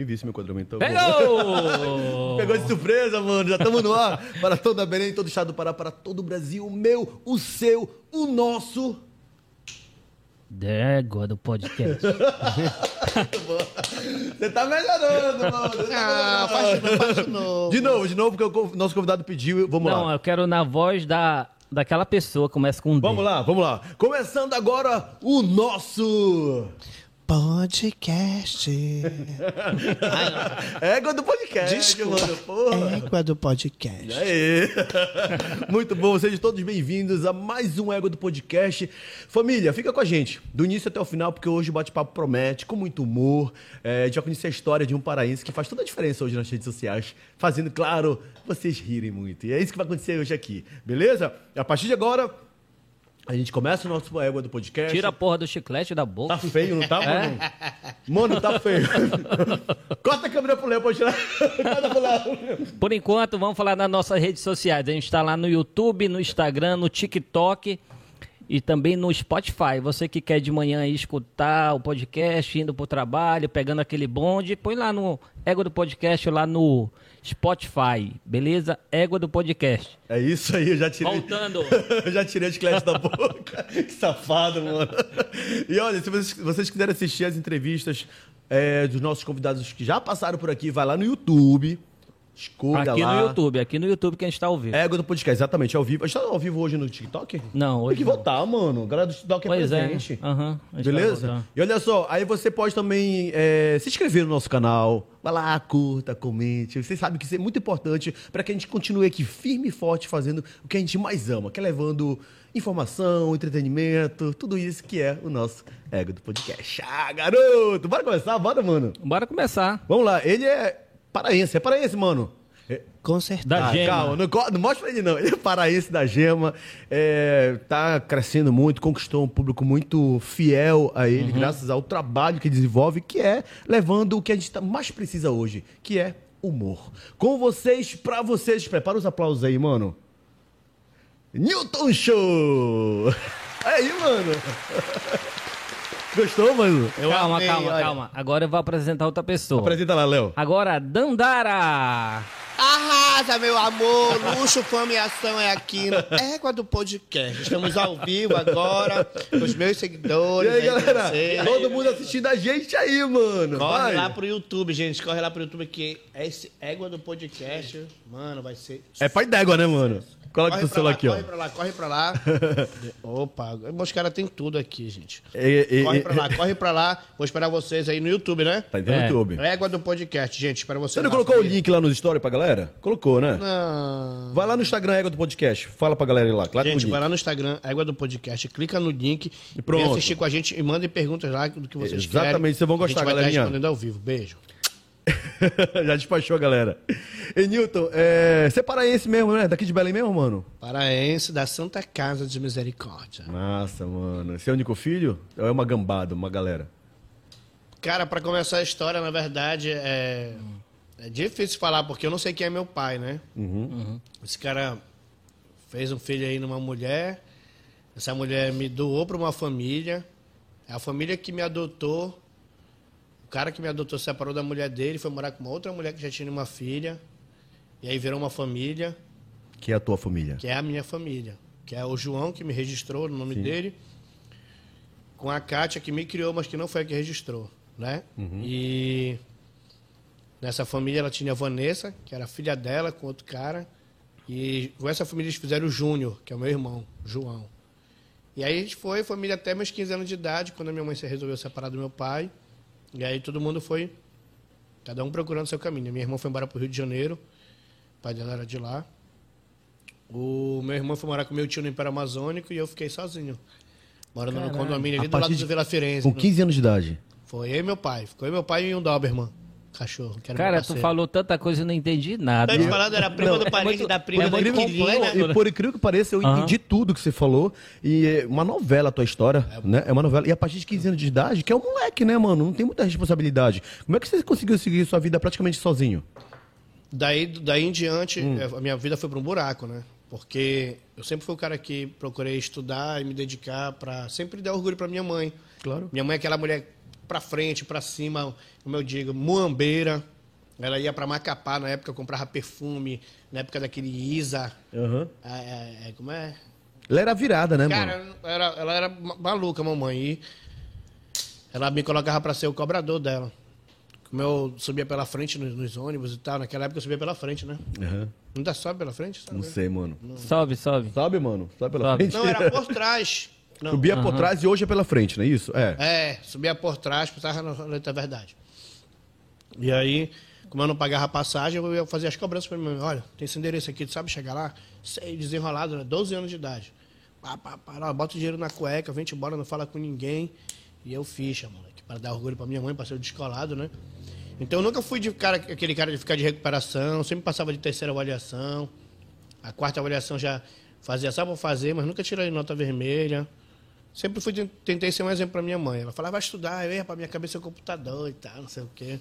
E vi se meu enquadramento tá Pegou! Pegou de surpresa, mano. Já estamos no ar. Para toda Belém, todo o estado do Pará, para todo o Brasil. O meu, o seu, o nosso. Dégua do podcast. Você tá melhorando, mano. Faz de novo. De novo, porque o nosso convidado pediu. Vamos Não, lá. eu quero na voz daquela pessoa que começa com D. Vamos lá. Começando agora o nosso... Podcast. Égua do podcast, Desculpa. mano. Porra. Égua do podcast. Aê. Muito bom, sejam todos bem-vindos a mais um Égua do Podcast. Família, fica com a gente, do início até o final, porque hoje o bate-papo promete, com muito humor. A gente vai conhecer a história de um paraense que faz toda a diferença hoje nas redes sociais, fazendo, claro, vocês rirem muito. E é isso que vai acontecer hoje aqui, beleza? A partir de agora, a gente começa o nosso Égua do Podcast. Tira a porra do chiclete da boca. Tá feio, não tá, mano? Mano, tá feio. Corta a câmera pro Léo, pode tirar. Corta pro Léo. Por enquanto, vamos falar nas nossas redes sociais. A gente está lá no YouTube, no Instagram, no TikTok e também no Spotify. Você que quer de manhã aí escutar o podcast, indo pro trabalho, pegando aquele bonde, põe lá no Égua do Podcast, lá no Spotify, beleza? Égua do Podcast. É isso aí, eu já tirei. Voltando. Eu já tirei o chiclete da boca. Que safado, mano. E olha, se vocês quiserem assistir as entrevistas dos nossos convidados que já passaram por aqui, vai lá no YouTube. Escolha Aqui lá. aqui no YouTube que a gente tá ao vivo. Égua do Podcast, exatamente, ao vivo. A gente tá ao vivo hoje no TikTok? Não, hoje Tem que não. votar, mano. A galera do TikTok é Pois presente. é. Aham, a gente vai Beleza? votar. E olha só, aí você pode também se inscrever no nosso canal. Vai lá, curta, comente. Vocês sabem que isso é muito importante para que a gente continue aqui firme e forte fazendo o que a gente mais ama, que é levando informação, entretenimento, tudo isso que é o nosso Égua do Podcast. Ah, garoto! Bora começar? Bora, mano. Bora começar. Vamos lá. Ele é paraense, mano. Com certeza. Da Gema. Calma, não mostra pra ele não. Ele é paraense da Gema, tá crescendo muito, conquistou um público muito fiel a ele, graças ao trabalho que desenvolve, que é levando o que a gente mais precisa hoje, que é humor. Com vocês, pra vocês, prepara os aplausos aí, mano. Newton Show! Aí, mano. Gostou, mano? Calma, amei, calma, olha. calma. Agora eu vou apresentar outra pessoa. Apresenta lá, Léo. Agora, Dandara. Arrasa, meu amor. Luxo, fama e ação é aqui no Égua do Podcast. Estamos ao vivo agora com os meus E seguidores. aí, com galera? vocês. Todo mundo assistindo a gente aí, mano. Corre Vai. lá pro YouTube, gente. Corre lá pro YouTube que esse Égua do Podcast, mano, vai ser... É pai d'égua, né, mano? Coloca Corre o pra celular lá, aqui, ó. corre pra lá. Opa, os caras tem tudo aqui, gente. E- Corre pra lá. Vou esperar vocês aí no YouTube, né? Tá no É. YouTube. Égua do Podcast, gente. Espero vocês. Você não lá, colocou o família. link lá nos stories pra galera? Colocou, né? Não. Vai lá no Instagram Égua do Podcast. Fala pra galera ir lá. Claro Gente, que vai lá no Instagram, Égua do Podcast, clica no link E pronto. vem assistir com a gente e mandem perguntas lá do que vocês querem. Exatamente, vocês vão gostar, a gente vai galerinha. estar respondendo ao vivo. Beijo. Já despachou, galera. E Newton, você é paraense mesmo, né? Daqui de Belém mesmo, mano? Paraense da Santa Casa de Misericórdia. Massa, mano. Você é o único filho? Ou é uma gambada, uma galera? Cara, pra começar a história, na verdade, é difícil falar, porque eu não sei quem é meu pai, né? Esse cara fez um filho aí numa mulher, essa mulher me doou pra uma família, a família que me adotou, o cara que me adotou se separou da mulher dele, foi morar com uma outra mulher que já tinha uma filha, e aí virou uma família, Que é a tua família? que é a minha família, que é o João, que me registrou no nome dele, com a Kátia, que me criou, mas que não foi a que registrou, né? E nessa família ela tinha a Vanessa, que era filha dela, com outro cara, e com essa família eles fizeram o Júnior, que é o meu irmão, João. E aí a gente foi, família até meus 15 anos de idade, quando a minha mãe se resolveu separar do meu pai, e aí todo mundo foi, cada um procurando seu caminho. Minha irmã foi embora para o Rio de Janeiro, o pai dela era de lá. O meu irmão foi morar com meu tio no Império Amazônico e eu fiquei sozinho. Morando no condomínio ali A do lado partir do de- Vila Firenze. Com 15 anos de idade. Foi eu e meu pai. Ficou eu, meu pai e um Doberman. Cachorro. Que era meu Cara, tu parceiro. falou tanta coisa e eu não entendi nada. Tá te falando, era prima do parente muito- da prima é da muito inquilina. complexo. E por incrível que pareça, eu entendi tudo que você falou. E é uma novela a tua história, né? É uma novela. E a partir de 15 anos de idade, que é um moleque, né, mano? Não tem muita responsabilidade. Como é que você conseguiu seguir sua vida praticamente sozinho? Daí em diante, a minha vida foi para um buraco, né? Porque eu sempre fui o cara que procurei estudar e me dedicar para sempre dar orgulho para minha mãe. Claro. Minha mãe é aquela mulher pra frente, pra cima, como eu digo, muambeira. Ela ia pra Macapá, na época eu comprava perfume, na época daquele Isa. Aham. Como é? Ela era virada, né, mano? Cara, ela era maluca, mamãe. E ela me colocava pra ser o cobrador dela. Como eu subia pela frente nos ônibus e tal, naquela época eu subia pela frente, né? Aham. Ainda sobe pela frente? Sabe? Não sei, mano. Sobe. Sabe, mano? Sabe pela Sobe. frente? Não, era por trás. Não. Subia por trás e hoje é pela frente, não é isso? É. Subia por trás, passava na letra verdade. E aí, como eu não pagava a passagem, eu ia fazer as cobranças pra mim. Olha, tem esse endereço aqui, tu sabe chegar lá? Sei, desenrolado, né? 12 anos de idade. Bota o dinheiro na cueca, vem-te embora, não fala com ninguém. E eu ficha, moleque, para dar orgulho pra minha mãe, pra ser o descolado, né? Então eu nunca fui aquele cara de ficar de recuperação, sempre passava de terceira avaliação. A quarta avaliação já fazia só pra fazer, mas nunca tirei nota vermelha. Sempre tentei ser um exemplo pra minha mãe. Ela falava, vai estudar, eu ia pra minha cabeça o computador e tal, não sei o quê.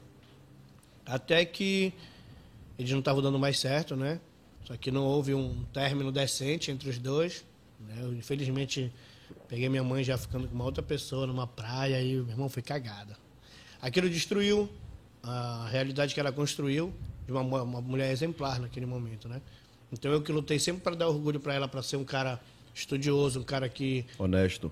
Até que eles não estavam dando mais certo, né? Só que não houve um término decente entre os dois. Né? Eu, infelizmente, peguei minha mãe já ficando com uma outra pessoa numa praia e o meu irmão foi cagada. Aquilo destruiu a realidade que ela construiu de uma mulher exemplar naquele momento, né? Então eu que lutei sempre para dar orgulho para ela, para ser um cara estudioso, um cara que... Honesto,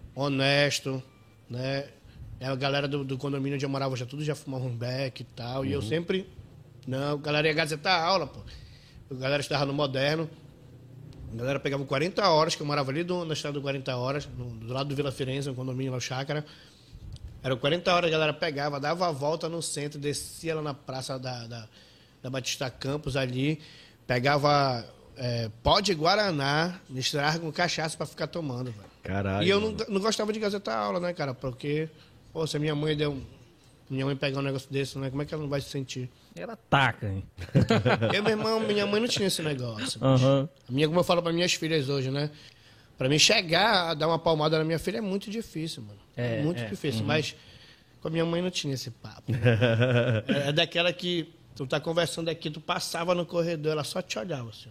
né? A galera do condomínio onde eu morava já fumava um beck e tal. E eu sempre... Não, a galera ia gazetar a aula, pô. A galera estava no moderno. A galera pegava 40 horas, que eu morava ali na estrada do 40 horas, do lado do Vila Firenze, um condomínio lá, o Chácara. Eram 40 horas, a galera pegava, dava a volta no centro, descia lá na praça da Batista Campos ali, pegava pó de Guaraná, misturava com cachaça pra ficar tomando, velho. caralho. E eu mano. não gostava de gazetar aula, né, cara? Porque, pô, se a minha mãe pegar um negócio desse, né? Como é que ela não vai se sentir? Ela taca, hein? Eu, meu irmão, minha mãe não tinha esse negócio. Aham. Como eu falo para minhas filhas hoje, né? Para mim chegar a dar uma palmada na minha filha é muito difícil, mano. É muito difícil. Mas com a minha mãe não tinha esse papo. É daquela que tu tá conversando aqui, tu passava no corredor, ela só te olhava, assim.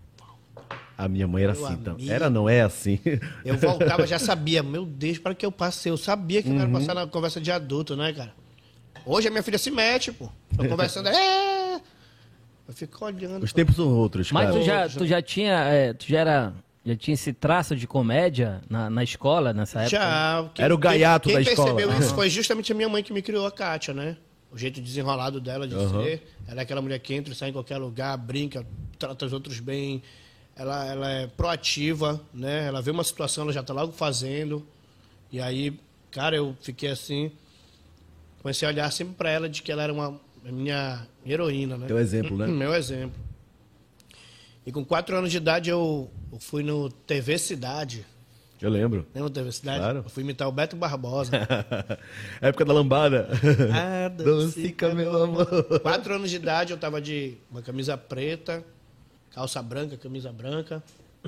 A minha mãe era Meu assim, então. amigo. Era, não é assim. Eu voltava, já sabia. Meu Deus, para que eu passei? Eu sabia que eu era passar na conversa de adulto, né, cara? Hoje a minha filha se mete, pô. Tô conversando, eu fico olhando. Os tempos são outros, Mas cara. tu já tinha, já tinha esse traço de comédia na escola, nessa época? Já. Era o gaiato da escola. Quem percebeu isso foi justamente a minha mãe que me criou, a Kátia, né? O jeito desenrolado dela de ser. Ela é aquela mulher que entra e sai em qualquer lugar, brinca, trata os outros bem. Ela é proativa, né? Ela vê uma situação, ela já tá logo fazendo. E aí, cara, eu fiquei assim... Comecei a olhar sempre pra ela de que ela era a minha heroína, né? Teu exemplo, né? Meu exemplo. E com 4 anos de idade eu fui no TV Cidade. Eu lembro. Lembra do TV Cidade? Claro. Eu fui imitar o Beto Barbosa. Época da lambada. Ah, Docica, meu amor. 4 anos de idade eu tava de uma camisa preta, calça branca, camisa branca.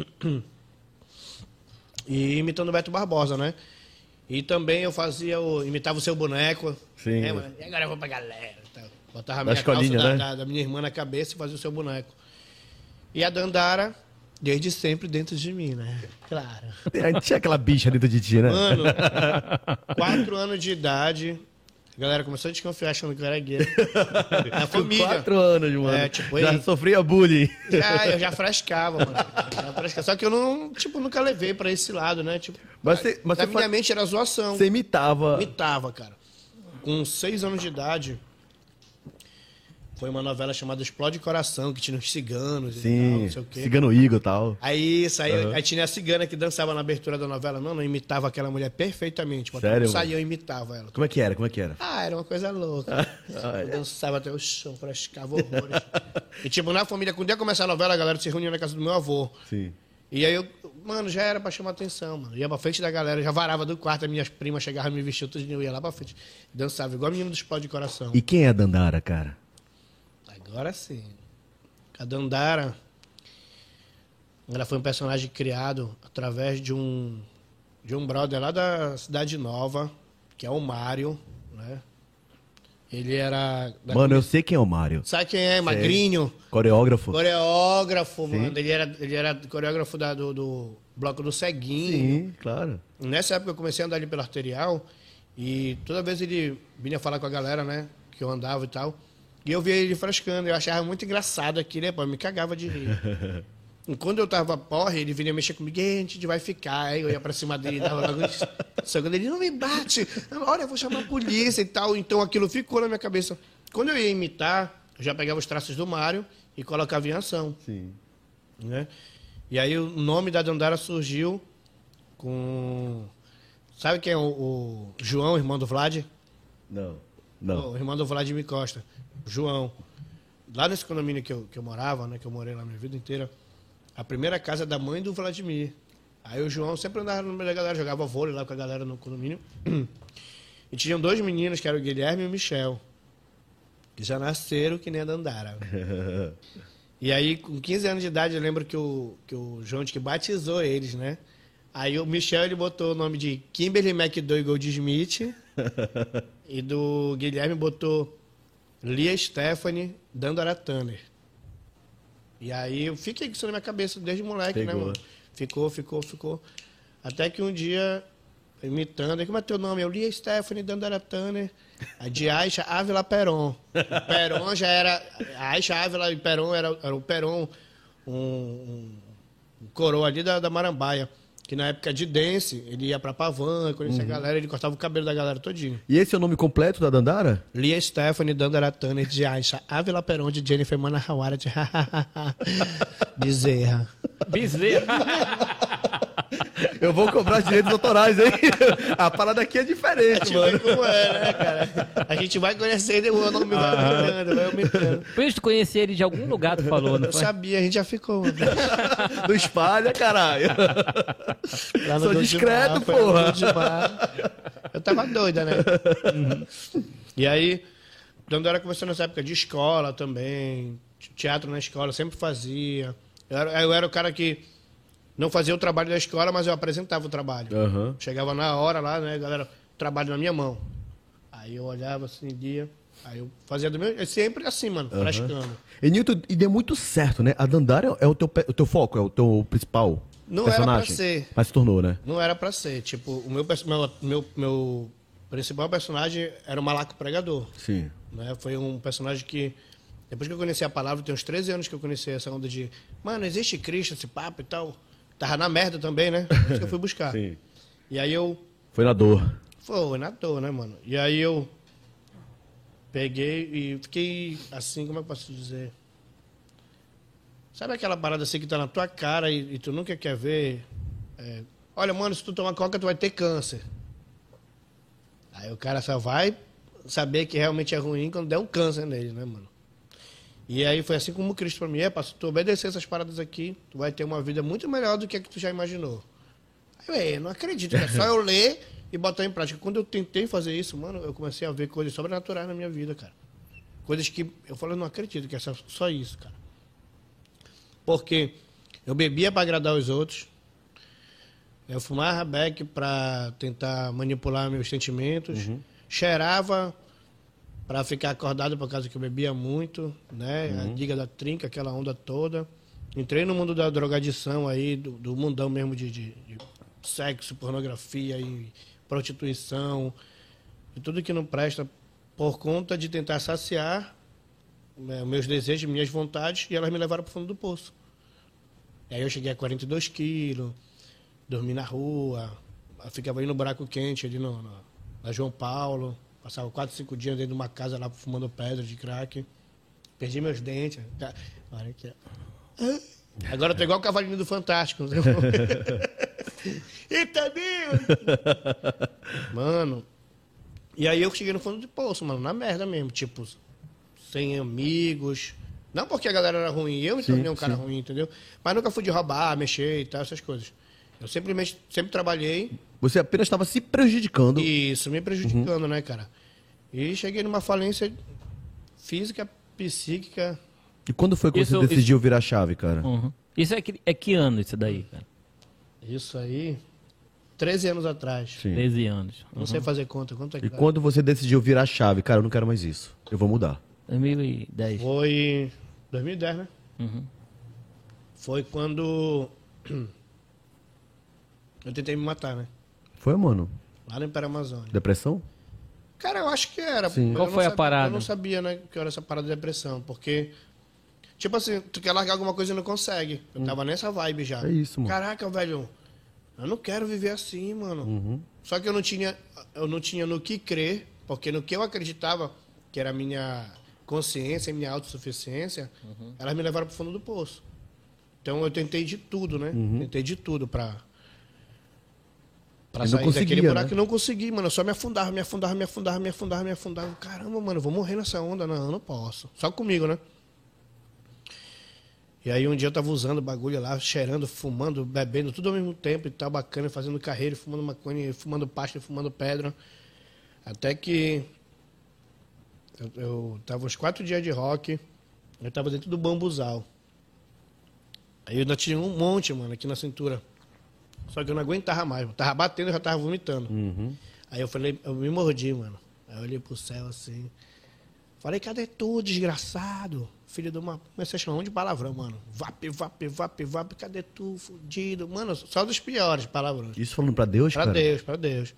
E imitando o Beto Barbosa, né? E também eu imitava o Seu Boneco. Sim. Mano? E agora eu vou pra galera. Tá? Botava a Da minha calça escolinha, né? da minha irmã na cabeça e fazia o Seu Boneco. E a Dandara, desde sempre dentro de mim, né? Claro. Tinha aquela bicha dentro de ti, né? Mano, 4 anos de idade, a galera começou a desconfiar achando que eu era gay. A família. 4 anos, mano. Tipo, já sofria bullying. Eu já frescava, mano. Só que eu nunca levei pra esse lado, né? Tipo, Mas na minha mente era zoação. Você imitava. Imitava, cara. Com 6 anos de idade, foi uma novela chamada Explode Coração, que tinha uns ciganos e tal, Sim, não sei o quê. Cigano Igor e tal. Aí tinha a cigana que dançava na abertura da novela. Não imitava aquela mulher perfeitamente. Quando Sério, saía, eu imitava ela. Como é que era? Era uma coisa louca. Eu dançava até o chão, frescava horrores. E tipo, na família, quando ia começar a novela, a galera se reunia na casa do meu avô. Sim. E aí mano, já era pra chamar atenção, mano. Ia pra frente da galera, já varava do quarto, as minhas primas chegavam me vestir, tudo, eu ia lá pra frente. Dançava, igual a menina do Explode Coração. E quem é a Dandara, cara? Agora sim. A Dandara, ela foi um personagem criado através de um brother lá da Cidade Nova, que é o Mário, né? Ele era... Mano, eu sei quem é o Mário. Sabe quem é? Magrinho. Coreógrafo. Coreógrafo, Sim. mano. Ele era coreógrafo do Bloco do Ceguinho. Sim, claro. Nessa época eu comecei a andar ali pela Arterial E toda vez ele vinha falar com a galera, né? Que eu andava e tal. E eu via ele frescando. Eu achava muito engraçado aquilo, né? Pô, eu me cagava de rir. E quando eu tava porra, ele vinha mexer comigo. E a gente vai ficar. Aí eu ia pra cima dele, dava logo... Só quando ele, não me bate. Olha, eu vou chamar a polícia e tal. Então aquilo ficou na minha cabeça. Quando eu ia imitar, eu já pegava os traços do Mário e colocava em ação. Sim. Né? E aí o nome da Dandara surgiu com... Sabe quem é o João, irmão do Vlad? Não. O irmão do Vladimir Costa. João. Lá nesse condomínio que eu morava, né? Que eu morei lá a minha vida inteira. A primeira casa da mãe do Vladimir. Aí o João sempre andava no meio da galera, jogava vôlei lá com a galera no condomínio. E tinham 2 meninos, que eram o Guilherme e o Michel. Que já nasceram que nem a Dandara. E aí, com 15 anos de idade, eu lembro que o João que batizou eles, né? Aí o Michel, ele botou o nome de Kimberly McDougall Goldsmith. E do Guilherme botou Lia Stephanie Dandara Tanner. E aí eu fiquei com isso na minha cabeça desde moleque, Pegou. né, mano? Ficou. Até que um dia, imitando, como é teu nome? Eu Lia Stephanie Dandara Tanner. A de Aisha Ávila Peron. O Peron já era... A Aisha Ávila e Peron era o Peron, um coroa ali da Marambaia. Que na época de dance, ele ia pra Pavan, conhecia a galera, ele cortava o cabelo da galera todinho. E esse é o nome completo da Dandara? Lia Stephanie Dandara Tanner de Aisha Ávila Peron de Jennifer Manahawara de Bezerra. Eu vou cobrar direitos autorais, hein? A parada aqui é diferente, mano. Como é, né, cara? A gente vai conhecendo e o nome vai aumentando. Por isso tu conhecia ele de algum lugar, tu falou, não Eu foi? sabia, a gente já ficou. Não espalha, caralho. Lá no Sou Dom discreto, de Bar, foi no porra. Dom de Bar. Eu tava doida, né? E aí, Dandara começou nessa época de escola também, teatro na escola, sempre fazia. Eu era o cara que não fazia o trabalho da escola, mas eu apresentava o trabalho. Aham. Chegava na hora lá, né, galera, trabalho na minha mão. Aí eu olhava assim, dia, aí eu fazia do meu, é sempre assim, mano, frescando. E Nilton, e deu muito certo, né? A Dandara é o teu foco, é o teu principal Não personagem? era pra ser. Mas se tornou, né? Não era pra ser, tipo, o meu principal personagem era o Malaco Pregador. Sim. Né? Foi um personagem que, depois que eu conheci a palavra, tem uns 13 anos que eu conheci essa onda de, mano, existe Cristo, esse papo e tal. Tava na merda também, né? Por isso que eu fui buscar. Sim. E aí eu... Foi na dor. Foi na dor, né, mano? E aí eu peguei e fiquei assim, como é que eu posso dizer? Sabe aquela parada assim que tá na tua cara e tu nunca quer ver? É, olha, mano, se tu tomar coca, tu vai ter câncer. Aí o cara só vai saber que realmente é ruim quando der um câncer nele, né, mano? E aí foi assim como Cristo pra mim. Se tu obedecer essas paradas aqui, tu vai ter uma vida muito melhor do que a que tu já imaginou. Aí eu não acredito, é só eu ler e botar em prática. Quando eu tentei fazer isso, mano, eu comecei a ver coisas sobrenaturais na minha vida, cara. Coisas que eu falei, eu não acredito que é só isso, cara. Porque eu bebia para agradar os outros, eu fumava beck para tentar manipular meus sentimentos, cheirava para ficar acordado por causa que eu bebia muito, né? A liga da trinca, aquela onda toda. Entrei no mundo da drogadição aí, do mundão mesmo de sexo, pornografia e prostituição, e tudo que não presta, por conta de tentar saciar meus desejos, minhas vontades, e elas me levaram para o fundo do poço. E aí eu cheguei a 42 quilos, dormi na rua, ficava aí no buraco quente, ali na João Paulo, passava 4, 5 dias dentro de uma casa lá fumando pedra de crack, perdi meus dentes. Olha aqui, ó. Agora eu tô igual o cavalinho do Fantástico. Eita, Deus! Mano, e aí eu cheguei no fundo do poço, mano, na merda mesmo, tipo, sem amigos. Não porque a galera era ruim, eu me tornei um cara ruim, entendeu? Mas nunca fui de roubar, mexer e tal, essas coisas. Eu sempre trabalhei. Você apenas estava se prejudicando. Isso, me prejudicando, né, cara? E cheguei numa falência física, psíquica. E quando foi que você decidiu virar a chave, cara? Isso é que ano isso daí, cara? Isso aí, 13 anos atrás. Sim. 13 anos. Não sei fazer conta. Quanto é que E dá? quando você decidiu virar a chave, cara, eu não quero mais isso. Eu vou mudar. 2010. Foi 2010, né? Foi quando eu tentei me matar, né? Foi, mano? Lá no Império Amazônia. Depressão? Cara, eu acho que era. Sim. Qual foi a parada? Eu não sabia, né, que era essa parada de depressão, porque... Tipo assim, tu quer largar alguma coisa e não consegue. Eu tava nessa vibe já. É isso, mano. Caraca, velho, eu não quero viver assim, mano. Só que eu não tinha no que crer, porque no que eu acreditava, que era a minha consciência, a minha autossuficiência, elas me levaram pro fundo do poço. Então eu tentei de tudo, né? Tentei de tudo pra sair daquele buraco, né? e não consegui, mano. Eu só me afundava. Caramba, mano, eu vou morrer nessa onda. Não, eu não posso. Só comigo, né? E aí um dia eu tava usando o bagulho lá, cheirando, fumando, bebendo, tudo ao mesmo tempo e tal, bacana, fazendo carreira, fumando maconha, fumando pasta, fumando pedra. Até que eu tava uns 4 dias de rock, eu tava dentro do bambuzal. Aí eu ainda tinha um monte, mano, aqui na cintura. Só que eu não aguentava mais, eu tava batendo, eu já tava vomitando. Aí eu falei, eu me mordi, mano. Aí eu olhei pro céu assim. Falei, cadê tu, desgraçado? Filho de uma... Comecei a chamar um monte de palavrão, mano. Vape, cadê tu, fudido? Mano, só dos piores palavrões. Isso falando pra Deus, Pra cara? Pra Deus.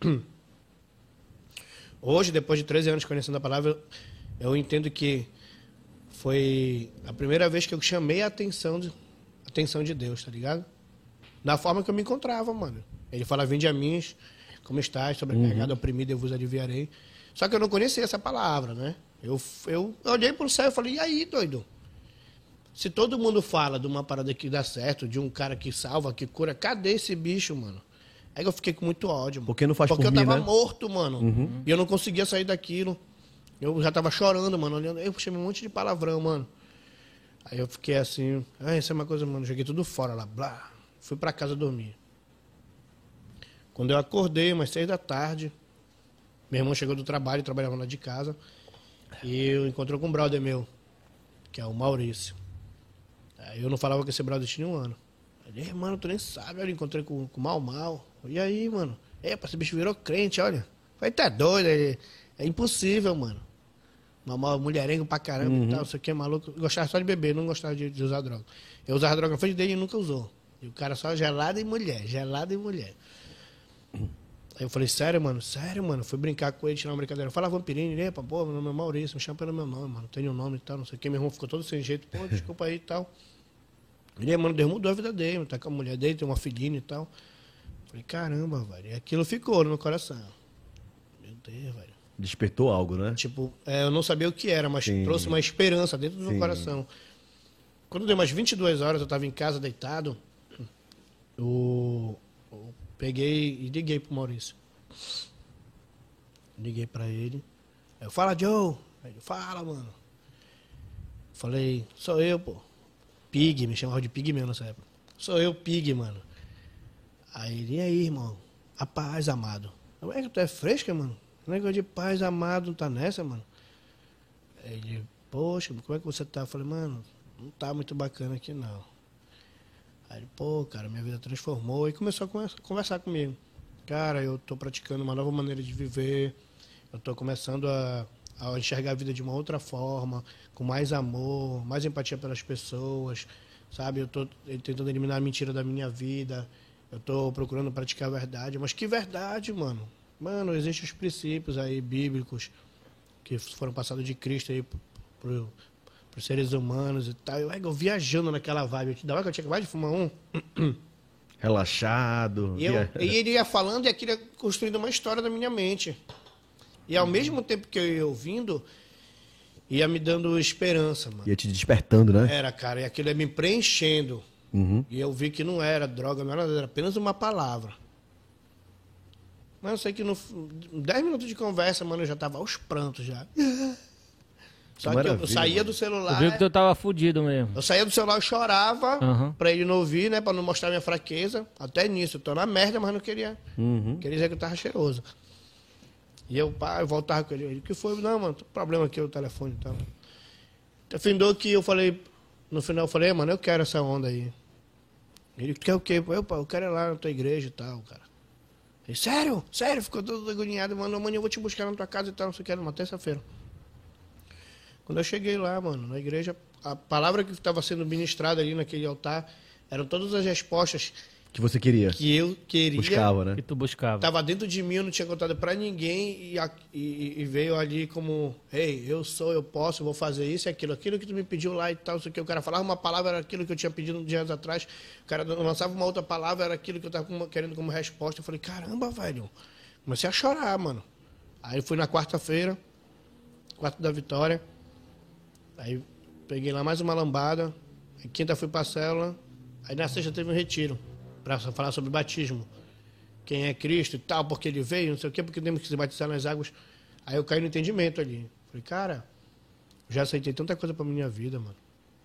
Hoje, depois de 13 anos conhecendo a palavra, eu entendo que foi a primeira vez que eu chamei a atenção de Deus, tá ligado? Da forma que eu me encontrava, mano. Ele fala, vinde a mim, como estás, sobrecarregado, oprimido, eu vos aliviarei. Só que eu não conhecia essa palavra, né? Eu olhei pro céu e falei, e aí, doido? Se todo mundo fala de uma parada que dá certo, de um cara que salva, que cura, cadê esse bicho, mano? Aí eu fiquei com muito ódio, mano. Porque não faz Porque por eu mim, tava né? morto, mano. E eu não conseguia sair daquilo. Eu já tava chorando, mano, olhando. Eu chamei um monte de palavrão, mano. Aí eu fiquei assim, isso é uma coisa, mano. Joguei tudo fora lá, blá. Fui pra casa dormir. Quando eu acordei, umas 6 da tarde, meu irmão chegou do trabalho, trabalhava lá de casa. E eu encontrei com um brother meu, que é o Maurício. Aí eu não falava que esse brother tinha 1 ano. Ele, mano, tu nem sabe, olha, encontrei com o Mal. E aí, mano? Esse bicho virou crente, olha. Falei, tá doido, é impossível, mano. Mal mulherengo pra caramba e tal, isso aqui é maluco. Eu gostava só de beber, não gostava de usar droga. Eu usava droga na frente dele e nunca usou. E o cara só gelado e mulher. Aí eu falei, sério, mano? Fui brincar com ele, tirar uma brincadeira. Fala vampirinho, ele, pô, meu nome é Maurício, me chama pelo meu nome, mano. Tenho um nome e tal, não sei o que. Meu irmão ficou todo sem jeito, pô, desculpa aí e tal. Ele, mano, Deus mudou a vida dele, tá com a mulher dele, tem uma filhinha e tal. Falei, caramba, velho. E aquilo ficou no meu coração. Meu Deus, velho. Despertou algo, né? Tipo, eu não sabia o que era, mas trouxe uma esperança dentro do meu coração. Quando deu umas 22 horas, eu tava em casa deitado, eu peguei e liguei pro Maurício. Liguei pra ele. Eu, fala, Joe. Ele, fala, mano. Falei, sou eu, pô. Pig, me chamava de Pig mesmo nessa época. Sou eu, Pig, mano. Aí ele, e aí, irmão? A paz, amado. Eu, tu é fresca, mano? Negócio de paz, amado, não tá nessa, mano? Aí ele, poxa, como é que você tá? Eu falei, mano, não tá muito bacana aqui, não. Aí ele, pô, cara, minha vida transformou. E começou a conversar comigo. Cara, eu tô praticando uma nova maneira de viver. Eu tô começando a enxergar a vida de uma outra forma, com mais amor, mais empatia pelas pessoas, sabe? Eu tô tentando eliminar a mentira da minha vida. Eu tô procurando praticar a verdade. Mas que verdade, mano? Mano, existem os princípios aí bíblicos que foram passados de Cristo aí pros seres humanos e tal. Eu viajando naquela vibe. Da hora que eu tinha acabado de fumar um. Relaxado. E ele ia falando e aquilo ia construindo uma história na minha mente. E ao mesmo tempo que eu ia ouvindo, ia me dando esperança, mano. Ia te despertando, né? Era, cara. E aquilo ia me preenchendo. E eu vi que não era droga, não era nada, era apenas uma palavra. Mas eu sei que no 10 minutos de conversa, mano, eu já tava aos prantos já. Só que eu saía do celular. Eu vi que tu tava fudido mesmo. Eu saía do celular, eu chorava pra ele não ouvir, né? Pra não mostrar minha fraqueza. Até nisso, eu tô na merda, mas não queria. Queria dizer que eu tava cheiroso. E eu voltava com ele. O que foi? Não, mano, tem problema aqui, o telefone e tal. Findou que eu falei, no final eu falei, mano, eu quero essa onda aí. Ele, tu quer o quê? Eu quero ir lá na tua igreja e tal, cara. Ele, sério? Ficou todo agoniado, mano, amanhã eu vou te buscar na tua casa e tal, não sei o que, numa terça-feira. Quando eu cheguei lá, mano, na igreja, a palavra que estava sendo ministrada ali naquele altar eram todas as respostas Que você queria. que eu queria. Buscava, né? Que tu buscava. Tava dentro de mim, eu não tinha contado pra ninguém e veio ali como, ei, eu posso, eu vou fazer isso e aquilo que tu me pediu lá e tal, isso aqui. O cara falava uma palavra, era aquilo que eu tinha pedido dias atrás, o cara lançava uma outra palavra, era aquilo que eu tava querendo como resposta. Eu falei, caramba, velho, comecei a chorar, mano. Aí eu fui na quarta-feira, quarto da vitória, aí peguei lá mais uma lambada, aí quinta fui pra célula, aí na sexta teve um retiro, para falar sobre batismo. Quem é Cristo e tal, porque ele veio, não sei o quê, porque temos que se batizar nas águas. Aí eu caí no entendimento ali. Falei, cara, já aceitei tanta coisa pra minha vida, mano.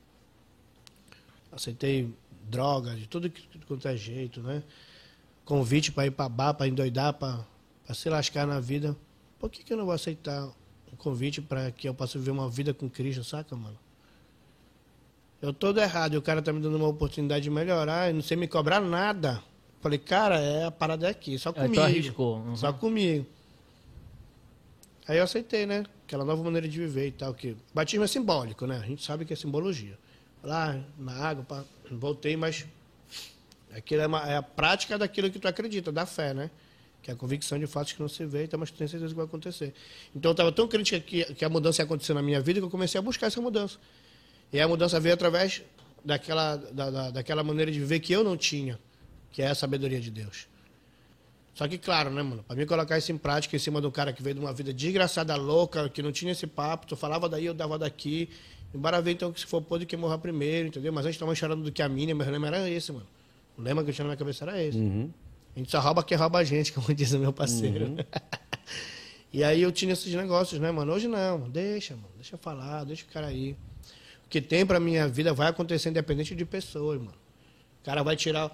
Aceitei droga, de tudo quanto é jeito, né? Convite pra ir pra bar, pra endoidar, pra se lascar na vida. Por que eu não vou aceitar um convite pra que eu possa viver uma vida com Cristo, saca, mano? Eu todo errado e o cara tá me dando uma oportunidade de melhorar e não sei me cobrar nada. Falei, cara, a parada é aqui, só comigo. Então arriscou. Uhum. Só comigo. Aí eu aceitei, né? Aquela nova maneira de viver e tal. Que batismo é simbólico, né? A gente sabe que é simbologia. Lá na água, pá, voltei, mas aquilo é a prática daquilo que tu acredita, da fé, né? Que é a convicção de fatos que não se vê, então, mas tu tem certeza que vai acontecer. Então eu estava tão crítica que a mudança ia acontecer na minha vida que eu comecei a buscar essa mudança. E a mudança veio através daquela maneira de viver que eu não tinha, que é a sabedoria de Deus. Só que, claro, né, mano? Pra mim colocar isso em prática em cima de um cara que veio de uma vida desgraçada, louca, que não tinha esse papo, tu falava daí, eu dava daqui. Embora ver, então, que se for pôr do que morrer primeiro, entendeu? Mas a gente tava chorando do que a mina, meu lema era esse, mano. O lema que eu tinha na minha cabeça era esse. Uhum. A gente só rouba quem rouba a gente, como diz o meu parceiro. Uhum. E aí eu tinha esses negócios, né, mano? Hoje não, deixa, mano. Deixa eu falar, deixa o cara aí. O que tem pra minha vida vai acontecer independente de pessoas, mano. O cara vai tirar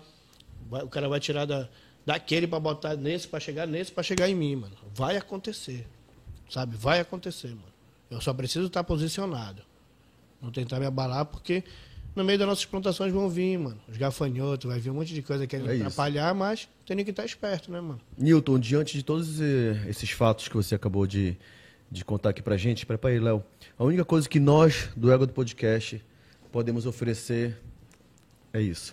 daquele pra botar nesse, pra chegar nesse, pra chegar em mim, mano. Vai acontecer, sabe? Vai acontecer, mano. Eu só preciso estar posicionado. Não tentar me abalar, porque no meio das nossas plantações vão vir, mano. Os gafanhotos, vai vir um monte de coisa querendo atrapalhar, mas tem que estar esperto, né, mano? Newton, diante de todos esses fatos que você acabou de contar aqui pra gente, prepara aí, Léo. A única coisa que nós, do Ego do Podcast, podemos oferecer é isso.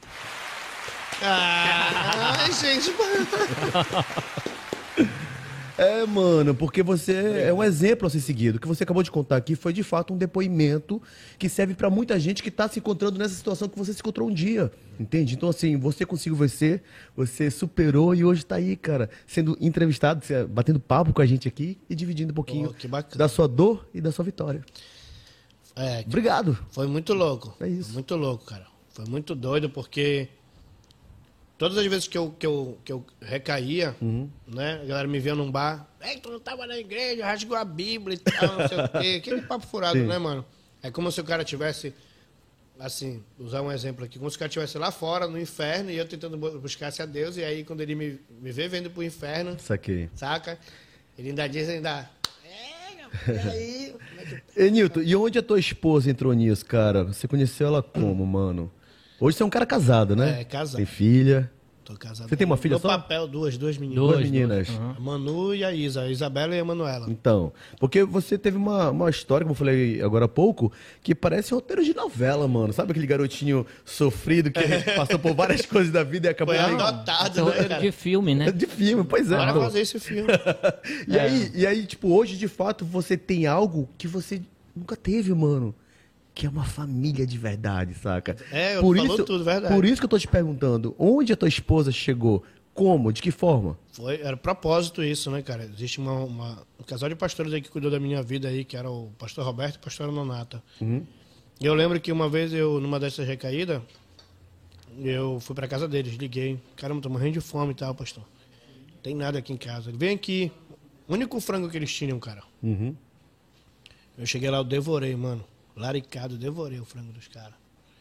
Ai, gente. É, mano, porque você é um exemplo a ser seguido. O que você acabou de contar aqui foi, de fato, um depoimento que serve pra muita gente que tá se encontrando nessa situação que você se encontrou um dia, entende? Então, assim, você conseguiu vencer, você superou e hoje tá aí, cara, sendo entrevistado, batendo papo com a gente aqui e dividindo um pouquinho da sua dor e da sua vitória. Obrigado. Foi muito louco. É isso. Foi muito louco, cara. Foi muito doido, porque todas as vezes que eu recaía, né? A galera me via num bar. Ei, tu não tava na igreja, rasgou a Bíblia e tal, não sei o quê. Aquele papo furado, né, mano? É como se o cara tivesse, assim, usar um exemplo aqui, como se o cara estivesse lá fora, no inferno, e eu tentando buscar-se a Deus, e aí quando ele me vê vendo pro inferno, saquei. Saca? Ele ainda diz, e aí... Ei, Nilton, e onde a tua esposa entrou nisso, cara? Você conheceu ela como, mano? Hoje você é um cara casado, né? É, casado. Tem filha. Tô casado. Você tem uma filha no só? No papel, duas meninas. Duas meninas. A Manu e a Isa. A Isabela e a Manuela. Então, porque você teve uma história, como eu falei agora há pouco, que parece um roteiro de novela, mano. Sabe aquele garotinho sofrido que passou por várias coisas da vida e acabou... Foi adotado, né, cara? De filme, né? De filme, pois é. Bora fazer esse filme. E aí, tipo, hoje, de fato, você tem algo que você nunca teve, mano. Que é uma família de verdade, saca? Falou tudo, verdade. Por isso que eu tô te perguntando, onde a tua esposa chegou? Como? De que forma? Era propósito isso, né, cara? Existe um casal de pastores aí que cuidou da minha vida aí, que era o pastor Roberto e a pastora Nonata. E eu lembro que uma vez numa dessas recaídas, eu fui pra casa deles, liguei. Caramba, tô morrendo de fome e tal, pastor. Não tem nada aqui em casa. Ele vem aqui. O único frango que eles tinham, cara. Eu cheguei lá, eu devorei, mano. Laricado, devorei o frango dos caras.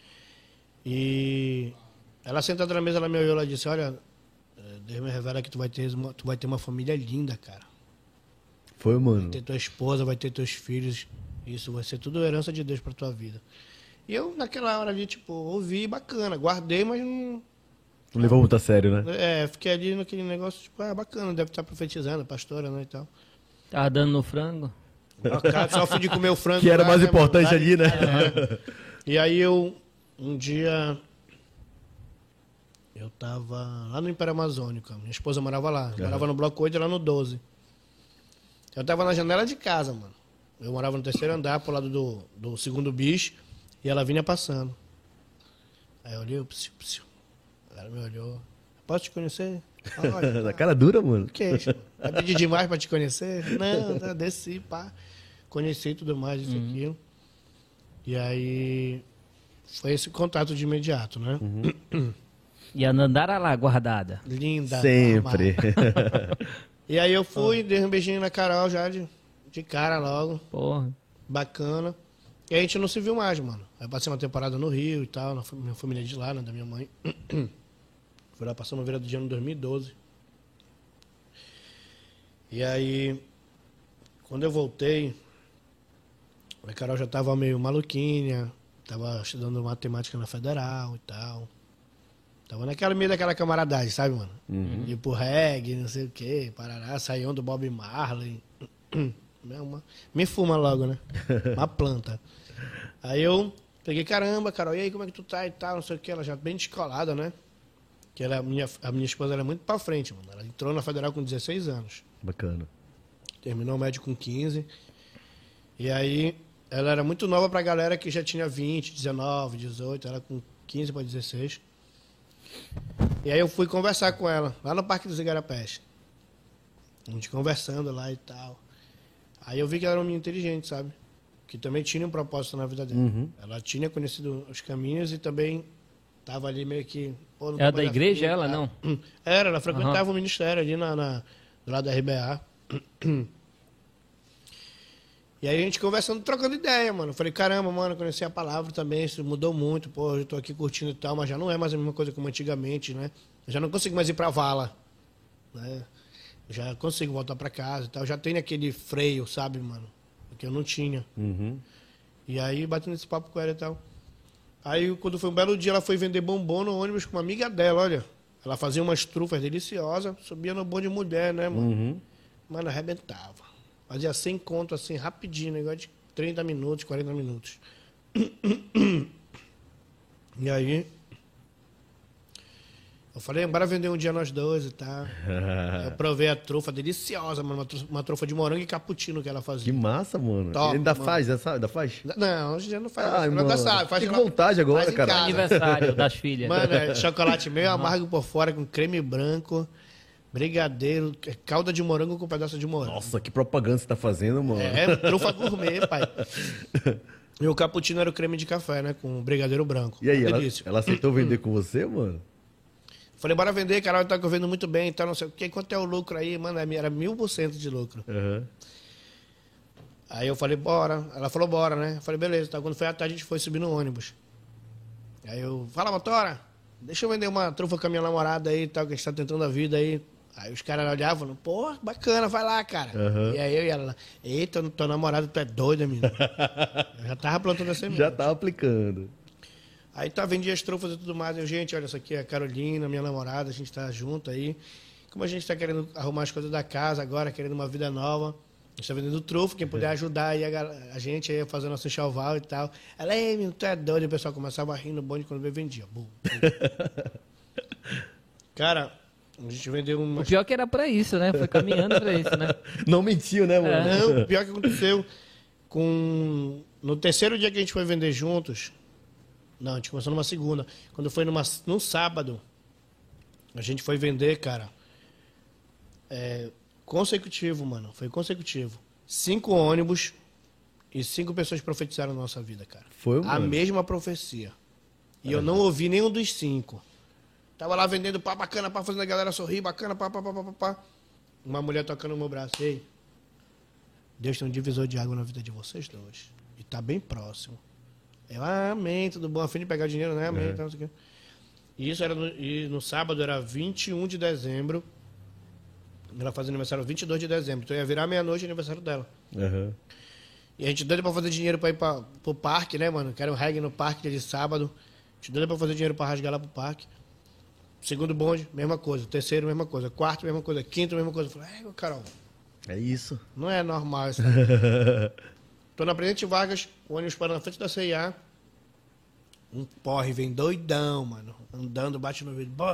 E ela sentada na mesa, ela me olhou, ela disse, olha, Deus me revela que tu vai ter uma família linda, cara. Foi, mano. Vai ter tua esposa, vai ter teus filhos. Isso vai ser tudo herança de Deus pra tua vida. E eu, naquela hora ali, tipo, ouvi, bacana. Guardei, mas não... Não levou muito a sério, né? Fiquei ali naquele negócio, tipo, bacana, deve estar profetizando, pastora, né, e tal. Tava dando no frango? Só fui de comer o frango. Que era mais importante ali, né? É. E aí um dia... eu falei, cara, eu vou Eu tava lá no Império Amazônico. Minha esposa morava lá. Eu morava no Bloco 8 e lá no 12. Eu tava na janela de casa, mano. Eu morava no 3º andar, pro lado do 2º bis. E ela vinha passando. Aí eu olhei, psiu, psiu. Ela me olhou. Posso te conhecer? Olha, Na cara dura, mano. que é isso? Mano? Vai pedir demais pra te conhecer? Não, tá, desci, pá. Conheci e tudo mais, isso, aquilo. E aí... Foi esse contato de imediato, né? E a Nandara lá, guardada. Linda. Sempre. E aí eu fui, dei um beijinho na Carol já de cara logo. Porra. Bacana. E a gente não se viu mais, mano. Aí passei uma temporada no Rio e tal, na minha família de lá, né, da minha mãe. Fui lá passar uma virada de ano em 2012. E aí, quando eu voltei, a Carol já tava meio maluquinha, tava estudando matemática na Federal e tal. Tava meio daquela camaradagem, sabe, mano? Ir pro reggae, não sei o quê, parará, saião do Bob Marley. Me fuma logo, né? Uma planta. Aí eu peguei, caramba, Carol, e aí, como é que tu tá e tal, não sei o quê. Ela já bem descolada, né? Que a minha esposa era muito pra frente, mano. Ela entrou na Federal com 16 anos. Bacana. Terminou o médio com 15. E aí, ela era muito nova pra galera que já tinha 20, 19, 18. Ela com 15 pra 16. E aí eu fui conversar com ela, lá no Parque dos Igarapés. A gente conversando lá e tal. Aí eu vi que ela era uma menina inteligente, sabe? Que também tinha um propósito na vida dela. Ela tinha conhecido os caminhos e também tava ali meio que... Pô, não tô Era da mais igreja afim, ela, tá? não? Ela frequentava o ministério ali do lado da RBA. E aí a gente conversando, trocando ideia, mano. Eu falei, caramba, mano, conheci a palavra também, isso mudou muito, pô, eu tô aqui curtindo e tal, mas já não é mais a mesma coisa como antigamente, né? Eu já não consigo mais ir pra vala, né? Eu já consigo voltar pra casa e tal, já tenho aquele freio, sabe, mano? Que eu não tinha. E aí, batendo esse papo com ela e tal. Aí, quando foi um belo dia, ela foi vender bombom no ônibus com uma amiga dela, olha. Ela fazia umas trufas deliciosas, subia no bonde de mulher, né, mano? Mano, arrebentava. Fazia 100 conto, assim, rapidinho, negócio de 30 minutos, 40 minutos. E aí, eu falei, bora vender um dia nós dois e tal. Eu provei a trufa deliciosa, mano, uma trufa de morango e cappuccino que ela fazia. Que massa, mano. Top, Ele ainda mano. faz, ainda faz? Não, hoje em dia não faz. Ai, Nunca mano. sabe. Faz Fiquei lá- com vontade agora, faz em cara. casa. Aniversário das filhas. Mano, é chocolate meio amargo por fora, com creme branco, brigadeiro, calda de morango com pedaço de morango. Nossa, que propaganda você tá fazendo, mano. É, trufa gourmet, pai. E o cappuccino era o creme de café, né? Com brigadeiro branco. E aí, Delícia. ela aceitou vender com você, mano? Falei, bora vender, Carol, tá vendo muito bem e tal, não sei o quê. Quanto é o lucro aí? Mano, era 1000% de lucro. Aí eu falei, bora. Ela falou, bora, né? Eu falei, beleza. Então, quando foi à tarde, a gente foi subir no ônibus. Aí eu, fala, motora, deixa eu vender uma trufa com a minha namorada aí e tal, que a gente tá tentando a vida aí. Aí os caras olhavam, falando, pô, bacana, vai lá, cara. E aí eu e ela lá, eita, tua namorada, tu é doida, menino. Eu já tava plantando a semente. Já tava aplicando. Aí tá, vendia as trufas e tudo mais. Eu, gente, olha, essa aqui é a Carolina, minha namorada, a gente tá junto aí. Como a gente tá querendo arrumar as coisas da casa agora, querendo uma vida nova, a gente tá vendendo trufa, quem puder ajudar aí a gente aí a fazer nosso enxoval e tal. Ela, ei, menino, tu é doido. E o pessoal começava a rir no bonde quando eu vendia. Bum. Cara, a gente vendeu O umas... pior que era pra isso, né? Foi caminhando pra isso, né? Não mentiu, né, mano? Não, o pior que aconteceu, no terceiro dia que a gente foi vender juntos, não, a gente começou numa segunda, quando foi num sábado, a gente foi vender, cara, consecutivo, mano, foi consecutivo. 5 ônibus e 5 pessoas profetizaram na nossa vida, cara. Foi, A mano? mesma profecia. E eu não ouvi nenhum dos 5. Tava lá vendendo pá, bacana, pá, fazendo a galera sorrir, bacana, pá, pá, pá, pá, pá, pá. Uma mulher tocando no meu braço. Ei, Deus tem um divisor de água na vida de vocês dois. E tá bem próximo. Eu, amém, tudo bom. A fim de pegar dinheiro, né? Amém, então, não sei o quê. E isso era no sábado, era 21 de dezembro. Ela fazia aniversário 22 de dezembro. Então ia virar meia-noite o aniversário dela. Aham. E a gente doido pra fazer dinheiro pra ir pro parque, né, mano? Quero um reggae no parque dia de sábado. A gente doido pra fazer dinheiro pra rasgar lá pro parque. Segundo bonde, mesma coisa. Terceiro, mesma coisa. Quarto, mesma coisa. Quinto, mesma coisa. Eu falei, Carol, É isso. não é normal isso. Tô na Presidente Vargas, o ônibus parou na frente da CIA. Um porre vem doidão, mano. Andando, bate no vidro.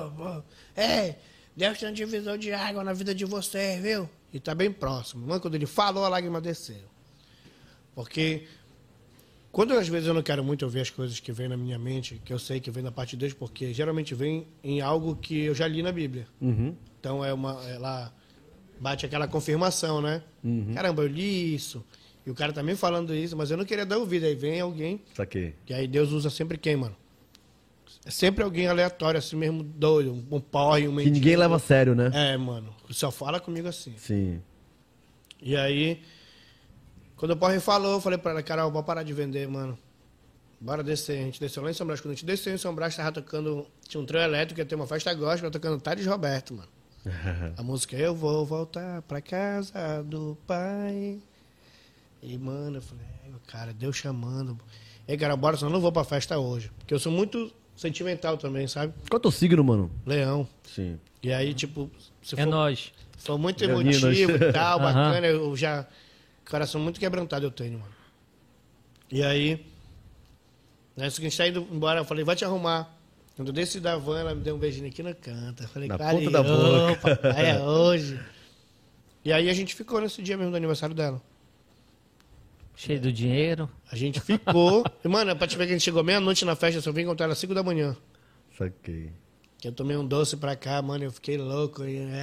Deus tem um divisor de água na vida de você, viu? E tá bem próximo. Mano, quando ele falou, a lágrima desceu. Porque quando às vezes eu não quero muito ouvir as coisas que vêm na minha mente, que eu sei que vem da parte de Deus, porque geralmente vem em algo que eu já li na Bíblia. Então ela bate aquela confirmação, né? Caramba, eu li isso. E o cara tá me falando isso, mas eu não queria dar ouvido. Aí vem alguém. Saquei. E aí Deus usa sempre quem, mano? É sempre alguém aleatório, assim mesmo, doido. Um porre, um Que ninguém leva a sério, né? É, mano. Só fala comigo assim. Sim. E aí, quando o porre falou, eu falei pra ela, Carol, vou parar de vender, mano. Bora descer. A gente desceu lá em São Brás. Quando a gente desceu em São Brás, tava tocando... Tinha um trio elétrico, ia ter uma festa gospel, tocando Thales Roberto, mano. A música é Eu Vou Voltar Pra Casa do Pai. E, mano, eu falei, cara, Deus chamando. Ei, cara, bora, senão eu não vou pra festa hoje. Porque eu sou muito sentimental também, sabe? Qual é o teu signo, mano? Leão. Sim. E aí, tipo, se É nóis. for muito Leoninos. emotivo e tal, bacana, eu já... Coração muito quebrantado eu tenho, mano. E aí, nessa que a gente tá indo embora, eu falei, vai te arrumar. Quando eu desci da van, ela me deu um beijinho aqui no canto. Eu falei, Na cara, ponta da boca. papai, é hoje. E aí a gente ficou nesse dia mesmo do aniversário dela. Cheio do dinheiro. A gente ficou. E, mano, pra te ver que a gente chegou meia-noite na festa, eu só vim encontrar ela às 5 da manhã. Saquei. Que eu tomei um doce pra cá, mano, eu fiquei louco.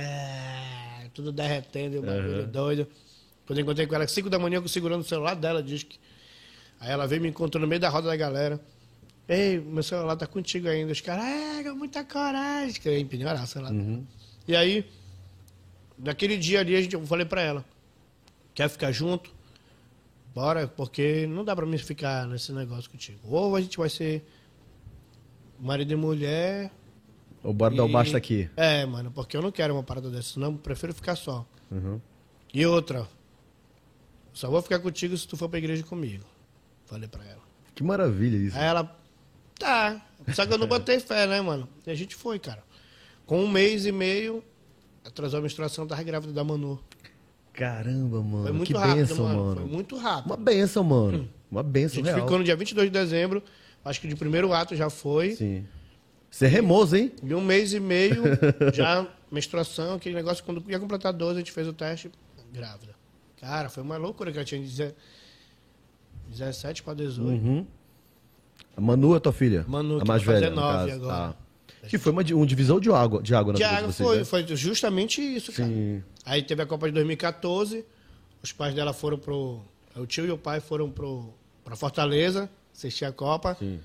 Tudo derretendo, e o bagulho doido. Quando eu encontrei com ela às 5 da manhã, eu segurando o celular dela, diz que. Aí ela veio me encontrou no meio da roda da galera. Ei, meu celular tá contigo ainda. Os caras, com muita coragem. Que eu ia empenhorar o celular. E aí, naquele dia ali, eu falei pra ela, quer ficar junto? Bora, porque não dá pra mim ficar nesse negócio contigo. Ou a gente vai ser marido e mulher. Ou bora dar o basta aqui. É, mano, porque eu não quero uma parada dessa, senão eu prefiro ficar só. E outra, só vou ficar contigo se tu for pra igreja comigo. Falei pra ela. Que maravilha isso. Aí ela, tá. Só que eu não botei fé, né, mano? E a gente foi, cara. Com 1 mês e meio, atrasou a menstruação, tava grávida da Manu. Caramba, mano. Foi muito que rápido, bênção, mano. Foi muito rápido. Uma bênção, mano. Uma A bênção gente real. ficou no dia 22 de dezembro, acho que de primeiro ato já foi. Sim. Você é remoso, hein? De 1 mês e meio, já menstruação, aquele negócio, quando ia completar 12, a gente fez o teste, grávida. Cara, foi uma loucura que ela tinha 17 para 18. A Manu é tua filha? Manu, a que mais vai fazer velha, no 9 caso. agora. Tá. Que foi um divisor de água na vida de Thiago vocês, foi, né? foi justamente isso, cara. Sim. Aí teve a Copa de 2014, os pais dela foram o tio e o pai foram pra Fortaleza, assistir a Copa. Sim.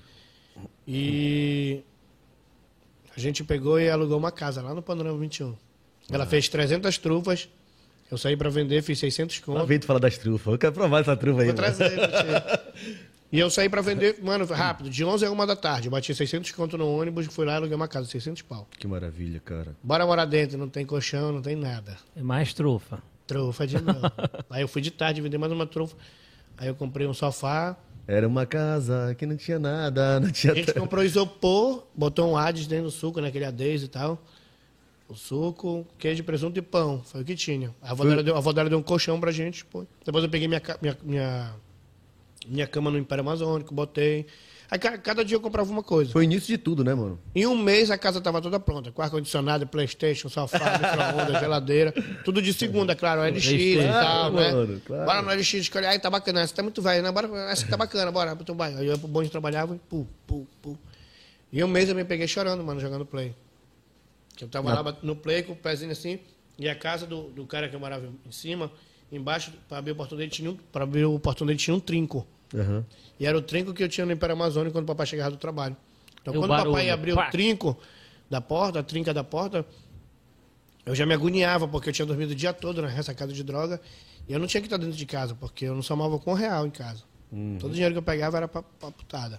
E a gente pegou e alugou uma casa lá no Panorama 21. Ela fez 300 trufas, eu saí pra vender, fiz 600 Lá conto. vem tu falar das trufas. Eu quero provar essa trufa aí, Vou mano. trazer, tio. E eu saí pra vender, mano, rápido, de 11 a 1 da tarde. Eu bati 600 conto no ônibus, fui lá e aluguei uma casa, 600 pau. Que maravilha, cara. Bora morar dentro, não tem colchão, não tem nada. É mais trufa. Trufa de novo. Aí eu fui de tarde vender mais uma trufa. Aí eu comprei um sofá. Era uma casa que não tinha nada, não tinha... A gente comprou isopor, botou um Hades dentro do suco, né? Aquele Hades e tal. O suco, queijo, presunto e pão. Foi o que tinha. A avó dela deu um colchão pra gente. Pô. Depois eu peguei minha cama no Império Amazônico, botei. Aí cada dia eu comprava uma coisa. Foi o início de tudo, né, mano? Em 1 mês a casa tava toda pronta. Com ar-condicionado, Playstation, sofá, micro-ondas, geladeira. Tudo de segunda, claro. LX e tal, né? Mano, claro. Bora no LX, escolher. Ai, tá bacana. Essa tá muito velha, né? Bora, essa tá bacana, bora. Então vai. Aí eu ia pro bonde trabalhava e pu. E 1 mês eu me peguei chorando, mano, jogando play. Que eu tava lá no play com o pezinho assim. E a casa do cara que eu morava em cima, embaixo, pra abrir o portão dele tinha um trinco. Aham. E era o trinco que eu tinha no Império Amazônico quando o papai chegava do trabalho. Então, E o quando o papai barulho, abriu pá. o trinco da porta, a trinca da porta, eu já me agoniava, porque eu tinha dormido o dia todo na ressacada de droga. E eu não tinha que estar dentro de casa, porque eu não somava com R$1 em casa. Todo o dinheiro que eu pegava era pra putada.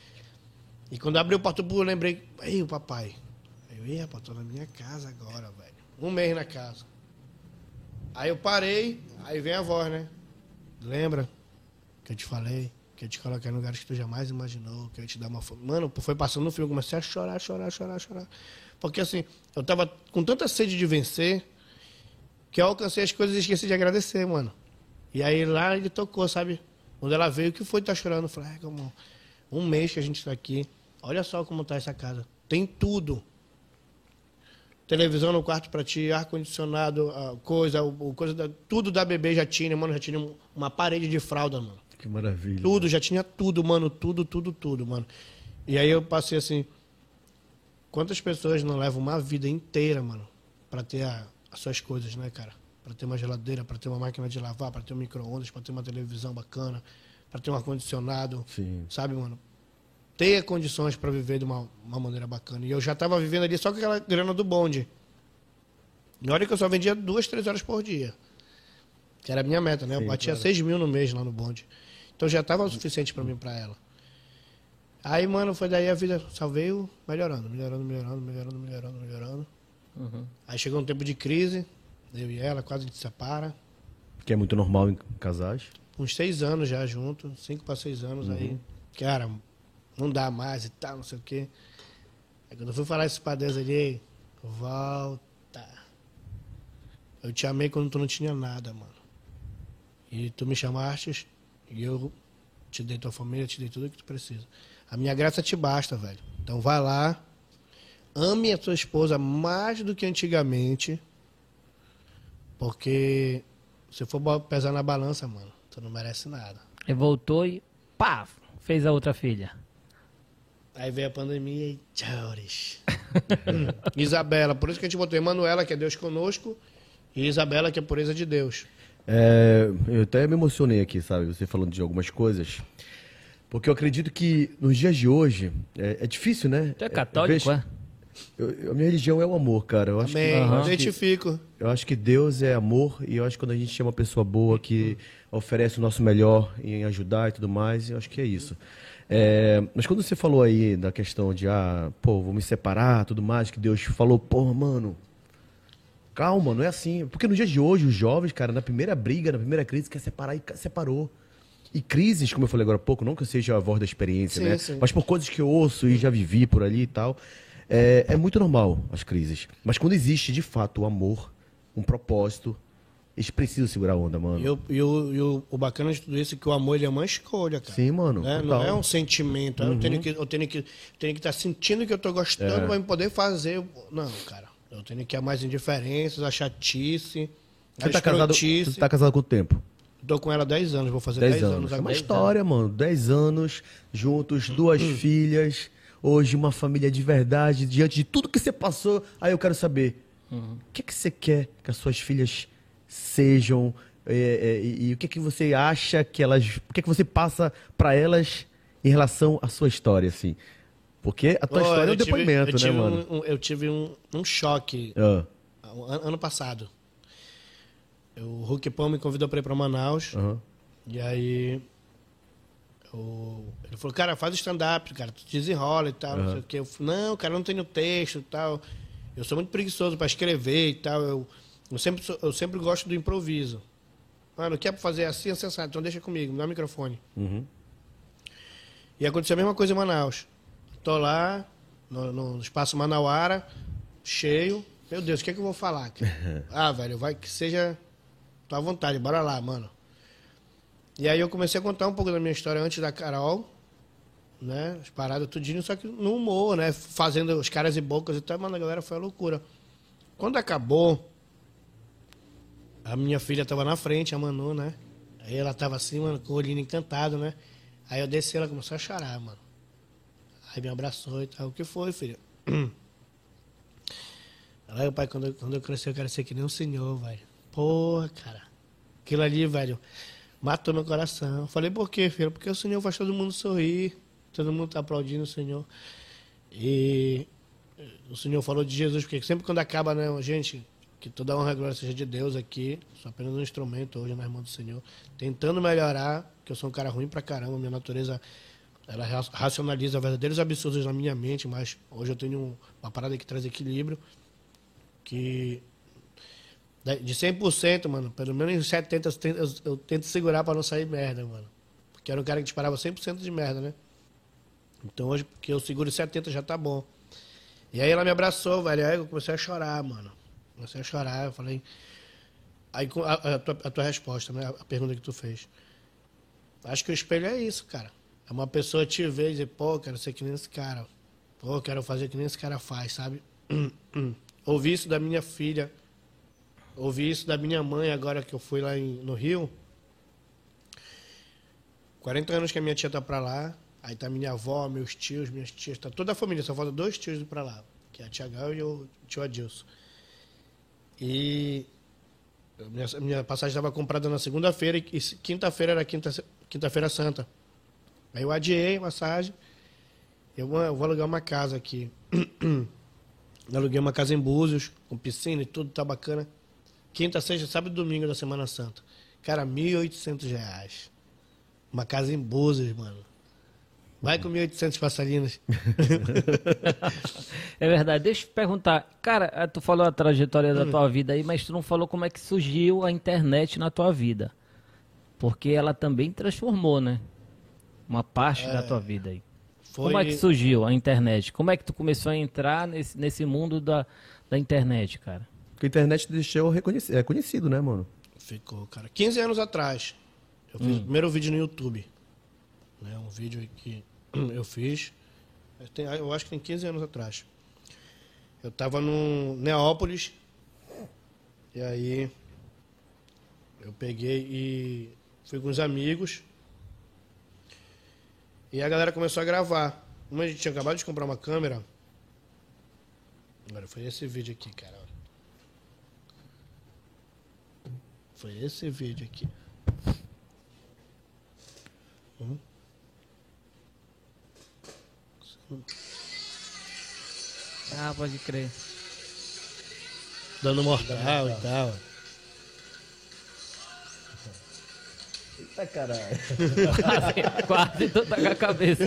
E quando abriu o portão, eu lembrei, aí o papai. Aí eu, rapaz, tô na minha casa agora, velho. 1 mês na casa. Aí eu parei, aí vem a voz, né? Lembra que eu te falei? Que eu te coloquei em lugares que tu jamais imaginou, que eu ia te dar uma fome. Mano, foi passando no filme, eu comecei a chorar. Porque assim, eu tava com tanta sede de vencer, que eu alcancei as coisas e esqueci de agradecer, mano. E aí lá ele tocou, sabe? Quando ela veio, o que foi que tá chorando? Eu falei, como 1 mês que a gente tá aqui. olha só como tá essa casa. Tem tudo. Televisão no quarto pra ti, ar-condicionado, tudo da bebê já tinha, mano. Já tinha uma parede de fralda, mano. Que maravilha. Tudo, já tinha tudo, mano. Tudo, mano. E aí eu passei assim... Quantas pessoas não levam uma vida inteira, mano, pra ter as suas coisas, né, cara? Pra ter uma geladeira, pra ter uma máquina de lavar, pra ter um micro-ondas, pra ter uma televisão bacana, pra ter um ar-condicionado, sabe, mano? Ter condições pra viver de uma maneira bacana. E eu já tava vivendo ali só com aquela grana do bonde. E olha que eu só vendia 2, 3 horas por dia. Que era a minha meta, né? Eu batia 6 mil no mês lá no bonde. Então já tava o suficiente pra mim e pra ela. Aí, mano, foi daí a vida só veio melhorando. Aí chegou um tempo de crise, eu e ela, quase a gente se separa. Que é muito normal em casais. Uns 6 anos já junto, 5 para 6 anos aí. Cara, não dá mais e tal, não sei o quê. Aí quando eu fui falar isso pra Deus ali, volta. Eu te amei quando tu não tinha nada, mano. E tu me chamaste e eu te dei tua família, te dei tudo o que tu precisa. A minha graça te basta, velho. Então vai lá, ame a tua esposa mais do que antigamente, porque se for pesar na balança, mano, tu não merece nada. E voltou e pá, fez a outra filha. Aí veio a pandemia e tchau. Isabela, por isso que a gente botou Emanuela, que é Deus conosco, e Isabela, que é pureza de Deus. Eu até me emocionei aqui, sabe? Você falando de algumas coisas. Porque eu acredito que nos dias de hoje é difícil, né? Tu é católico, é? A minha religião é o amor, cara. Eu acho Amém, que, identifico. Eu acho que Deus é amor e eu acho que quando a gente é uma pessoa boa que oferece o nosso melhor em ajudar e tudo mais, eu acho que é isso. Mas quando você falou aí da questão de, vou me separar, tudo mais, que Deus falou, mano, calma, não é assim. Porque nos dias de hoje, os jovens, cara, na primeira briga, na primeira crise, quer separar e separou. E crises, como eu falei agora há pouco, não que eu seja a voz da experiência, sim, né? Sim. Mas por coisas que eu ouço e já vivi por ali e tal, é muito normal as crises. Mas quando existe, de fato, o amor, um propósito, eles precisam segurar a onda, mano. E o bacana de tudo isso é que o amor ele é uma escolha, cara. Sim, mano. Né? Não é um sentimento. Eu tenho que estar sentindo que eu tô gostando para poder fazer. Não, cara. Eu tenho que amar as indiferenças, a chatice, a escrotice. Você tá casado há quanto tempo? Tô com ela há 10 anos, vou fazer 10 anos É agora. uma história, mano. 10 anos, juntos, 2 filhas, hoje uma família de verdade, diante de tudo que você passou. Aí eu quero saber, o que você quer que as suas filhas sejam e o que você acha que elas... O que você passa pra elas em relação à sua história, assim? Porque a tua história é um depoimento, né, mano? Eu tive um choque ano passado. O Hulk Pão me convidou para ir para Manaus. E aí ele falou, cara, faz stand-up, cara, tu desenrola e tal, não sei o quê. Eu falei, não, cara, eu não tenho texto e tal. Eu sou muito preguiçoso para escrever e tal. Eu sempre gosto do improviso. Mano, quer fazer assim, sensato, então deixa comigo, me dá o microfone. E aconteceu a mesma coisa em Manaus. Tô lá, no espaço Manauara, cheio. Meu Deus, o que é que eu vou falar, cara? Velho, vai que seja... Tô à vontade, bora lá, mano. E aí eu comecei a contar um pouco da minha história antes da Carol, né? As paradas tudinho, só que no humor, né? Fazendo os caras e bocas e tal, mano, a galera foi a loucura. Quando acabou, a minha filha tava na frente, a Manu, né? Aí ela tava assim, mano, com o olhinho encantado, né? Aí eu desci, ela começou a chorar, mano. Aí me abraçou e tal. O que foi, filho? Aí, pai, quando eu crescer, eu quero ser que nem um senhor, velho. Porra, cara. Aquilo ali, velho, matou meu coração. Eu falei, por quê, filho? Porque o Senhor faz todo mundo sorrir. Todo mundo tá aplaudindo o Senhor. E o Senhor falou de Jesus, porque sempre quando acaba, né, gente, que toda honra e glória seja de Deus aqui. Sou apenas um instrumento hoje na irmã do Senhor. Tentando melhorar, que eu sou um cara ruim pra caramba. Minha natureza, ela racionaliza verdadeiros absurdos na minha mente, mas hoje eu tenho uma parada que traz equilíbrio. Que... De 100%, mano, pelo menos em 70% eu tento segurar pra não sair merda, mano. Porque era um cara que disparava 100% de merda, né? Então hoje, porque eu seguro 70% já tá bom. E aí ela me abraçou, velho. Aí eu comecei a chorar, mano. Comecei a chorar, eu falei... Aí a tua resposta, né? A pergunta que tu fez. Acho que o espelho é isso, cara. É uma pessoa te ver e dizer, pô, quero ser que nem esse cara. Pô, quero fazer que nem esse cara faz, sabe? Ouvi isso da minha filha. Ouvi isso da minha mãe agora que eu fui lá no Rio. 40 anos que a minha tia tá pra lá. Aí tá minha avó, meus tios, minhas tias. Tá toda a família, só falta 2 tios ir pra lá. Que é a tia Gal e o tio Adilson. E minha passagem estava comprada na segunda-feira e quinta-feira era quinta-feira santa. Aí eu adiei a passagem. Eu vou alugar uma casa aqui. Eu aluguei uma casa em Búzios, com piscina e tudo, tá bacana. Quinta, sexta, sábado e domingo da Semana Santa. Cara, R$1.800. Uma casa em Búzios, mano. Vai com 1.800 passarinas. É verdade. Deixa eu te perguntar. Cara, tu falou a trajetória da tua vida aí, mas tu não falou como é que surgiu a internet na tua vida. Porque ela também transformou, né? Uma parte da tua vida aí. Como é que surgiu a internet? Como é que tu começou a entrar nesse mundo da internet, cara? Porque a internet deixou conhecido, né, mano? Ficou, cara. 15 anos atrás, eu fiz o primeiro vídeo no YouTube. Né? Um vídeo que eu fiz, eu acho que tem 15 anos atrás. Eu tava no Neópolis, e aí eu peguei e fui com os amigos. E a galera começou a gravar. Como a gente tinha acabado de comprar uma câmera. Agora, foi esse vídeo aqui, cara. Foi esse vídeo aqui. Ah, pode crer. Dando mortal e tal. Eita, caralho. Quase tu tá com a cabeça.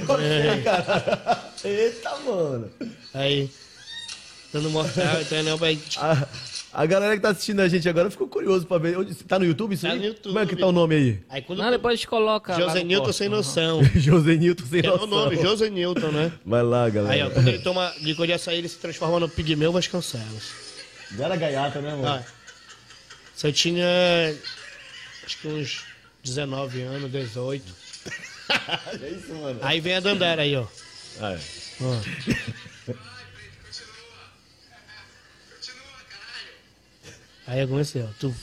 Eita, mano. Aí, dando mortal, entendeu? A galera que tá assistindo a gente agora ficou curioso pra ver. Tá no YouTube isso aí? Tá no YouTube. Como é que tá o nome aí? Aí quando Não, depois a gente coloca. lá José no Newton post. sem noção. José Newton sem É noção. o nome, José Newton, né? Vai lá, galera. Aí, ó, quando ele toma licor de açaí, ele se transforma no Pigmeu Vasconcelos. Já era gaiata, né, mano? Ah, você tinha, acho que uns 19 anos, 18. É isso, mano. Aí vem a Dandara aí, ó. Ah, é. Aí eu comecei, ó. Tu.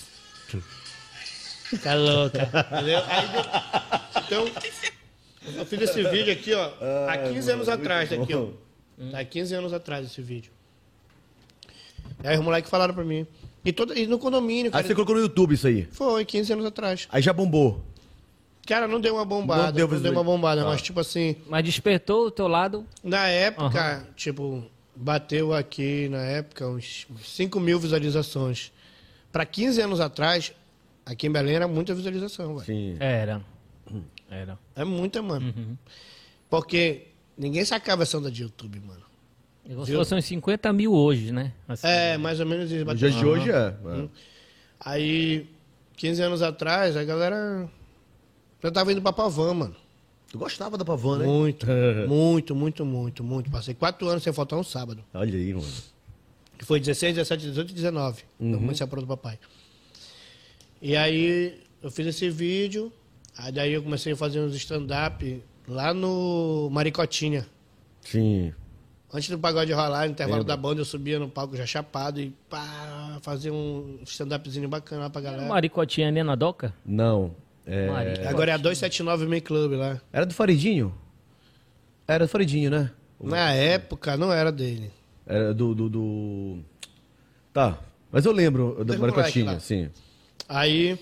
Fica louca. Entendeu? Aí, então, eu fiz esse vídeo aqui, ó. Há 15 anos atrás, daqui, ó. Há 15 anos atrás esse vídeo. Aí os moleques falaram pra mim. E no condomínio, Aí cara. você colocou no YouTube isso aí. Foi, 15 anos atrás. Aí já bombou. Cara, não deu uma bombada. Não deu uma bombada, Tá. mas tipo assim. Mas despertou o teu lado. Na época, tipo, bateu aqui, na época, uns 5 mil visualizações. Pra 15 anos atrás, aqui em Belém era muita visualização, velho. Sim. Era. É muita, mano. Porque ninguém sacava essa onda de YouTube, mano. E se fossem uns 50 mil hoje, né? Assim. É, mais ou menos isso. No dia de hoje é. Aí, 15 anos atrás, a galera já tava indo pra Pavão, mano. Tu gostava da Pavana, né? Muito. Passei 4 anos sem faltar um sábado. Olha aí, mano. Que foi 16, 17, 18 e 19. Eu comecei a prova do papai. E aí, eu fiz esse vídeo. Aí daí eu comecei a fazer uns stand-up lá no Maricotinha. Sim. Antes do pagode rolar, no intervalo da banda, eu subia no palco já chapado e pá, fazia um stand-upzinho bacana lá pra galera. Maricotinha ali na doca? Não. Agora é a 279 Main Club lá. Era do Faridinho? Era do Faridinho, né? Na época, não era dele. Era do... Tá. Mas eu lembro da Teve um Maricotinha, moleque lá. sim. Aí,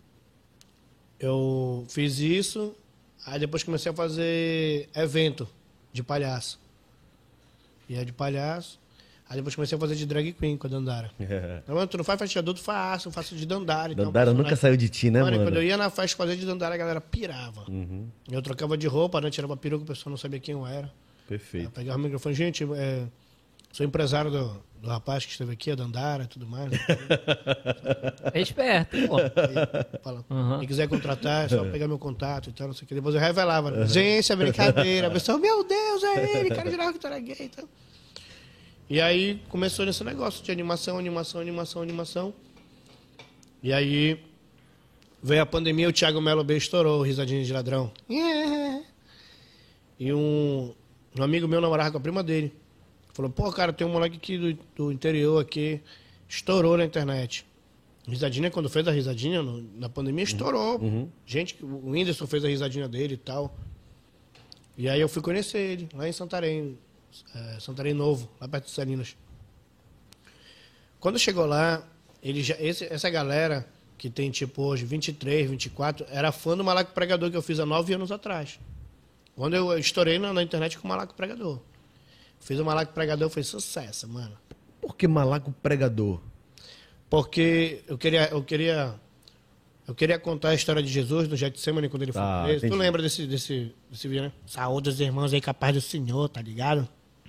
eu fiz isso, aí depois comecei a fazer evento de palhaço. Ia de palhaço, aí depois comecei a fazer de drag queen com a Dandara. Não, tu não faz festa de adulto, faço, eu faço de Dandara. Então, Dandara nunca saiu de ti, né, Mano, mano? quando eu ia na festa fazer de Dandara, a galera pirava. Eu trocava de roupa, né, tirava peruca, o pessoal não sabia quem eu era. Eu Perfeito. pegava o microfone, gente, sou empresário do rapaz que esteve aqui, a Dandara e tudo mais. Né? É esperto, pô. Fala, quem quiser contratar, é só pegar meu contato e tal, não sei o que. Depois eu revelava, né? Gente, é brincadeira. A pessoa, meu Deus, é ele, cara jurava que tu era gay e tal. E aí começou nesse negócio de animação. E aí veio a pandemia, o Thiago Melo B estourou, risadinha de ladrão. E um amigo meu namorava com a prima dele. Falou, pô, cara, tem um moleque aqui do interior aqui, estourou na internet. Risadinha, quando fez a risadinha, na pandemia, estourou. Gente, o Whindersson fez a risadinha dele e tal. E aí eu fui conhecer ele, lá em Santarém, Santarém Novo, lá perto de Salinas. Quando chegou lá, essa galera, que tem tipo hoje 23, 24, era fã do Malaco Pregador que eu fiz há 9 anos atrás. Quando eu estourei na internet com o Malaco Pregador. Fiz o Malaco Pregador, foi sucesso, mano. Por que Malaco Pregador? Porque eu queria contar a história de Jesus no Getsemane quando ele foi preso. Entendi. Tu lembra desse vídeo, né? Saúde dos irmãos aí, capaz do Senhor, tá ligado?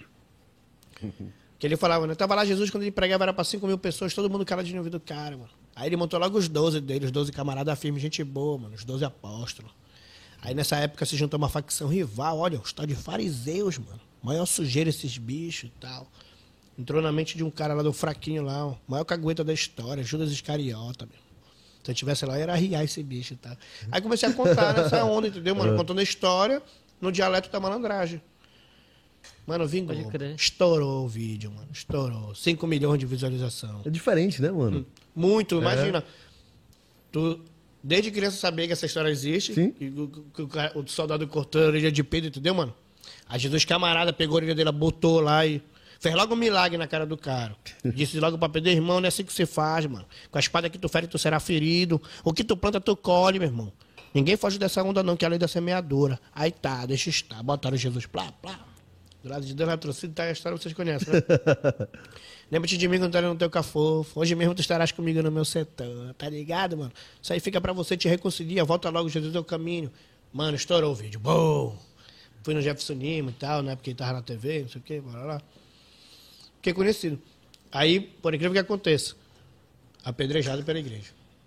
Que ele falava, né? Tava lá Jesus, quando ele pregava, era pra 5 mil pessoas, todo mundo cara de ouvido do cara, mano. Aí ele montou logo os 12 dele, os 12 camaradas firmes, gente boa, mano, os 12 apóstolos. Aí nessa época se juntou uma facção rival, olha, os tal de fariseus, mano. Maior sujeira esses bichos e tal. Entrou na mente de um cara lá do fraquinho lá, ó, maior cagueta da história, Judas Iscariota, meu. Se eu tivesse lá, eu ia arriar esse bicho e tal. Aí comecei a contar nessa onda, entendeu, mano? Contando a história no dialeto da malandragem. Mano, vingou. Pode crer. Estourou o vídeo, mano. Estourou. 5 milhões de visualização. É diferente, né, mano? Muito, imagina. Tu, desde criança, sabia que essa história existe. Sim. Que o soldado cortou a orelha de Pedro, entendeu, mano? Aí Jesus, camarada, pegou a orelha dele, botou lá e fez logo um milagre na cara do cara. Disse logo pra Pedro, irmão, não é assim que você faz, mano. Com a espada que tu fere, tu será ferido. O que tu planta, tu colhe, meu irmão. Ninguém foge dessa onda, não, que é a lei da semeadura. Aí tá, deixa estar. Botaram Jesus, plá, plá. Do lado de Deus na torcida, tá a história, vocês conhecem, né? Lembra-te de mim quando tu era no teu cafofo. Hoje mesmo tu estarás comigo no meu setor. Tá ligado, mano? Isso aí fica pra você, te reconcilia. Volta logo, Jesus, teu caminho. Mano, estourou o vídeo. Bom! Fui no Jefferson Lima e tal, né? Porque ele tava na TV, não sei o quê, bora lá. Fiquei conhecido. Aí, por incrível que aconteça, apedrejado pela igreja.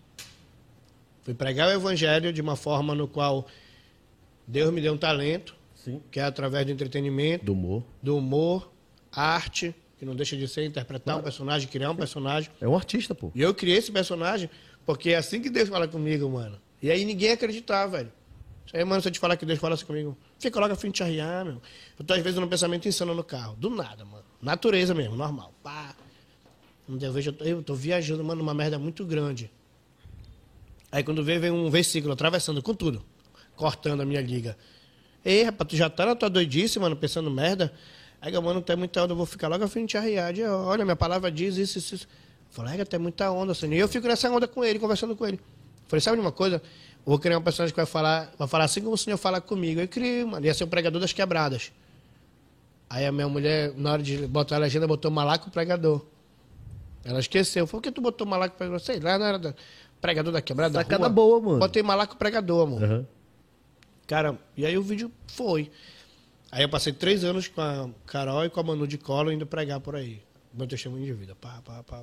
Fui pregar o evangelho de uma forma no qual Deus me deu um talento, Sim. que é através do entretenimento, Do humor. arte, que não deixa de ser interpretar um personagem, criar um personagem. É um artista, pô. E eu criei esse personagem porque é assim que Deus fala comigo, mano. E aí ninguém acreditava, velho. Isso aí, mano, se eu te falar que Deus fala assim comigo, fica logo a fim de te arriar, meu. Eu tô às vezes num pensamento insano no carro. Do nada, mano. Natureza mesmo, normal. Pá. Eu vejo, eu tô viajando, mano, numa merda muito grande. Aí quando vem um versículo atravessando com tudo, cortando a minha liga. Ei, rapaz, tu já tá na tua doidice, mano, pensando merda. Aí, mano, tem muita onda, eu vou ficar logo a fim de te arriar. Olha, minha palavra diz isso, isso, isso. Falei, tem muita onda, assim. E eu fico nessa onda com ele, conversando com ele. Falei, sabe de uma coisa? Eu vou criar um personagem que vai falar assim como o senhor fala comigo. Eu criei, mano. Ia ser o pregador das quebradas. Aí a minha mulher, na hora de botar a legenda, botou Malaco Pregador. Ela esqueceu. Falei, por que tu botou Malaco Pregador? Sei lá, não era pregador da quebrada da Sacada rua. boa, mano. Botei Malaco Pregador, amor. Uhum. Cara, e aí o vídeo foi. Aí eu passei 3 anos com a Carol e com a Manu de Colo indo pregar por aí. Meu testemunho de vida. Pá.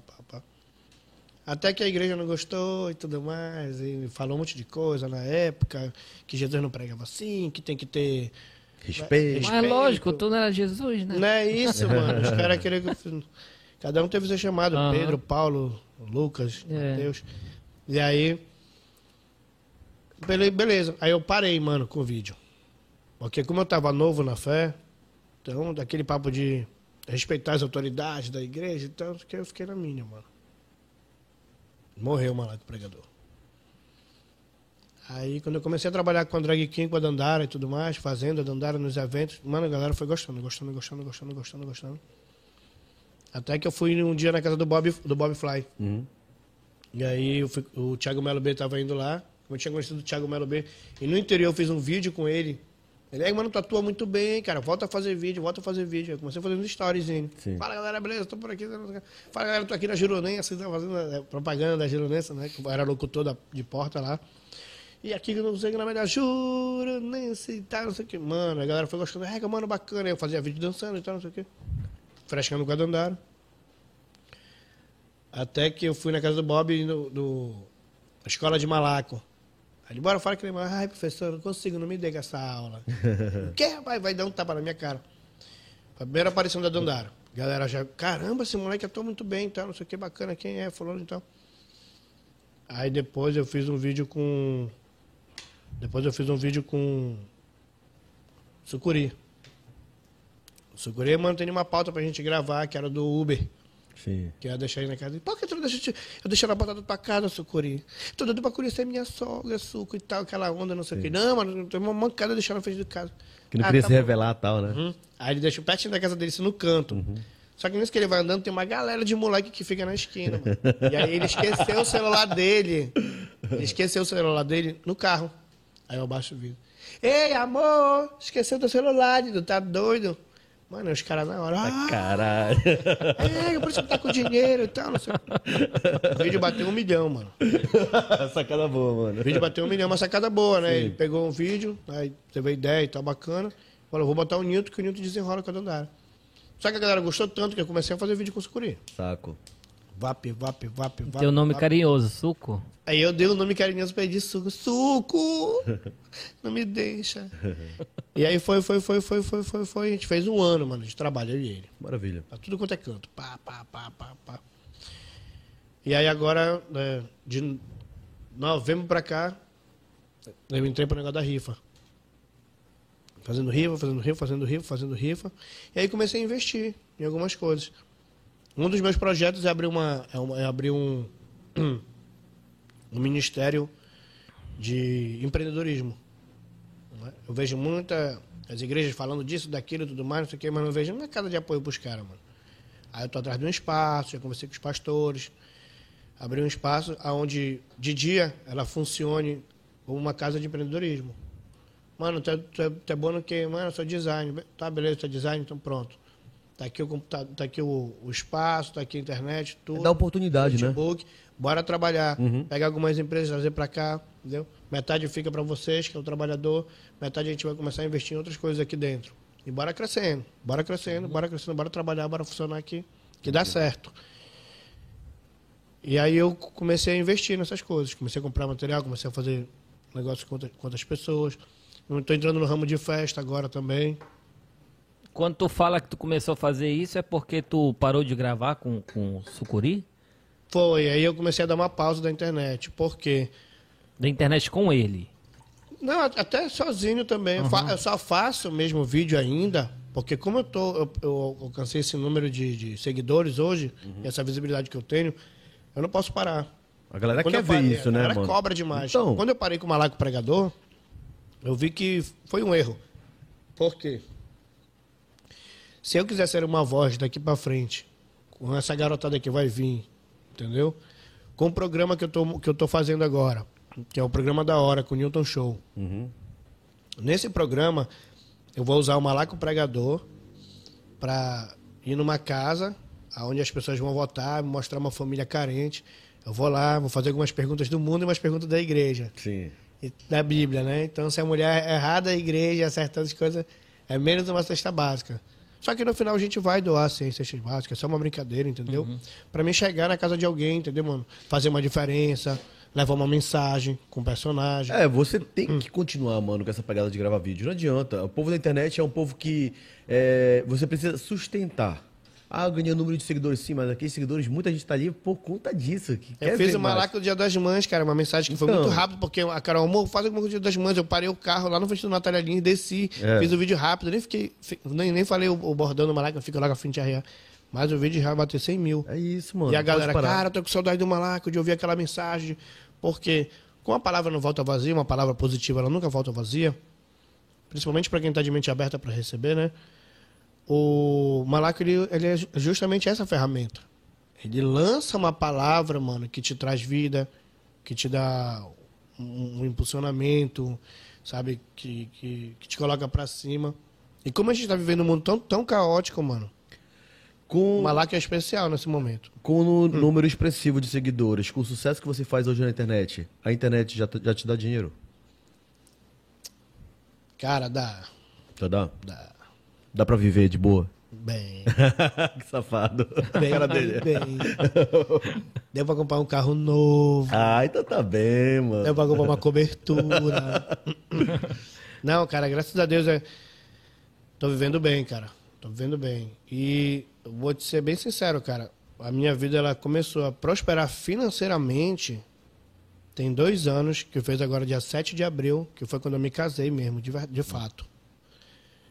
Até que a igreja não gostou e tudo mais. E falou um monte de coisa na época. Que Jesus não pregava assim, que tem que ter Respeito. Mas lógico, tu não era Jesus, né? Não é isso, mano. Os caras queriam que... Cada um teve seu chamado. Aham. Pedro, Paulo, Lucas, Mateus. E aí... Beleza. Aí eu parei, mano, com o vídeo. Porque como eu tava novo na fé, então, daquele papo de respeitar as autoridades da igreja, então, eu fiquei na minha, mano. Morreu o Malaco Pregador. Aí, quando eu comecei a trabalhar com a Drag King, com a Dandara e tudo mais, fazendo a Dandara nos eventos, mano, a galera foi gostando. Até que eu fui um dia na casa do Bob Fly. Uhum. E aí o Thiago Melo B tava indo lá, eu tinha conhecido o Thiago Melo B, e no interior eu fiz um vídeo com ele. Ele, mano, tu atua muito bem, cara, volta a fazer vídeo. Eu comecei a fazer uns stories. Sim. Fala, galera, beleza, tô por aqui. Fala, galera, tô aqui na Gironense, tá fazendo propaganda da Gironense, né? Eu era locutor de porta lá. E aqui, não sei o que, na verdade, Gironense e tal, não sei o que. Mano, a galera foi gostando, mano, bacana. Eu fazia vídeo dançando e tal, não sei o que. Frescando com a Dandara. Até que eu fui na casa do Bob, na escola de Malaco. Aí ele, bora, fala que ele... Ai, professor, não consigo, não me dê essa aula. O que, rapaz? Vai dar um tapa na minha cara. A primeira aparição da Dandara. A galera já, caramba, esse moleque atua muito bem, então, não sei o que, bacana, quem é, fulano e tal. Aí depois eu fiz um vídeo com... Sucuri. O Sucuri, mano, tem uma pauta pra gente gravar, que era do Uber. Sim. Que eu ia deixar aí na casa. Por que tu não deixa eu deixar na batata pra casa, Sucuri? Tô doido pra conhecer minha sogra, suco e tal, aquela onda, não sei o que. Não, mano, tem uma mancada de deixar na frente de casa. Que não queria tá se bom. revelar e tal, né? Uhum. Aí ele deixa o pertinho da casa dele, assim, no canto. Só que nisso que ele vai andando, tem uma galera de moleque que fica na esquina, mano. E aí ele esqueceu o celular dele. Ele esqueceu o celular dele no carro. Aí eu baixo o vídeo. Ei, amor, esqueceu teu celular, Dido, tá doido? Mano, os caras na hora. Caralho. Eu preciso estar com dinheiro e tal, não sei. O vídeo bateu 1 milhão, mano. Sacada boa, mano. O vídeo bateu 1 milhão, uma sacada boa, né? Sim. Ele pegou um vídeo, aí teve a ideia e tal, bacana. Falou, vou botar o Nilton, que o Nilton desenrola com a Dandara. Só que a galera gostou tanto que eu comecei a fazer vídeo com o Sucuri. Saco. Vap. Teu nome carinhoso, Suco? Aí eu dei o nome carinhoso pra ele de Suco. Suco! Não me deixa. E aí foi. A gente fez 1 ano, mano, de trabalho, eu e ele. Maravilha. Pra tudo quanto é canto. Pá. E aí agora, né, de novembro pra cá, eu entrei pro negócio da rifa. Fazendo rifa. E aí comecei a investir em algumas coisas. Um dos meus projetos é abrir um ministério de empreendedorismo. Eu vejo as igrejas falando disso, daquilo, tudo mais, não sei o quê, mas não vejo uma casa de apoio pros caras, mano. Aí eu tô atrás de um espaço, já conversei com os pastores, abri um espaço onde de dia ela funcione como uma casa de empreendedorismo. Mano, tu é bom no quê? Mano, eu sou design. Tá, beleza, tu é design, então pronto. Tá aqui o computador, tá aqui o espaço, tá aqui a internet, tudo. Dá oportunidade, né? Notebook. Bora trabalhar. Pegar algumas empresas, trazer pra cá, entendeu? Metade fica pra vocês, que é o trabalhador. Metade a gente vai começar a investir em outras coisas aqui dentro. E bora crescendo, bora trabalhar, bora funcionar aqui, que dá certo. E aí eu comecei a investir nessas coisas. Comecei a comprar material, comecei a fazer negócio com outras pessoas. Estou entrando no ramo de festa agora também. Quando tu fala que tu começou a fazer isso, é porque tu parou de gravar com o Sucuri? Foi, aí eu comecei a dar uma pausa da internet. Por quê? Da internet com ele? Não, até sozinho também. Eu só faço mesmo vídeo ainda, porque como eu alcancei esse número de seguidores hoje, e essa visibilidade que eu tenho, eu não posso parar. A galera Quando quer eu ver parei, isso, né, a galera mano? cobra demais. Então... Quando eu parei com o Malaco Pregador, eu vi que foi um erro. Por quê? Se eu quiser ser uma voz daqui pra frente, com essa garotada que vai vir, entendeu? Com o programa que eu tô fazendo agora, que é o programa da hora, com o Newton Show. Nesse programa, eu vou usar o Malaco Pregador pra ir numa casa onde as pessoas vão votar, mostrar uma família carente. Eu vou lá, vou fazer algumas perguntas do mundo e umas perguntas da igreja. Sim. E da Bíblia, né? Então, se a mulher errar da igreja, acertando as coisas, é menos uma cesta básica. Só que no final a gente vai doar sem cestas básicas, é só uma brincadeira, entendeu? Pra mim chegar na casa de alguém, entendeu, mano? Fazer uma diferença, levar uma mensagem com um personagem. Você tem que continuar, mano, com essa pegada de gravar vídeo. Não adianta. O povo da internet é um povo que você precisa sustentar. Ganhou número de seguidores, sim, mas aqueles seguidores, muita gente tá ali por conta disso. Eu fiz o Malaco do Dia das Mães, cara, uma mensagem que foi muito rápido, porque a Carol, amor, faz alguma coisa do Dia das Mães. Eu parei o carro lá no frente do Natália Lins, desci, fiz o vídeo rápido, nem falei o bordão do Malaco, eu fico lá com a frente arrear. Mas o vídeo já vai bater 100 mil. É isso, mano. E a galera, cara, tô com saudade do Malaco, de ouvir aquela mensagem. Porque, como a palavra não volta vazia, uma palavra positiva, ela nunca volta vazia, principalmente para quem tá de mente aberta para receber, né? O Malaco, ele é justamente essa ferramenta. Ele lança uma palavra, mano, que te traz vida, que te dá um impulsionamento, sabe? Que te coloca pra cima. E como a gente tá vivendo um mundo tão caótico, mano, o Malaco é especial nesse momento. Com o número expressivo de seguidores, com o sucesso que você faz hoje na internet, a internet já te dá dinheiro? Cara, dá. Já dá? Dá. Dá pra viver de boa? Bem. Que safado. Bem. Deu pra comprar um carro novo. Então tá bem, mano. Deu pra comprar uma cobertura. Não, cara, graças a Deus tô vivendo bem, cara. Tô vivendo bem. E eu vou te ser bem sincero, cara. A minha vida, ela começou a prosperar financeiramente tem 2 anos, que fez agora dia 7 de abril, que foi quando eu me casei mesmo, de fato.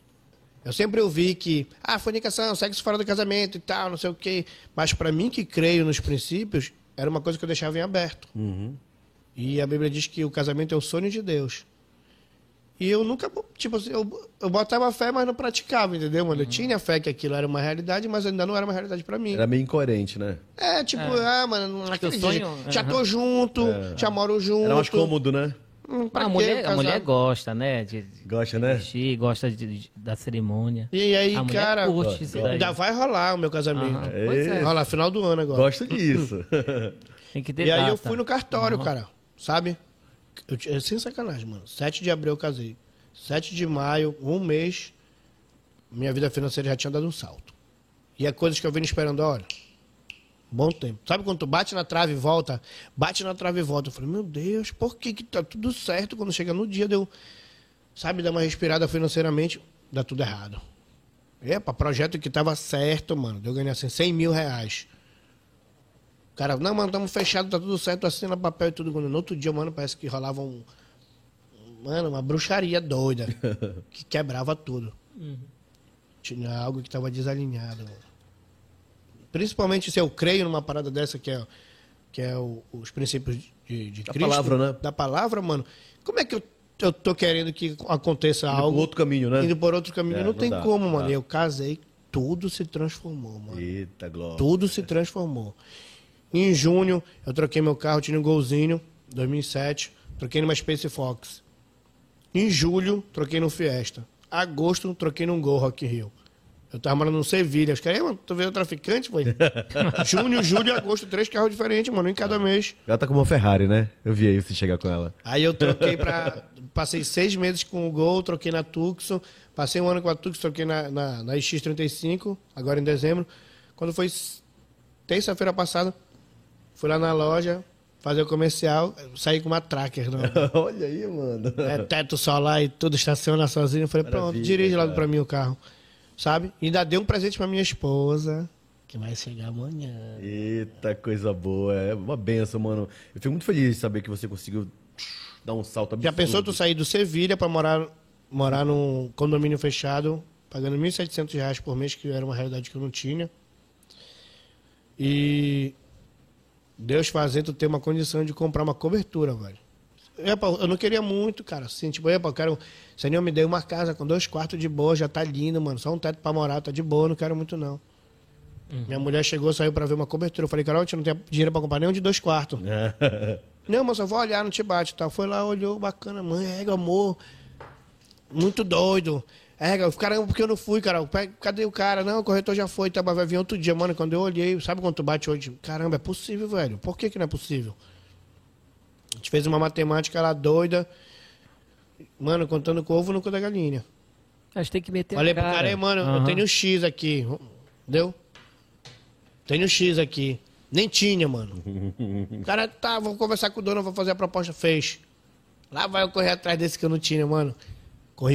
Eu sempre ouvi que, fornicação, sexo fora do casamento e tal, não sei o quê. Mas pra mim, que creio nos princípios, era uma coisa que eu deixava em aberto. E a Bíblia diz que o casamento é o sonho de Deus. E eu nunca, tipo assim, eu botava fé, mas não praticava, entendeu, mano? Eu tinha fé que aquilo era uma realidade, mas ainda não era uma realidade pra mim. Era meio incoerente, né? Mano, naquele dia, já tô junto, já moro junto. Era mais cômodo, né? Pra A mulher gosta, né? Gosta, né? Vestir, gosta da cerimônia. E aí, A mulher cara, curte isso daí. ainda vai rolar o meu casamento. Pois é. Rola final do ano agora. Gosto disso. Tem que ter E aí eu data. fui no cartório, cara, sabe? Sem sacanagem, mano. 7 de abril eu casei. 7 de maio, um mês, minha vida financeira já tinha dado um salto. E é coisas que eu venho esperando, olha, bom tempo. Sabe quando tu bate na trave e volta? Bate na trave e volta. Eu falei, meu Deus, por que tá tudo certo? Quando chega no dia, deu, sabe, dar uma respirada financeiramente, dá tudo errado. Epa, projeto que tava certo, mano. Deu ganhar assim, 100 mil reais. O cara, não, mano, estamos fechados, tá tudo certo, assina papel e tudo. Quando no outro dia, mano, parece que rolava uma bruxaria doida, que quebrava tudo. Tinha algo que estava desalinhado. Mano. Principalmente se eu creio numa parada dessa, que é os princípios de Da Cristo. palavra, né? Da palavra, mano. Como é que eu tô querendo que aconteça Indo algo? por outro caminho, né? Indo por outro caminho. É, não não tem dá, como, não mano. dá. Eu casei, tudo se transformou, mano. Eita, glória. Tudo se transformou. Em junho, eu troquei meu carro, tinha um Golzinho, 2007. Troquei numa Space Fox. Em julho, troquei no Fiesta. Agosto, troquei num Gol Rock in Rio. Eu tava morando no Sevilha. Os caras, mano, tu veio traficante, foi? Junho, julho e agosto, 3 carros diferentes, mano, em cada mês. Ela tá com uma Ferrari, né? Eu vi aí você chegar com ela. Aí eu troquei Passei 6 meses com o Gol, troquei na Tucson. Passei um ano com a Tucson, troquei na X35, agora em dezembro. Quando foi terça-feira passada, fui lá na loja fazer o comercial, saí com uma Tracker. Olha aí, mano. Teto solar e tudo, estaciona sozinho. Eu falei, Maravilha, pronto, dirige logo cara. pra mim o carro. Sabe? E ainda dei um presente pra minha esposa, que vai chegar amanhã. Eita, coisa boa. É uma benção, mano. Eu fico muito feliz de saber que você conseguiu dar um salto absurdo. Já pensou tu sair do Sevilha pra morar num condomínio fechado, pagando R$ 1.700 por mês, que era uma realidade que eu não tinha. E Deus fazer tu ter uma condição de comprar uma cobertura, velho. Eu não queria muito, cara. Assim, tipo, eu quero. Senhor, me deu uma casa com 2 quartos de boa, já tá lindo, mano. Só um teto pra morar, tá de boa, não quero muito, não. Minha mulher chegou, saiu pra ver uma cobertura. Eu falei, Carol, a gente não tem dinheiro pra comprar nenhum de 2 quartos. Não, mas eu vou olhar, não te bate, tá? Foi lá, olhou, bacana, mãe, amor. Muito doido. Caramba, porque eu não fui, cara? Cadê o cara? Não, o corretor já foi, tá, vai vir outro dia, mano. Quando eu olhei, sabe quando tu bate hoje? Caramba, é possível, velho. Por que não é possível? A gente fez uma matemática lá doida. Mano, contando com o ovo no cu da galinha. Mas tem que meter Falei a pro cara. cara, mano, eu tenho X aqui. Entendeu? Tenho X aqui. Nem tinha, mano. O cara, tá, vou conversar com o dono, vou fazer a proposta. Fez. Lá vai eu correr atrás desse que eu não tinha, mano. Corri.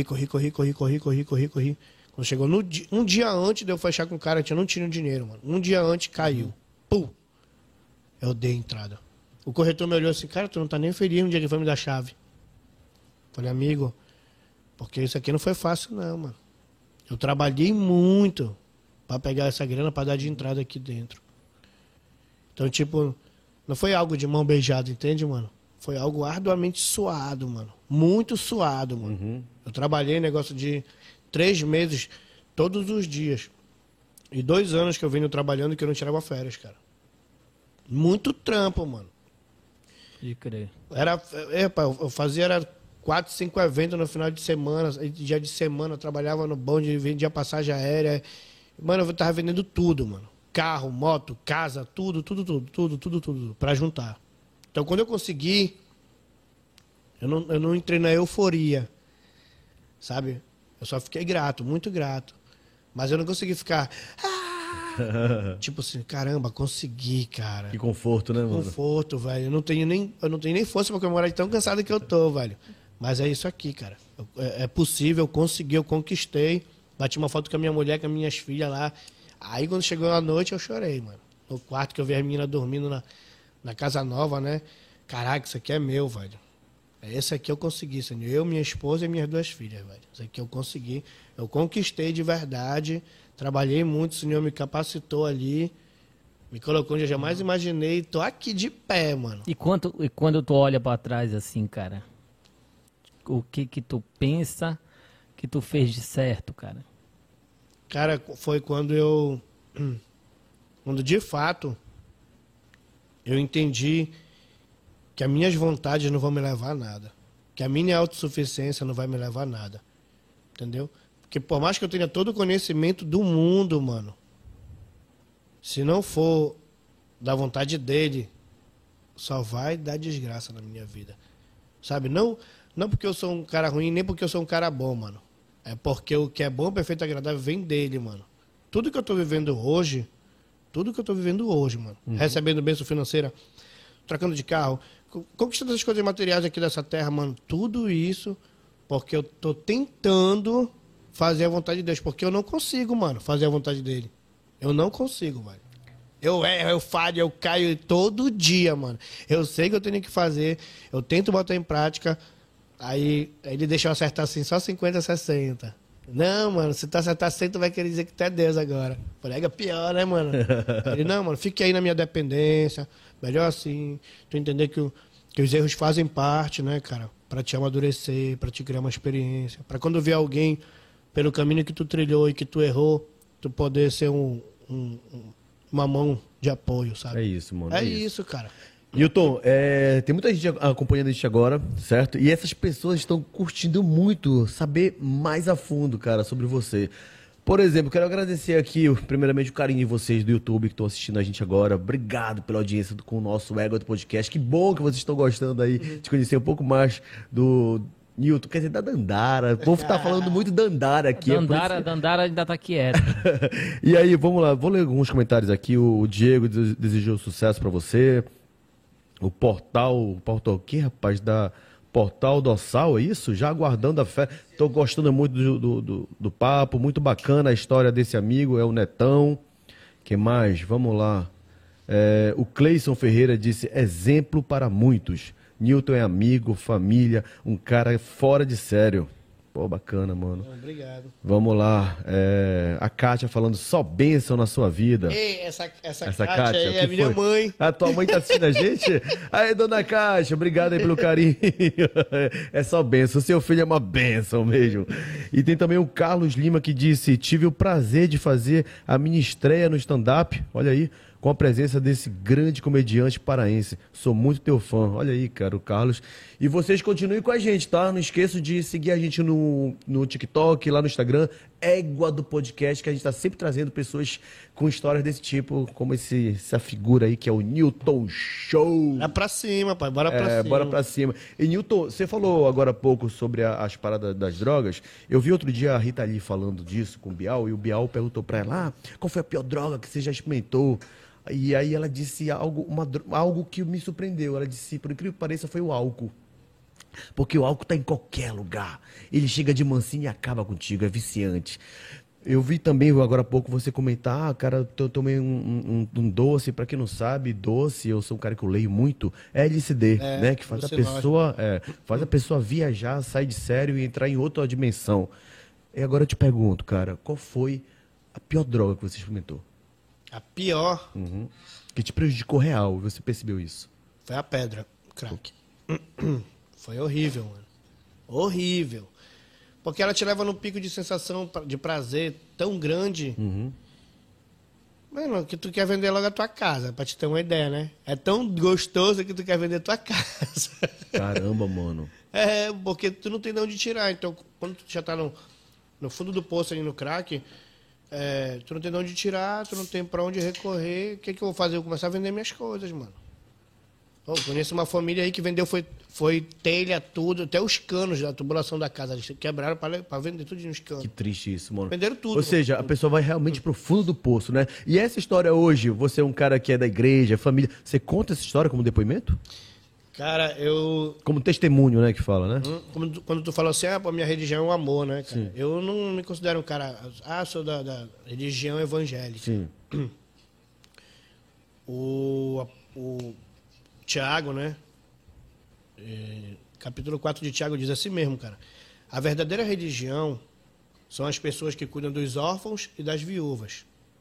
Quando chegou um dia antes de eu fechar com o cara, eu não tinha o dinheiro, mano. Um dia antes caiu. Pum. Eu dei entrada. O corretor me olhou assim, cara, tu não tá nem feliz no dia que foi me dar a chave. Falei, amigo, porque isso aqui não foi fácil não, mano. Eu trabalhei muito pra pegar essa grana pra dar de entrada aqui dentro. Então, tipo, não foi algo de mão beijada, entende, mano? Foi algo arduamente suado, mano. Muito suado, mano. Eu trabalhei negócio de 3 meses, todos os dias. E 2 anos que eu venho trabalhando que eu não tirava férias, cara. Muito trampo, mano. De crer. Eu fazia 4, 5 eventos no final de semana. Dia de semana eu trabalhava no bonde, vendia passagem aérea. Mano, eu tava vendendo tudo, mano. Carro, moto, casa, tudo pra juntar. Então, quando eu consegui, eu não entrei na euforia, sabe? Eu só fiquei grato, muito grato. Mas eu não consegui ficar... tipo assim, caramba, consegui, cara. Que conforto, né, mano? Conforto, velho. Eu não tenho nem força pra comemorar de tão cansado que eu tô, velho. Mas é isso aqui, cara. É possível, eu consegui, eu conquistei. Bati uma foto com a minha mulher, com as minhas filhas lá. Aí, quando chegou a noite, eu chorei, mano. No quarto que eu vi a menina dormindo na casa nova, né? Caraca, isso aqui é meu, velho. Esse aqui eu consegui, Senhor. Eu, minha esposa e minhas 2 filhas, velho. Esse aqui eu consegui. Eu conquistei de verdade. Trabalhei muito, o Senhor me capacitou ali. Me colocou onde eu jamais imaginei. Tô aqui de pé, mano. E quando tu olha pra trás assim, cara, o que tu pensa que tu fez de certo, cara? Cara, foi quando quando de fato eu entendi que as minhas vontades não vão me levar a nada. Que a minha autossuficiência não vai me levar a nada. Entendeu? Porque por mais que eu tenha todo o conhecimento do mundo, mano, se não for da vontade dele, só vai dar desgraça na minha vida. Sabe? Não porque eu sou um cara ruim, nem porque eu sou um cara bom, mano. É porque o que é bom, perfeito e agradável vem dele, mano. Tudo que eu tô vivendo hoje, mano, recebendo bênção financeira, trocando de carro, conquistando as coisas materiais aqui dessa terra, mano, tudo isso porque eu tô tentando fazer a vontade de Deus, porque eu não consigo, mano, fazer a vontade dele. Eu não consigo, velho. Eu erro, eu falho, eu caio todo dia, mano. Eu sei que eu tenho que fazer, eu tento botar em prática, aí ele deixa eu acertar assim, só 50, 60. Não, mano, se tu acertar 100, tu vai querer dizer que tu é Deus agora. Falei, é pior, né, mano? Ele, não, mano, fique aí na minha dependência, melhor assim, tu entender que os erros fazem parte, né, cara? Pra te amadurecer, pra te criar uma experiência, pra quando vier alguém pelo caminho que tu trilhou e que tu errou, tu poder ser uma mão de apoio, sabe? É isso, mano. É isso, cara. Hilton, tem muita gente acompanhando a gente agora, certo? E essas pessoas estão curtindo muito saber mais a fundo, cara, sobre você. Por exemplo, quero agradecer aqui, primeiramente, o carinho de vocês do YouTube que estão assistindo a gente agora. Obrigado pela audiência com o nosso Ego do Podcast. Que bom que vocês estão gostando aí de conhecer um pouco mais do Nilton, quer dizer, da Dandara. O povo tá falando muito Dandara aqui. Dandara ainda tá quieto. E aí, vamos lá, vou ler alguns comentários aqui. O Diego desejou sucesso pra você. O portal o quê, rapaz? Da Portal Dossal, é isso? Já aguardando a fé. Tô gostando muito do papo, muito bacana a história desse amigo, é o Netão. Que mais? Vamos lá. O Cleison Ferreira disse, exemplo para muitos. Nilton é amigo, família, um cara fora de sério. Pô, bacana, mano. Obrigado. Vamos lá. A Kátia falando só bênção na sua vida. Ei, essa Kátia aí é a minha mãe. A tua mãe tá assistindo a gente? Aí, dona Kátia, obrigado aí pelo carinho. É só bênção. O seu filho é uma bênção mesmo. E tem também o Carlos Lima que disse, tive o prazer de fazer a minha estreia no stand-up. Olha aí. Com a presença desse grande comediante paraense. Sou muito teu fã. Olha aí, cara, o Carlos. E vocês continuem com a gente, tá? Não esqueçam de seguir a gente no TikTok, lá no Instagram, Égua do Podcast, que a gente tá sempre trazendo pessoas com histórias desse tipo, como essa figura aí, que é o Nilton Show. Bora pra cima, pai. Bora pra cima. Bora pra cima. E, Nilton, você falou agora há pouco sobre as paradas das drogas. Eu vi outro dia a Rita Lee falando disso com o Bial, e o Bial perguntou pra ela, qual foi a pior droga que você já experimentou? E aí ela disse algo que me surpreendeu. Ela disse, por incrível que pareça, foi o álcool. Porque o álcool tá em qualquer lugar. Ele chega de mansinho e acaba contigo, é viciante. Eu vi também, agora há pouco, você comentar, cara, eu tomei um doce, pra quem não sabe, doce, eu sou um cara que eu leio muito, é LSD, né? Que faz a pessoa viajar, sair de sério e entrar em outra dimensão. E agora eu te pergunto, cara, qual foi a pior droga que você experimentou? A pior que te prejudicou real, você percebeu isso? foi a pedra, crack. Foi horrível, mano. Horrível. Porque ela te leva num pico de sensação, de prazer tão grande. Mano, que tu quer vender logo a tua casa, pra te ter uma ideia, né? É tão gostoso que tu quer vender a tua casa. Caramba, mano. Porque tu não tem de onde tirar. Então, quando tu já tá no fundo do poço ali no crack, tu não tem de onde tirar, tu não tem pra onde recorrer. O que eu vou fazer? Eu vou começar a vender minhas coisas, mano. Eu conheço uma família aí que vendeu, foi telha, tudo, até os canos da tubulação da casa. Eles quebraram pra vender tudo nos canos. Que triste isso, mano. Venderam tudo. Ou seja, a pessoa vai realmente pro fundo do poço, né? E essa história hoje, você é um cara que é da igreja, família, você conta essa história como depoimento? Cara, como testemunho, né, que fala, né? Quando tu falou assim, minha religião é o amor, né, cara? Sim. Eu não me considero um cara... sou da religião evangélica. Sim. O Tiago, né? capítulo 4 de Tiago diz assim mesmo, cara. A verdadeira religião são as pessoas que cuidam dos órfãos e das viúvas.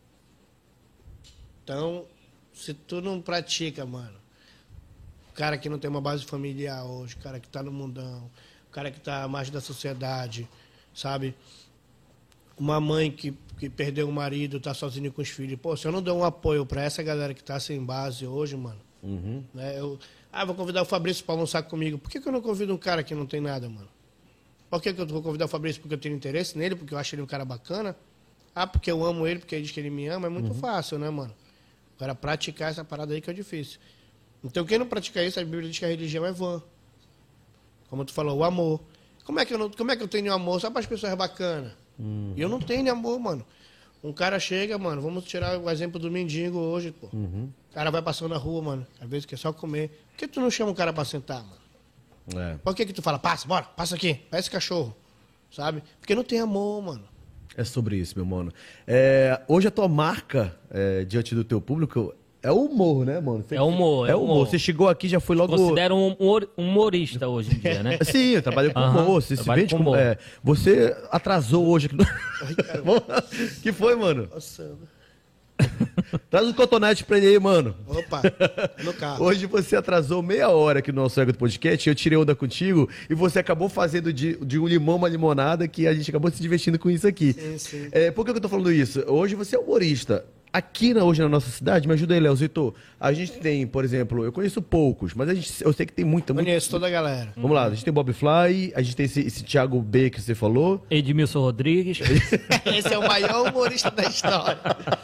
Então, se tu não pratica, mano, o cara que não tem uma base familiar hoje, o cara que tá no mundão, o cara que tá à margem da sociedade, sabe? Uma mãe que perdeu o marido, tá sozinha com os filhos. Pô, se eu não dou um apoio pra essa galera que tá sem base hoje, mano, né? Vou convidar o Fabrício pra almoçar comigo. Por que eu não convido um cara que não tem nada, mano? Por que eu vou convidar o Fabrício? Porque eu tenho interesse nele, porque eu acho ele um cara bacana? Porque eu amo ele, porque ele diz que ele me ama. É muito fácil, né, mano? Agora, praticar essa parada aí que é difícil. Então, quem não pratica isso, a Bíblia diz que a religião é vã. Como tu falou, o amor. Como é que eu tenho amor só para as pessoas bacanas? E eu não tenho amor, mano. Um cara chega, mano, vamos tirar o exemplo do mendigo hoje, pô. O cara vai passando na rua, mano, às vezes quer só comer. Por que tu não chama o cara para sentar, mano? Por que tu fala, passa, bora, passa aqui, vai esse cachorro, sabe? Porque não tem amor, mano. É sobre isso, meu mano. Hoje a tua marca diante do teu público é o humor, né, mano? É humor. Você chegou aqui, já foi logo... Considera um humorista hoje em dia, né? Sim, eu trabalho com humor. Você se vende como... Você atrasou hoje. Que foi, mano? Nossa. Traz um cotonete pra ele aí, mano. Opa, no carro. Hoje você atrasou meia hora aqui no nosso Ego do Podcast, eu tirei onda contigo e você acabou fazendo de um limão uma limonada que a gente acabou se divertindo com isso aqui. Sim. Por que eu tô falando isso? Hoje você é humorista. Aqui hoje na nossa cidade, me ajuda aí, Leozito. A gente tem, por exemplo, eu conheço poucos, mas eu sei que tem muita. Conheço toda a galera. Vamos lá, a gente tem Bob Fly, a gente tem esse Thiago B que você falou. Edmilson Rodrigues. Esse é o maior humorista da história.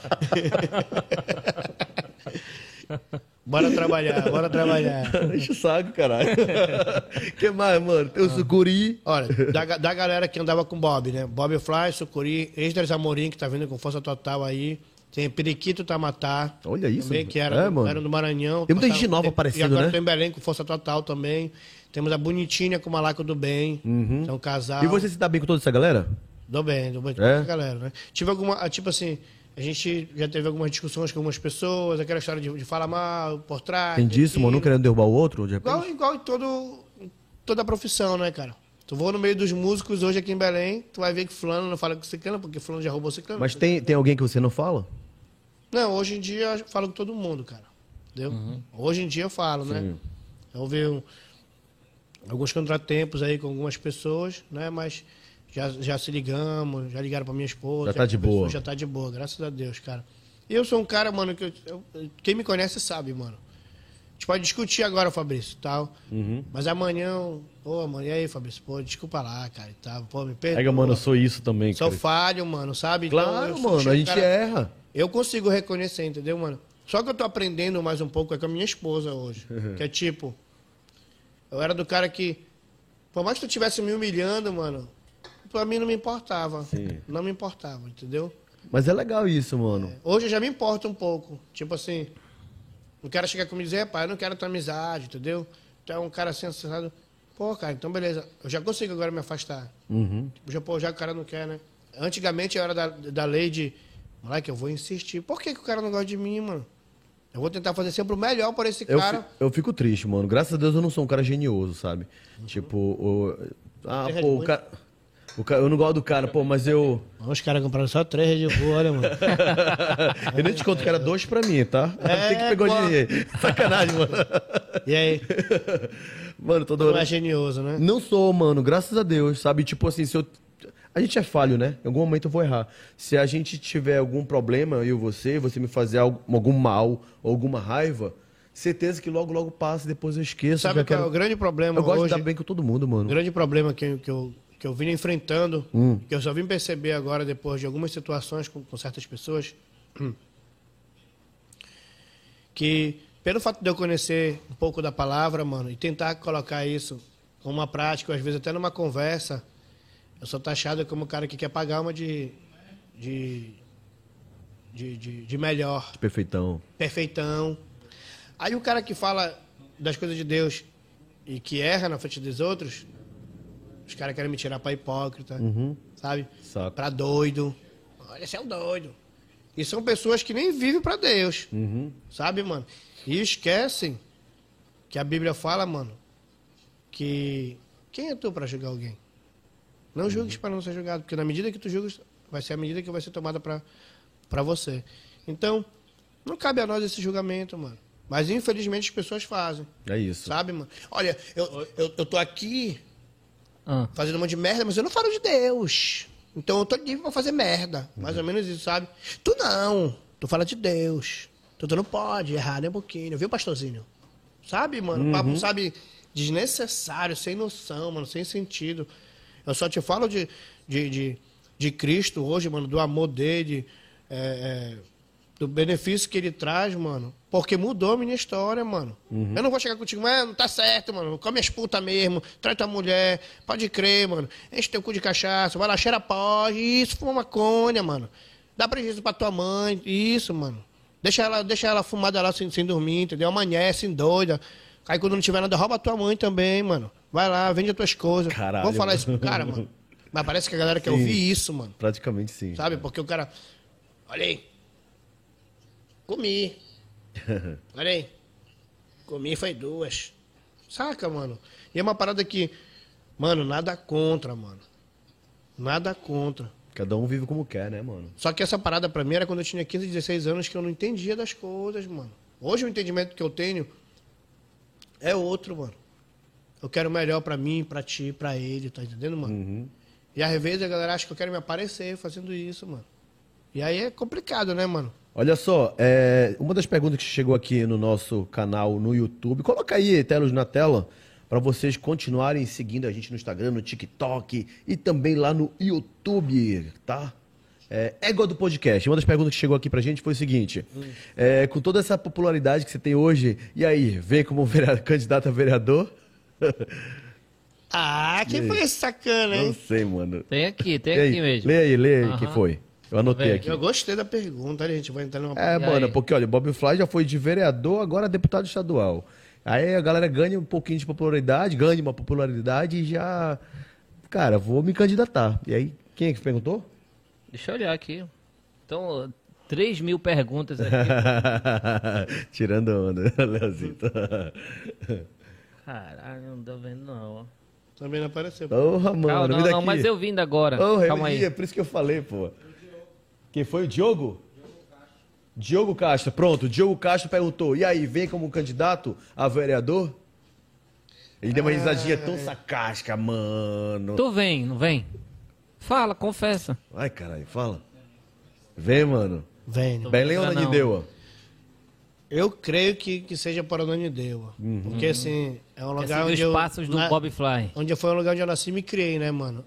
Bora trabalhar. Enche o saco, caralho. Que mais, mano? Tem o Sucuri. Olha, da galera que andava com Bob, né? Bob Fly, Sucuri, Esdras Amorim, que tá vindo com força total aí. Tem Periquito Tamatá. Olha isso. Também, que era do Maranhão. Tem muita gente nova aparecendo, e agora né? tem Belém com força total também. Temos a Bonitinha com o Malaco do Bem. É um casal. E você se dá bem com toda essa galera? Dou bem com essa galera, né? Tive alguma, tipo assim, a gente já teve algumas discussões com algumas pessoas, aquela história de falar mal, por trás. Tem disso, mano, um querendo derrubar o outro, de repente? Igual em toda a profissão, né, cara? Tu vou no meio dos músicos hoje aqui em Belém, tu vai ver que fulano não fala com ciclano, porque fulano já roubou ciclano. Mas tem alguém que você não fala? Não, hoje em dia eu falo com todo mundo, cara. Entendeu? Hoje em dia eu falo, né? Houve alguns contratempos aí com algumas pessoas, né? Mas já se ligamos, já ligaram pra minha esposa. Já tá de boa. Já tá de boa, graças a Deus, cara. E eu sou um cara, mano, que quem me conhece sabe, mano. A gente pode discutir agora, Fabrício, tal. Mas amanhã, mano, e aí, Fabrício? Pô, desculpa lá, cara, e tal. Pô, me perdoa. Mano, eu sou isso também, Sou cara. falho, mano, sabe? Claro, então, mano, a gente erra. Eu consigo reconhecer, entendeu, mano? Só que eu tô aprendendo mais um pouco com a minha esposa hoje. Que é tipo, eu era do cara que, por mais que tu estivesse me humilhando, mano, pra mim não me importava. Sim. Não me importava, entendeu? Mas é legal isso, mano. Hoje eu já me importo um pouco. Tipo assim, o cara chega comigo e diz, pai, eu não quero tua amizade, entendeu? Tu é um cara assim, assustado. Pô, cara, então beleza. Eu já consigo agora me afastar. Já o cara não quer, né? Antigamente eu era da lei de, moleque, eu vou insistir. Por que o cara não gosta de mim, mano? Eu vou tentar fazer sempre o melhor por esse cara. Eu fico triste, mano. Graças a Deus eu não sou um cara genioso, sabe? Tipo, o cara... eu não gosto do cara, pô, mas eu... Os caras compraram só 3 Red Bull, olha, mano. Eu nem te conto que era 2 pra mim, tá? Tem que pegar o dinheiro. Sacanagem, mano. E aí? Mano, toda Não hora... é genioso, né? Não sou, mano. Graças a Deus, sabe? Tipo assim, se eu... A gente é falho, né? Em algum momento eu vou errar. Se a gente tiver algum problema, eu e você me fazer algum mal, alguma raiva, certeza que logo passa, depois eu esqueço. Sabe qual é o grande problema Eu gosto hoje? de dar bem com todo mundo, mano. O grande problema que eu vim enfrentando, que eu só vim perceber agora depois de algumas situações com certas pessoas, que pelo fato de eu conhecer um pouco da palavra, mano, e tentar colocar isso como uma prática, ou às vezes até numa conversa, eu sou taxado como o cara que quer pagar uma de melhor. De perfeitão. Perfeitão. Aí o cara que fala das coisas de Deus e que erra na frente dos outros, os caras querem me tirar pra hipócrita, sabe? Saco. Pra doido. Olha, você é um doido. E são pessoas que nem vivem pra Deus, sabe, mano? E esquecem que a Bíblia fala, mano, que quem é tu para julgar alguém? Não julgues para não ser julgado, porque na medida que tu julgas, vai ser a medida que vai ser tomada para você. Então, não cabe a nós esse julgamento, mano. Mas, infelizmente, as pessoas fazem. É isso. Sabe, mano? Olha, eu tô aqui fazendo um monte de merda, mas eu não falo de Deus. Então, eu tô livre pra fazer merda. Mais ou menos isso, sabe? Tu não. Tu fala de Deus. Tu não pode errar nem um pouquinho. Viu, pastorzinho? Sabe, mano? Papo, sabe, desnecessário, sem noção, mano, sem sentido. Eu só te falo de Cristo hoje, mano, do amor dele, do benefício que ele traz, mano, porque mudou a minha história, mano. Eu não vou chegar contigo, mano, tá certo, mano, come as putas mesmo, traz tua mulher, pode crer, mano, enche teu cu de cachaça, vai lá, cheira pó, isso, fuma maconha, mano. Dá prejuízo pra tua mãe, isso, mano. Deixa ela fumada lá sem dormir, entendeu? Amanhece, doida. Aí quando não tiver nada, rouba a tua mãe também, mano. Vai lá, vende as tuas coisas. Caralho, vou falar mano. isso pro cara, mano. Mas parece que a galera quer ouvir isso, mano. Praticamente sim. Sabe? Porque o cara... Olha aí. Comi. Olha aí. Comi foi 2. Saca, mano? E é uma parada que... Mano, nada contra, mano. Nada contra. Cada um vive como quer, né, mano? Só que essa parada pra mim era quando eu tinha 15, 16 anos que eu não entendia das coisas, mano. Hoje o entendimento que eu tenho é outro, mano. Eu quero o melhor pra mim, pra ti, pra ele, tá entendendo, mano? E às vezes a galera acha que eu quero me aparecer fazendo isso, mano. E aí é complicado, né, mano? Olha só, uma das perguntas que chegou aqui no nosso canal no YouTube, coloca aí, Telos, na tela, para vocês continuarem seguindo a gente no Instagram, no TikTok e também lá no YouTube, tá? Égua do podcast. Uma das perguntas que chegou aqui pra gente foi o seguinte: com toda essa popularidade que você tem hoje, e aí, vem como candidato a vereador? Ah, quem foi esse sacana, hein? Não sei, mano. Tem aqui mesmo. Lê aí, quem foi? Eu anotei aqui. Eu gostei da pergunta, a gente vai entrar numa... Mano, aí? porque olha, Bob Fly já foi de vereador, agora deputado estadual. Aí a galera ganha um pouquinho de popularidade, ganha uma popularidade e já... Cara, vou me candidatar. E aí, quem é que perguntou? Deixa eu olhar aqui. Então, 3.000 perguntas aqui. Tirando onda, Leozito. Caralho, não tô vendo não, ó. Também não apareceu. Porra, mano. Calma, vem não, daqui. mas eu vim agora. Porra, Calma aí. É por isso que eu falei, pô. Quem foi? O Diogo? Diogo Castro. Pronto, o Diogo Castro perguntou: e aí, vem como candidato a vereador? Ele deu uma risadinha tão sacástica, mano. Tu vem, não vem? Fala, confessa. Ai, caralho, fala. Vem, mano. Vem. Belém ou não. Ananindeua? Eu creio que seja para Ananindeua. Porque, assim, é um Quer lugar seguir onde os passos do Bob Fly. Onde foi um lugar onde eu nasci e me criei, né, mano?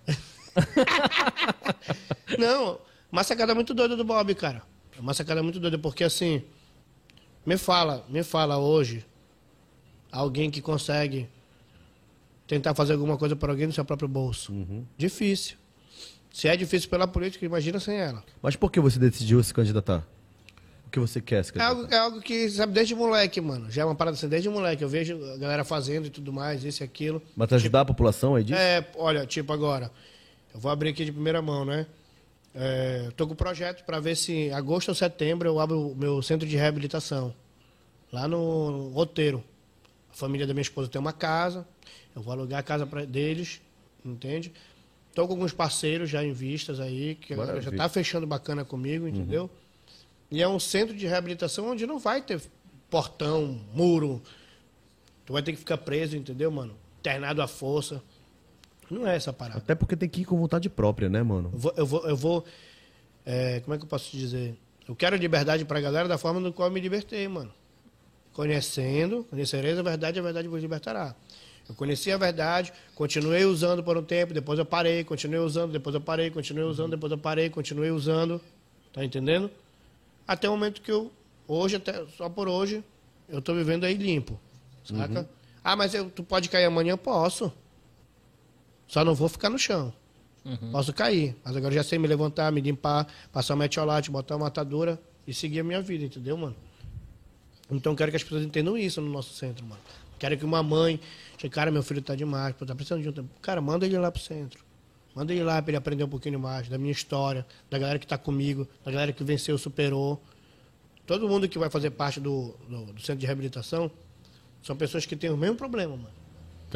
Não, uma sacada muito doida do Bob, cara. Uma sacada muito doida, porque, assim, me fala hoje alguém que consegue tentar fazer alguma coisa para alguém no seu próprio bolso. Difícil. Se é difícil pela política, imagina sem ela. Mas por que você decidiu se candidatar? O que você quer se candidatar? É algo que, sabe, desde moleque, mano. Já é uma parada assim, desde moleque. Eu vejo a galera fazendo e tudo mais, isso e aquilo. Mas pra ajudar a população aí disso? Olha, tipo agora, eu vou abrir aqui de primeira mão, né? Tô com um projeto para ver se em agosto ou setembro eu abro o meu centro de reabilitação. Lá no Roteiro. A família da minha esposa tem uma casa, eu vou alugar a casa deles, entende? Tô com alguns parceiros já em vistas aí, que a galera já tá fechando bacana comigo, entendeu? E é um centro de reabilitação onde não vai ter portão, muro. Tu vai ter que ficar preso, entendeu, mano? Internado à força. Não é essa parada. Até porque tem que ir com vontade própria, né, mano? Eu vou como é que eu posso te dizer? Eu quero liberdade pra galera da forma no qual eu me libertei, mano. Conhecereis a verdade vos libertará. Eu conheci a verdade, continuei usando por um tempo, depois eu parei, continuei usando, depois eu parei, continuei usando, depois eu parei, continuei usando. Tá entendendo? Até o momento que só por hoje, eu tô vivendo aí limpo. Saca? Ah, mas tu pode cair amanhã? Posso. Só não vou ficar no chão. Posso cair. Mas agora eu já sei me levantar, me limpar, passar um metiolate, botar uma atadura e seguir a minha vida, entendeu, mano? Então quero que as pessoas entendam isso no nosso centro, mano. Quero que uma mãe... Cara, meu filho tá demais, tá precisando de um tempo. Cara, manda ele lá pro centro. Manda ele lá pra ele aprender um pouquinho mais da minha história, da galera que tá comigo, da galera que venceu, superou. Todo mundo que vai fazer parte do centro de reabilitação são pessoas que têm o mesmo problema, mano. Tá.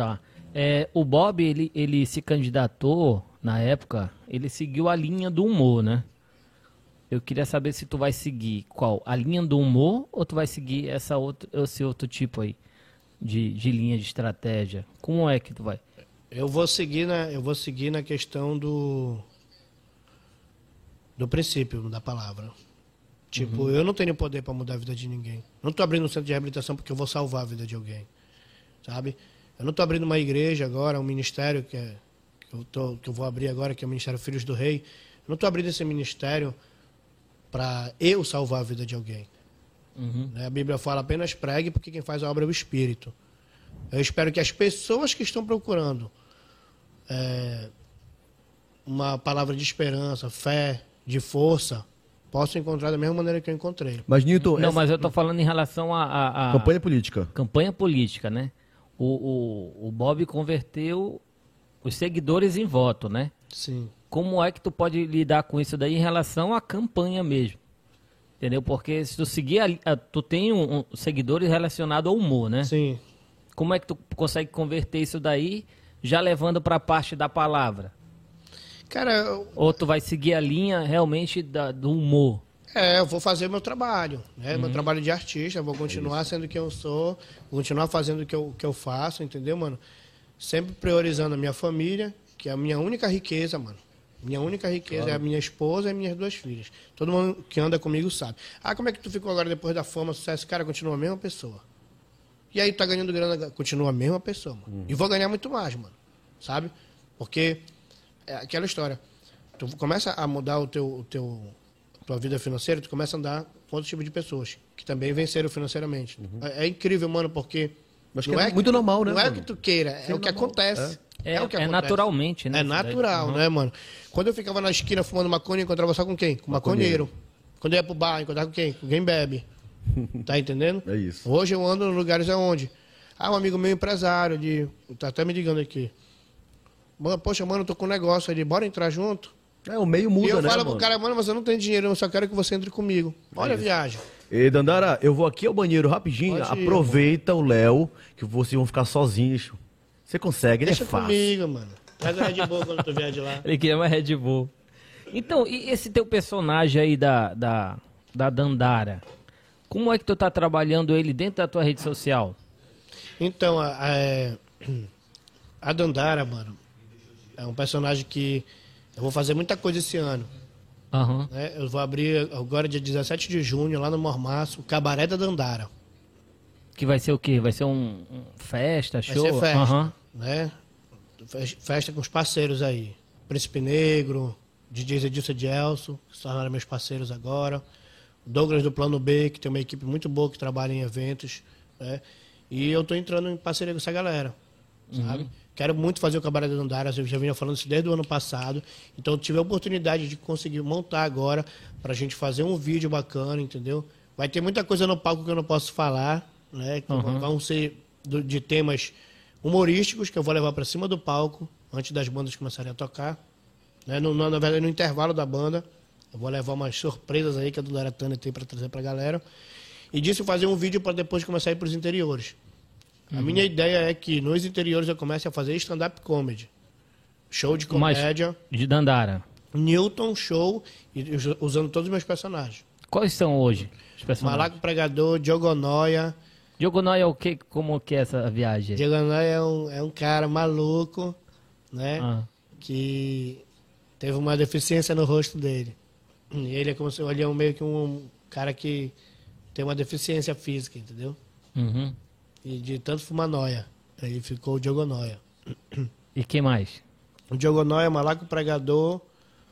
O Bob, ele se candidatou, na época, ele seguiu a linha do humor, né? Eu queria saber se tu vai seguir qual? A linha do humor ou tu vai seguir esse outro tipo aí de linha de estratégia? Como é que tu vai? Eu vou seguir na questão do princípio da palavra. Tipo, eu não tenho poder para mudar a vida de ninguém. Não tô abrindo um centro de reabilitação porque eu vou salvar a vida de alguém, sabe? Eu não tô abrindo uma igreja agora, um ministério que eu vou abrir agora, que é o Ministério Filhos do Rei. Eu não tô abrindo esse ministério para eu salvar a vida de alguém. A Bíblia fala apenas pregue, porque quem faz a obra é o Espírito. Eu espero que as pessoas que estão procurando uma palavra de esperança, fé, de força, possam encontrar da mesma maneira que eu encontrei. Mas, Newton... Não, mas eu tô falando em relação a campanha política. Campanha política, né? O Bob converteu os seguidores em voto, né? Sim. Como é que tu pode lidar com isso daí em relação à campanha mesmo? Entendeu? Porque se tu seguir, tu tem seguidores relacionados ao humor, né? Sim. Como é que tu consegue converter isso daí já levando para a parte da palavra? Cara, ou tu vai seguir a linha realmente do humor? Eu vou fazer meu trabalho, né? Meu trabalho de artista, vou continuar sendo quem eu sou, vou continuar fazendo o que eu faço, entendeu, mano? Sempre priorizando a minha família, que é a minha única riqueza, mano. Minha única riqueza é a minha esposa e minhas 2 filhas. Todo mundo que anda comigo sabe. Como é que tu ficou agora depois da fama, sucesso? Cara, continua a mesma pessoa. E aí tu tá ganhando grana, continua a mesma pessoa, mano. E vou ganhar muito mais, mano. Sabe? Porque é aquela história. Tu começa a mudar tua vida financeira, tu começa a andar com outro tipo de pessoas que também venceram financeiramente. É incrível, mano, porque... Mas que é muito normal, né? Não é o que tu queira, é o que acontece. É o que acontece. Naturalmente, né? É natural, né, mano? Quando eu ficava na esquina fumando maconha, eu encontrava só com quem? Com maconheiro. Quando eu ia pro bar, eu encontrava com quem? Com quem bebe. Tá entendendo? É isso. Hoje eu ando em lugares aonde? Um amigo meu empresário, tá até me ligando aqui. Poxa, mano, eu tô com um negócio ali, bora entrar junto? O meio muda, e eu né, falo pro cara, mano, mas eu não tenho dinheiro, eu só quero que você entre comigo. Olha a viagem. E Dandara, eu vou aqui ao banheiro rapidinho, Pode ir, aproveita o Léo, que vocês vão ficar sozinhos. Você consegue, Deixa é fácil. comigo, mano. Traz a Red Bull quando tu vier de lá. Ele queria uma Red Bull. Então, e esse teu personagem aí da Dandara? Como é que tu tá trabalhando ele dentro da tua rede social? Então, a Dandara, mano, é um personagem que eu vou fazer muita coisa esse ano. Né? Eu vou abrir agora, dia 17 de junho, lá no Mormaço, o Cabaré da Dandara. Que vai ser o quê? Vai ser festa, show? Vai ser festa, né? Festa com os parceiros aí. Príncipe Negro, DJ Edilson de Elso, que se tornaram meus parceiros agora. Douglas do Plano B, que tem uma equipe muito boa que trabalha em eventos, né? E eu tô entrando em parceria com essa galera, sabe? Quero muito fazer o Cabaré da Dandara, eu já vinha falando isso desde o ano passado. Então eu tive a oportunidade de conseguir montar agora pra gente fazer um vídeo bacana, entendeu? Vai ter muita coisa no palco que eu não posso falar, né? Que vão ser de temas humorísticos que eu vou levar pra cima do palco antes das bandas começarem a tocar, né? Na verdade, no intervalo da banda, eu vou levar umas surpresas aí que a Dandara Tânia tem pra trazer pra galera. E disse fazer um vídeo para depois começar a ir pros interiores. A minha ideia é que nos interiores eu comece a fazer stand-up comedy. Show de comédia. De Dandara. Newton, show, usando todos os meus personagens. Quais são hoje os personagens? Malaco Pregador, Diogonóia. Diogonóia é o quê? Como que é essa viagem? Diogonóia é um cara maluco, né? Que teve uma deficiência no rosto dele. E ele é como se ele é meio que um cara que tem uma deficiência física, entendeu? E de tanto fumar noia. Aí ficou o Diogonóia. E quem mais? O Diogonóia, Malaco Pregador,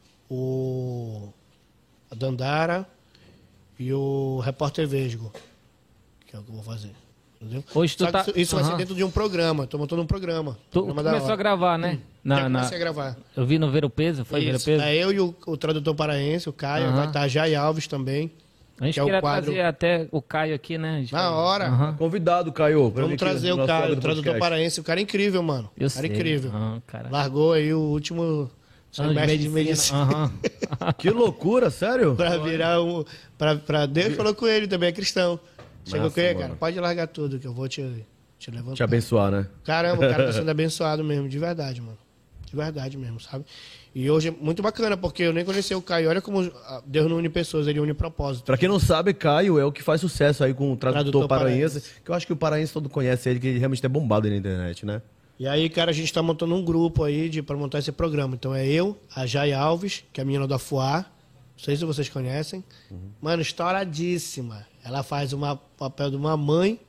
a Dandara e o Repórter Vesgo. Que é o que eu vou fazer. Entendeu? Hoje tu tá... Isso vai ser dentro de um programa. Estou montando um programa. Tu começou a gravar, né? Já comecei a gravar. Eu vi no Ver o Peso, foi Ver o Peso? É eu e o tradutor paraense, o Caio. Vai estar Jai Alves também. A gente queria trazer até o Caio aqui, né? Na hora. Convidado, Caio. Vamos trazer o Caio, o tradutor paraense. O cara é incrível, mano. Eu cara sei. Incrível. Cara. Largou aí o último semestre de medicina. Que loucura, sério? Pra virar pra Deus falou com ele também, é cristão. Chegou com ele, cara, pode largar tudo que eu vou te te levantar. Te abençoar, né? Caramba, o cara tá sendo abençoado mesmo, de verdade, mano. De verdade mesmo, sabe? E hoje é muito bacana, porque eu nem conheci o Caio. Olha como Deus não une pessoas, ele une propósito. Pra quem não sabe, Caio é o que faz sucesso aí com o tradutor paraense, paraense. que eu acho que o paraense todo conhece ele, que ele realmente é bombado aí na internet, né? E aí, cara, a gente tá montando um grupo aí pra montar esse programa. Então é eu, a Jai Alves, que é a menina do Afuá. Não sei se vocês conhecem. Mano, estouradíssima. Ela faz o papel de uma mãe,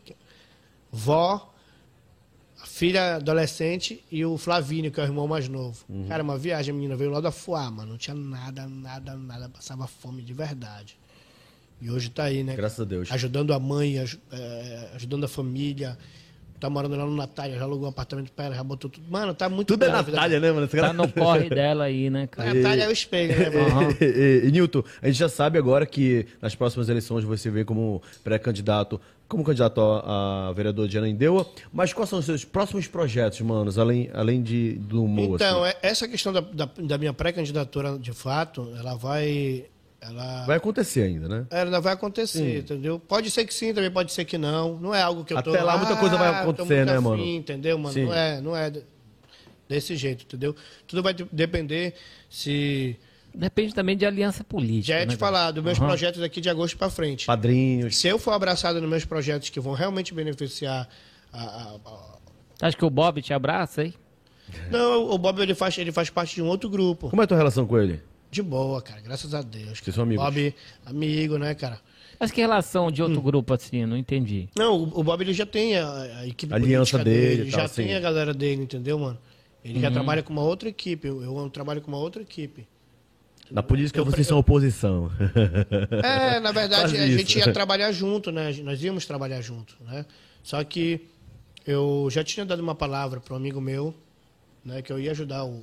vó, a filha adolescente e o Flavinho, que é o irmão mais novo. Cara, uma viagem, a menina veio lá do Afuá, mano. Não tinha nada. Passava fome de verdade. E hoje tá aí, né? Graças a Deus. Ajudando a mãe, ajudando a família. Tá morando lá no Natália, já alugou um apartamento pra ela, já botou tudo. Mano, tá muito Tudo é bom a vida Natália, né, mano? Tá no corre dela aí, né, cara? Natália é o espelho, né, mano? E, Nilton, a gente já sabe agora que nas próximas eleições você vem como pré-candidato, como candidato a vereador de Ananindeua, mas quais são os seus próximos projetos, manos, além do humor? Então, assim? essa questão da minha pré-candidatura, de fato, ela vai... Vai acontecer ainda, né? Ela ainda vai acontecer, entendeu? Pode ser que sim, também pode ser que não. Não é algo que eu tô... Até lá muita coisa vai tô acontecer, muito né, afim, mano? Entendeu, mano? Sim. Não é desse jeito, entendeu? Tudo vai depender se... Depende também de aliança política. Já ia né, te cara? falar, dos meus projetos daqui de agosto pra frente. Padrinhos. Se eu for abraçado nos meus projetos que vão realmente beneficiar Acho que o Bob te abraça aí? Não, o Bob ele faz parte de um outro grupo. Como é a tua relação com ele? De boa, cara, graças a Deus. Vocês são amigos? Bob, amigo, né, cara? Mas que relação de outro grupo assim? Não entendi. Não, o Bob ele já tem a equipe A aliança política dele e já tal, tem sim. a galera dele, entendeu, mano? Ele já trabalha com uma outra equipe, eu trabalho com uma outra equipe. Na política vocês são oposição. Na verdade, Quase a isso. gente ia trabalhar junto, né? Nós íamos trabalhar junto, né? Só que eu já tinha dado uma palavra para um amigo meu, né? Que eu ia ajudar o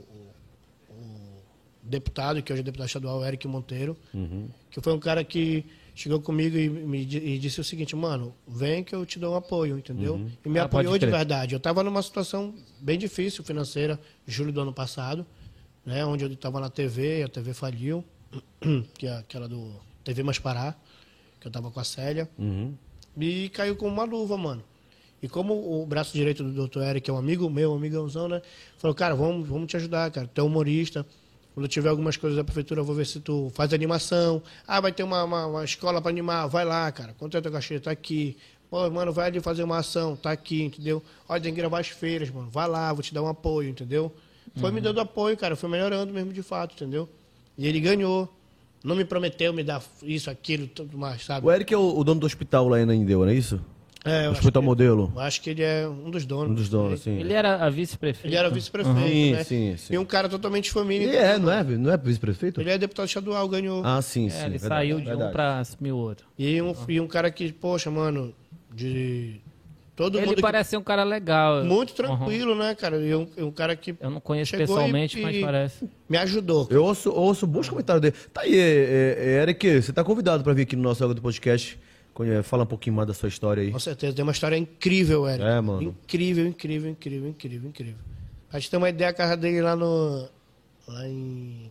deputado, que hoje é deputado estadual, Eric Monteiro, que foi um cara que chegou comigo e disse o seguinte, mano, vem que eu te dou um apoio, entendeu? E me apoiou pode de crer. verdade. Eu estava numa situação bem difícil financeira, julho do ano passado, né? Onde eu estava na TV, a TV faliu, que é aquela do TV Mais Pará, que eu estava com a Célia, e caiu como uma luva, mano. E como o braço direito do Dr. Eric é um amigo meu, um amigãozão, né? Falou, cara, vamos te ajudar, cara. Tu é humorista. Quando tiver algumas coisas da prefeitura, eu vou ver se tu faz animação. Ah, vai ter uma escola para animar. Vai lá, cara. Quanto é teu cachê? Tá aqui. Pô, mano, vai ali fazer uma ação. Tá aqui, entendeu? Olha, tem que gravar as feiras, mano. Vai lá, vou te dar um apoio, entendeu? Foi me dando apoio, cara. Foi melhorando mesmo de fato, entendeu? E ele ganhou. Não me prometeu me dar isso, aquilo, tudo mais, sabe? O Eric é o dono do hospital lá em Ananindeua, não é isso? É, O Hospital Modelo. Eu acho que ele é um dos donos. Um dos donos, sim. Ele era a vice-prefeita. Ele era vice-prefeito, Sim, né? sim, sim. E um cara totalmente de família. Ele não é vice-prefeito? Ele é deputado estadual, ganhou. Ah, sim, sim. Ele verdade, saiu de verdade. um pra assumir o outro. E um cara que, poxa, mano, de todo Ele mundo... parece ser um cara legal. Muito tranquilo, né, cara? E um cara que Eu não conheço chegou pessoalmente, mas parece. me ajudou. Eu ouço bons comentários dele. Tá aí, Eric, você tá convidado pra vir aqui no nosso Água do Podcast. Fala um pouquinho mais da sua história aí. Com certeza, tem uma história incrível, Eric. É, mano. Incrível. Pra gente ter uma ideia, a casa dele lá em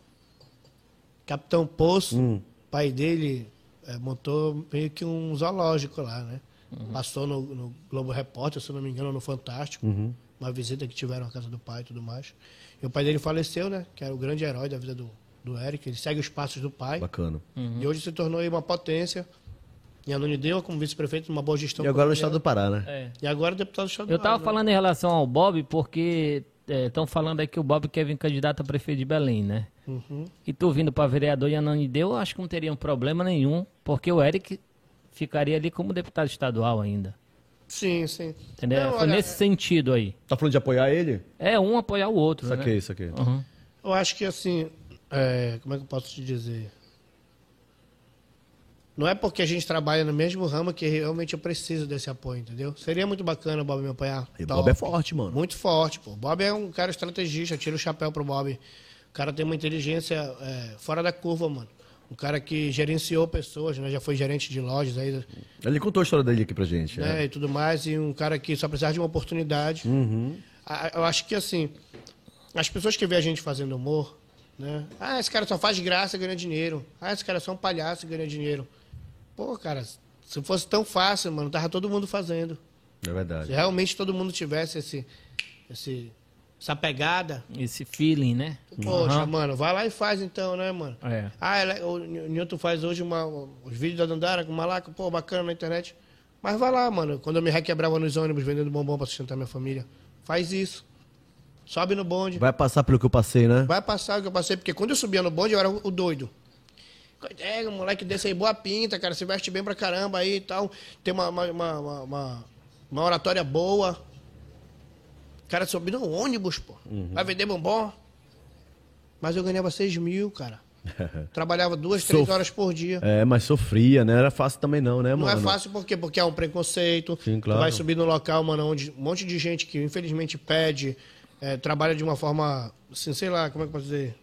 Capitão Poço, pai dele montou meio que um zoológico lá, né? Passou no Globo Repórter, se eu não me engano, no Fantástico. Uma visita que tiveram à casa do pai e tudo mais. E o pai dele faleceu, né? Que era o grande herói da vida do Eric. Ele segue os passos do pai. Bacana. E hoje se tornou aí uma potência. Em Ananindeua, como vice-prefeito, uma boa gestão. E agora no familiar. estado do Pará, né? É. E agora deputado estadual. Eu tava né? falando em relação ao Bob, porque estão falando aí que o Bob quer vir candidato a prefeito de Belém, né? E tu vindo para vereador em Ananindeua, eu acho que não teria um problema nenhum, porque o Eric ficaria ali como deputado estadual ainda. Sim. Entendeu? Não, Foi olha, nesse sentido aí. Tá falando de apoiar ele? É um apoiar o outro, né? Isso aqui. Uhum. Eu acho que assim, como é que eu posso te dizer? Não é porque a gente trabalha no mesmo ramo que realmente eu preciso desse apoio, entendeu? Seria muito bacana o Bob me apoiar. E Top. Bob é forte, mano. Muito forte, pô. O Bob é um cara estrategista, tira o chapéu pro Bob. O cara tem uma inteligência fora da curva, mano. Um cara que gerenciou pessoas, né? Já foi gerente de lojas aí, Ele contou a história dele aqui pra gente. né? E tudo mais. E um cara que só precisava de uma oportunidade. Eu acho que, assim, as pessoas que vê a gente fazendo humor, né? Ah, esse cara só faz graça e ganha dinheiro. Ah, esse cara é só um palhaço e ganha dinheiro. Pô, cara, se fosse tão fácil, mano, tava todo mundo fazendo. É verdade. Se realmente todo mundo tivesse essa pegada... Esse feeling, né? Poxa, mano, vai lá e faz então, né, mano? É. O Newton faz hoje os vídeos da Dandara com Malaca, pô, bacana na internet. Mas vai lá, mano. Quando eu me requebrava nos ônibus vendendo bombom pra sustentar minha família, faz isso. Sobe no bonde. Vai passar pelo que eu passei, né? Vai passar o que eu passei, porque quando eu subia no bonde, eu era o doido. O moleque desse aí, boa pinta, cara, se veste bem pra caramba aí e tal. Tem uma oratória boa. O cara subiu no ônibus, pô. Vai vender bombom. Mas eu ganhava 6 mil, cara. Trabalhava 2, 3 horas por dia. É, mas sofria, né? Era fácil também não, né, mano? Não é fácil por quê? Porque é um preconceito. Sim, claro. Tu vai subir no local, mano, onde um monte de gente que infelizmente pede, trabalha de uma forma, assim, sei lá, como é que eu posso dizer?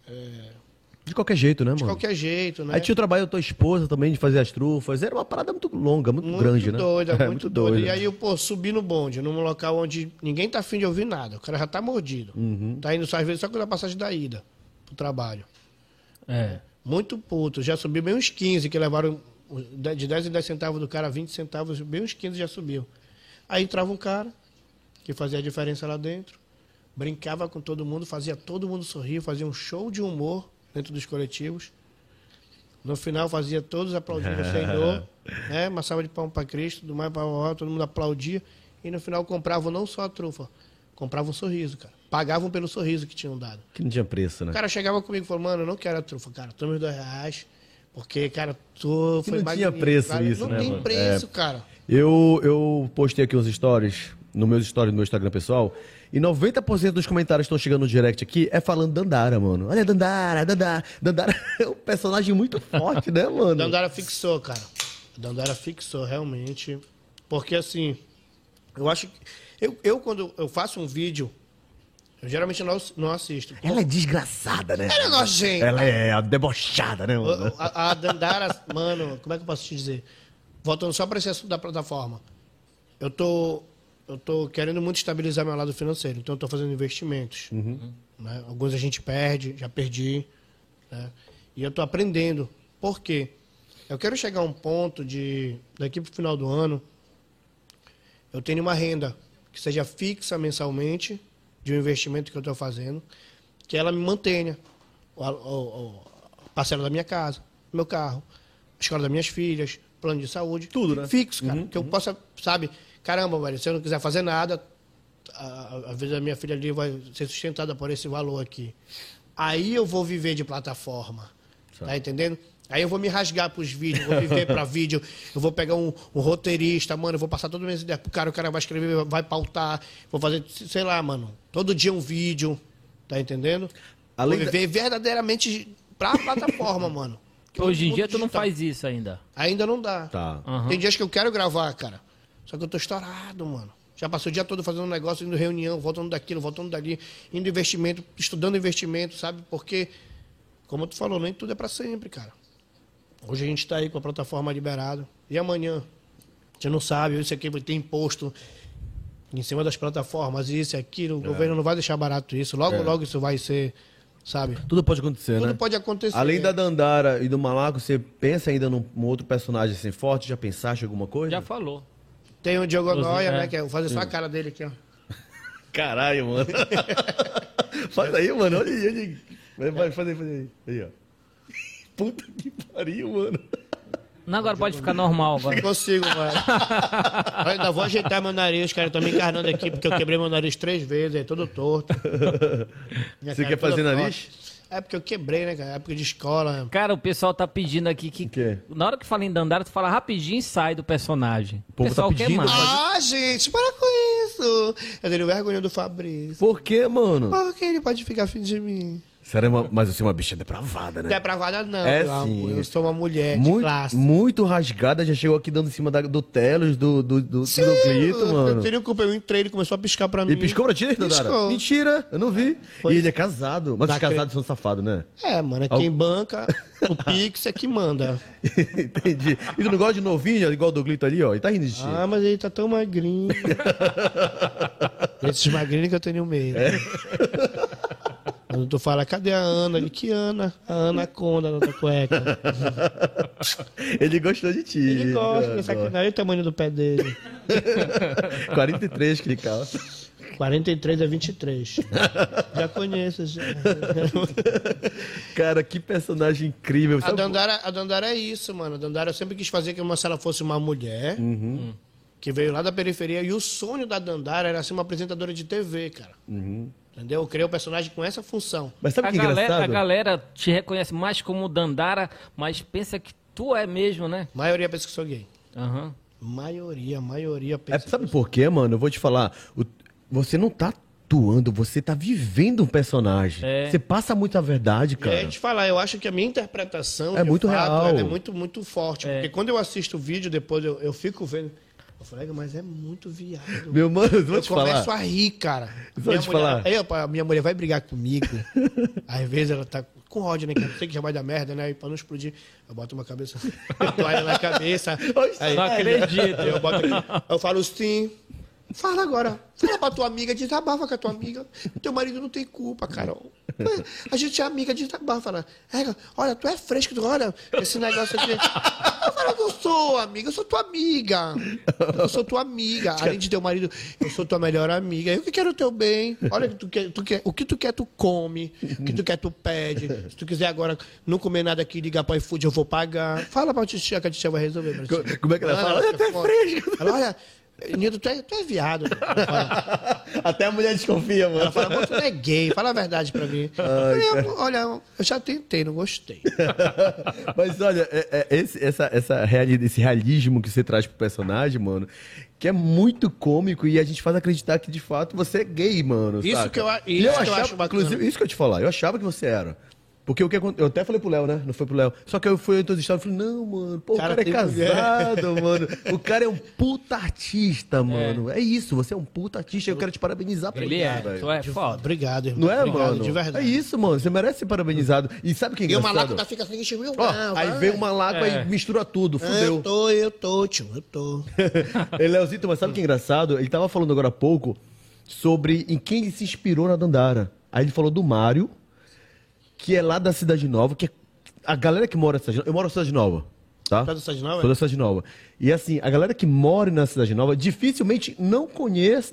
De qualquer jeito, né, mano? De qualquer jeito, né? Aí tinha o trabalho da tua esposa também de fazer as trufas. Era uma parada muito longa, muito grande, né? Muito doida. E aí eu, pô, subi no bonde, num local onde ninguém tá afim de ouvir nada. O cara já tá mordido. Tá indo só, às vezes, só com a passagem da ida pro trabalho. É. Muito puto. Já subiu bem uns 15, que levaram de 10 em 10 centavos do cara, 20 centavos, bem uns 15 já subiu. Aí entrava um cara que fazia a diferença lá dentro, brincava com todo mundo, fazia todo mundo sorrir, fazia um show de humor dentro dos coletivos. No final fazia todos aplaudindo o Senhor, né? Uma salva de palmas para Cristo, do mais para o todo mundo aplaudia. E no final compravam não só a trufa, compravam um sorriso, cara. Pagavam pelo sorriso que tinham dado. Que não tinha preço, né? O cara chegava comigo e falou, mano, eu não quero a trufa, cara. Toma os R$2, porque, cara, tu Que foi não tinha magnífico, preço cara. isso, não né, tem mano? preço, cara. Eu postei aqui uns stories, no meu Instagram pessoal, e 90% dos comentários que estão chegando no direct aqui é falando Dandara, mano. Olha, Dandara. Dandara é um personagem muito forte, né, mano? Dandara fixou, cara. Dandara fixou, realmente. Porque, assim, eu acho que... Eu quando eu faço um vídeo, eu geralmente não assisto. Ela é desgraçada, né? Ela é nojenta. Ela é debochada, né, mano? A Dandara, mano, como é que eu posso te dizer? Voltando só para esse assunto da plataforma. Eu tô querendo muito estabilizar meu lado financeiro, então eu tô fazendo investimentos. Né? Alguns a gente perde, já perdi. Né? E eu tô aprendendo. Por quê? Eu quero chegar a um ponto daqui pro final do ano, eu tenho uma renda que seja fixa mensalmente de um investimento que eu estou fazendo, que ela me mantenha a parcela da minha casa, meu carro, a escola das minhas filhas, plano de saúde. Tudo, né? Fixo, cara. Que eu possa, sabe, caramba, velho, se eu não quiser fazer nada, às vezes a minha filha ali vai ser sustentada por esse valor aqui. Aí eu vou viver de plataforma. Tá entendendo? Aí eu vou me rasgar pros vídeos, vou viver pra vídeo, eu vou pegar um roteirista, mano, eu vou passar todas as minhas ideias pro cara, o cara vai escrever, vai pautar, vou fazer, sei lá, mano, todo dia um vídeo, tá entendendo? Vou viver verdadeiramente pra plataforma, mano. Hoje em dia tu não faz isso ainda. Ainda não dá. Tá. Tem dias que eu quero gravar, cara, só que eu tô estourado, mano. Já passei o dia todo fazendo um negócio, indo reunião, voltando daquilo, voltando dali, indo investimento, estudando investimento, sabe? Porque, como tu falou, nem tudo é pra sempre, cara. Hoje a gente está aí com a plataforma liberada. E amanhã? A gente não sabe. Isso aqui vai ter imposto em cima das plataformas, isso e aquilo. O governo não vai deixar barato isso. Logo isso vai ser, sabe? Tudo pode acontecer, né? Tudo pode acontecer. Além da Dandara e do Malaco, você pensa ainda num outro personagem assim forte? Já pensaste em alguma coisa? Já falou. Tem o Diogo Noia, né? Que é fazer só a cara dele aqui, ó. Caralho, mano. Faz aí, mano. Olha aí. Vai, faz aí. Aí, ó. Puta que pariu, mano. Não, agora pode ficar normal agora. Não consigo, mano. Eu ainda vou ajeitar meu nariz, cara. Eu tô me encarnando aqui porque eu quebrei meu nariz 3 vezes, é todo torto. Você quer fazer nariz? É porque eu quebrei, né, cara? Época de escola. Cara, o pessoal tá pedindo aqui que... quê? Na hora que fala em Dandara, tu fala rapidinho e sai do personagem. O povo pessoal tá quer pedindo, mais. Ah, gente, para com isso. Eu tenho vergonha do Fabrício. Por quê, mano? Por que ele pode ficar afim de mim? Mas você é uma bicha depravada, né? Depravada não, É, meu sim. amor. Eu sou uma mulher de classe. Muito rasgada, já chegou aqui dando em cima do Telos, do Clito, mano. Eu teria culpa, eu entrei, ele começou a piscar pra mim. Ele piscou pra ti, Dandara? Piscou. Mentira, eu não vi. Foi. E ele é casado. Mas os Daquele- casados são safados, né? É, mano, é quem banca o Pix é que manda. Entendi. E tu não gosta de novinho, igual o do Glito ali, ó? Ele tá rindo de ti. Ah, mas ele tá tão magrinho. Esses magrinhos que eu tenho medo. Quando tu fala, cadê a Ana? Ele, que Ana? A Anaconda na tua cueca. Ele gostou de ti. Ele gosta, pensa que não é o tamanho do pé dele. 43 que ele calça. 43 a 23. Já conheço, já. Cara, que personagem incrível. A Dandara é isso, mano. A Dandara eu sempre quis fazer como se ela fosse uma mulher que veio lá da periferia. E o sonho da Dandara era ser uma apresentadora de TV, cara. Entendeu? Eu criei o personagem com essa função. Mas sabe o que é A engraçado? galera te reconhece mais como Dandara, mas pensa que tu é mesmo, né? A maioria pensa que sou gay. Aham. Maioria pensa. Sabe por quê, mano? Eu vou te falar. Você não tá atuando, você tá vivendo um personagem. É. Você passa muita verdade, E aí, cara. te falar, eu acho que a minha interpretação É de muito fato, real. ela é muito forte. Porque quando eu assisto o vídeo, depois eu fico vendo. Eu falei, mas é muito viado. Meu mano, eu vou Eu te falar. começo a rir, cara. Vou te falar. Aí, a minha mulher vai brigar comigo. Às vezes ela tá com ódio, né? Que eu sei que já vai dar merda, né? Aí pra não explodir, eu boto uma cabeça, uma toalha na cabeça. Aí, Não acredito. eu boto aqui, eu falo sim. Fala agora. Fala pra tua amiga, desabafa com a tua amiga. Teu marido não tem culpa, Carol. A gente é amiga, desabafa. Fala, olha, tu é fresco, olha, esse negócio aqui. Eu falo, eu não sou amiga, eu sou tua amiga. Eu sou tua amiga. Além de teu marido, eu sou tua melhor amiga. Eu que quero o teu bem. Olha, o que tu quer, tu come. O que tu quer, tu pede. Se tu quiser agora não comer nada aqui, ligar pra iFood, eu vou pagar. Fala pra tia que a tia vai resolver pra ti. Como é que ela fala? Olha, tu é fresco. Ela, olha, Nildo, tu é viado. Até a mulher desconfia, mano. Ela fala, amor, tu não é gay, fala a verdade pra mim. Eu falei, olha, eu já tentei, não gostei. Mas olha, esse realismo que você traz pro personagem, mano, que é muito cômico e a gente faz acreditar que de fato você é gay, mano. Isso saca? que eu E achava, acho bacana. inclusive, isso que eu te falar, eu achava que você era. Porque o que eu até falei pro Léo, né? Não foi pro Léo. Só que eu fui entrevistado e falei, não, mano, pô, Cara, o cara é tem casado, mano. O cara é um puta artista, mano. É isso, você é um puta artista. Eu quero te parabenizar por Ele isso, é, velho. tu é foda. Obrigado, irmão. Não é, Obrigado, mano? de verdade. É isso, mano. Você merece ser parabenizado. E sabe o que é E o engraçado? malaco fica assim, enxergou, Ó, aí vem uma malaco e mistura tudo, fudeu. Eu tô, tio, eu tô. Ei, Leozito, mas sabe o que é engraçado? Ele tava falando agora há pouco sobre em quem ele se inspirou na Dandara. Aí ele falou do Mário, que é lá da Cidade Nova, que é a galera que mora na Cidade Nova. Eu moro na Cidade Nova, tá? Tá da Cidade Nova? Sou da Cidade Nova. E assim, a galera que mora na Cidade Nova dificilmente não conhece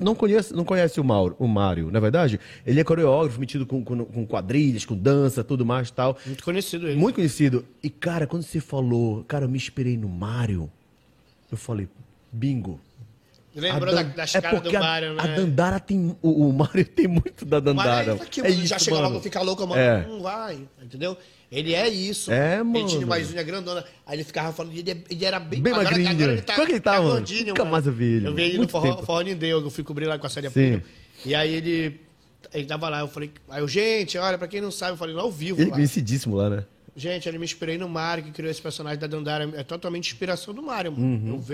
o Mário, não é verdade? Ele é coreógrafo, metido com quadrilhas, com dança, tudo mais e tal. Muito conhecido ele. Muito conhecido. E, cara, quando você falou, cara, eu me inspirei no Mário, eu falei, bingo. Lembrou das caras do porque Mário, né? A Dandara tem. O Mário tem muito da Dandara. Mas aqui, é isso, já chega mano. logo, fica louco, mano. É. Não vai, entendeu? Ele é isso. É, Ele mano. tinha mais unha grandona. Aí ele ficava falando, ele era bem Bem magrinho. Agora ele tá, Como é que ele tá, mano? gordinho, Nunca mais eu vi ele. Eu vi ele no Muito tempo. Forró Nindeu, eu fui cobrir lá com a série Sim. Pura. E aí ele tava lá, eu falei, gente, olha, pra quem não sabe, eu falei, ao vivo Ele é lá. conhecidíssimo lá, né? Gente, ele me inspirei no Mário, que criou esse personagem da Dandara. É totalmente inspiração do Mário, mano. Uhum.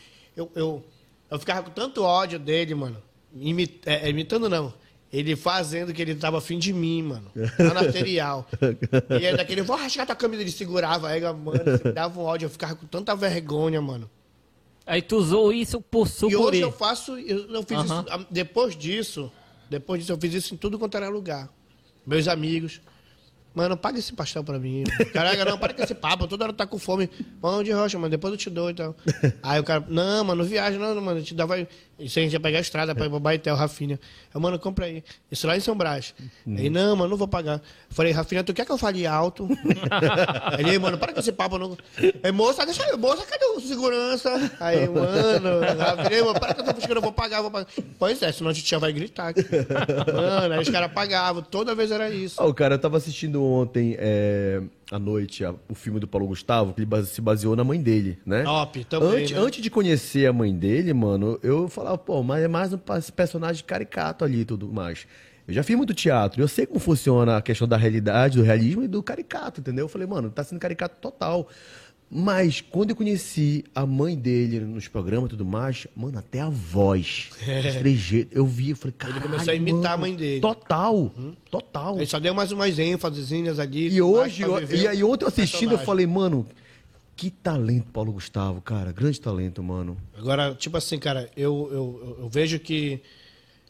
Eu ficava com tanto ódio dele, mano. Imitando não. Ele fazendo que ele tava afim de mim, mano. Lá na arterial. E ele daquele, vou rasgar tua camisa, ele segurava. Aí, mano, ele me dava um ódio. Eu ficava com tanta vergonha, mano. Aí tu usou isso por E sucuri. hoje eu faço, eu fiz isso. Depois disso, eu fiz isso em tudo quanto era lugar. Meus amigos. Mano, paga esse pastel pra mim. Caraca, não, para com esse papo. Toda hora tá com fome. Pão de rocha, mano. Depois eu te dou e tal. Aí o cara, não, mano, não viaja, não, mano. Eu te dava. Isso a gente ia pegar a estrada pra ir pra Baetel, Rafinha. Eu, mano, compra aí. Isso lá em São Brás. Aí, não, mano, não vou pagar. Eu falei, Rafinha, tu quer que eu fale alto? Ele, mano, para com esse papo. Não. Aí, moça, deixa eu. Moça, cadê o segurança? Aí, mano, Rafinha, mano, para que eu tô buscando, eu vou pagar. Pois é, senão a gente já vai gritar aqui. Mano, aí os caras pagavam. Toda vez era isso. Ó, cara, eu tava assistindo ontem à noite o filme do Paulo Gustavo, que ele se baseou na mãe dele, né? Top, também. Antes de conhecer a mãe dele, mano, eu falava, pô, mas é mais um personagem caricato ali e tudo mais. Eu já fiz muito teatro, eu sei como funciona a questão da realidade, do realismo e do caricato, entendeu? Eu falei, mano, tá sendo caricato total. Mas quando eu conheci a mãe dele nos programas e tudo mais, mano, até a voz, os trejeitos, eu vi, eu falei, caralho, Ele começou a imitar mano, a mãe dele. Total, total. Ele só deu mais umas ênfasezinhas ali. E hoje, mais pra viver e aí ontem eu o assistindo, eu personagem. falei, mano, que talento Paulo Gustavo, cara, grande talento, mano. Agora, tipo assim, cara, eu vejo que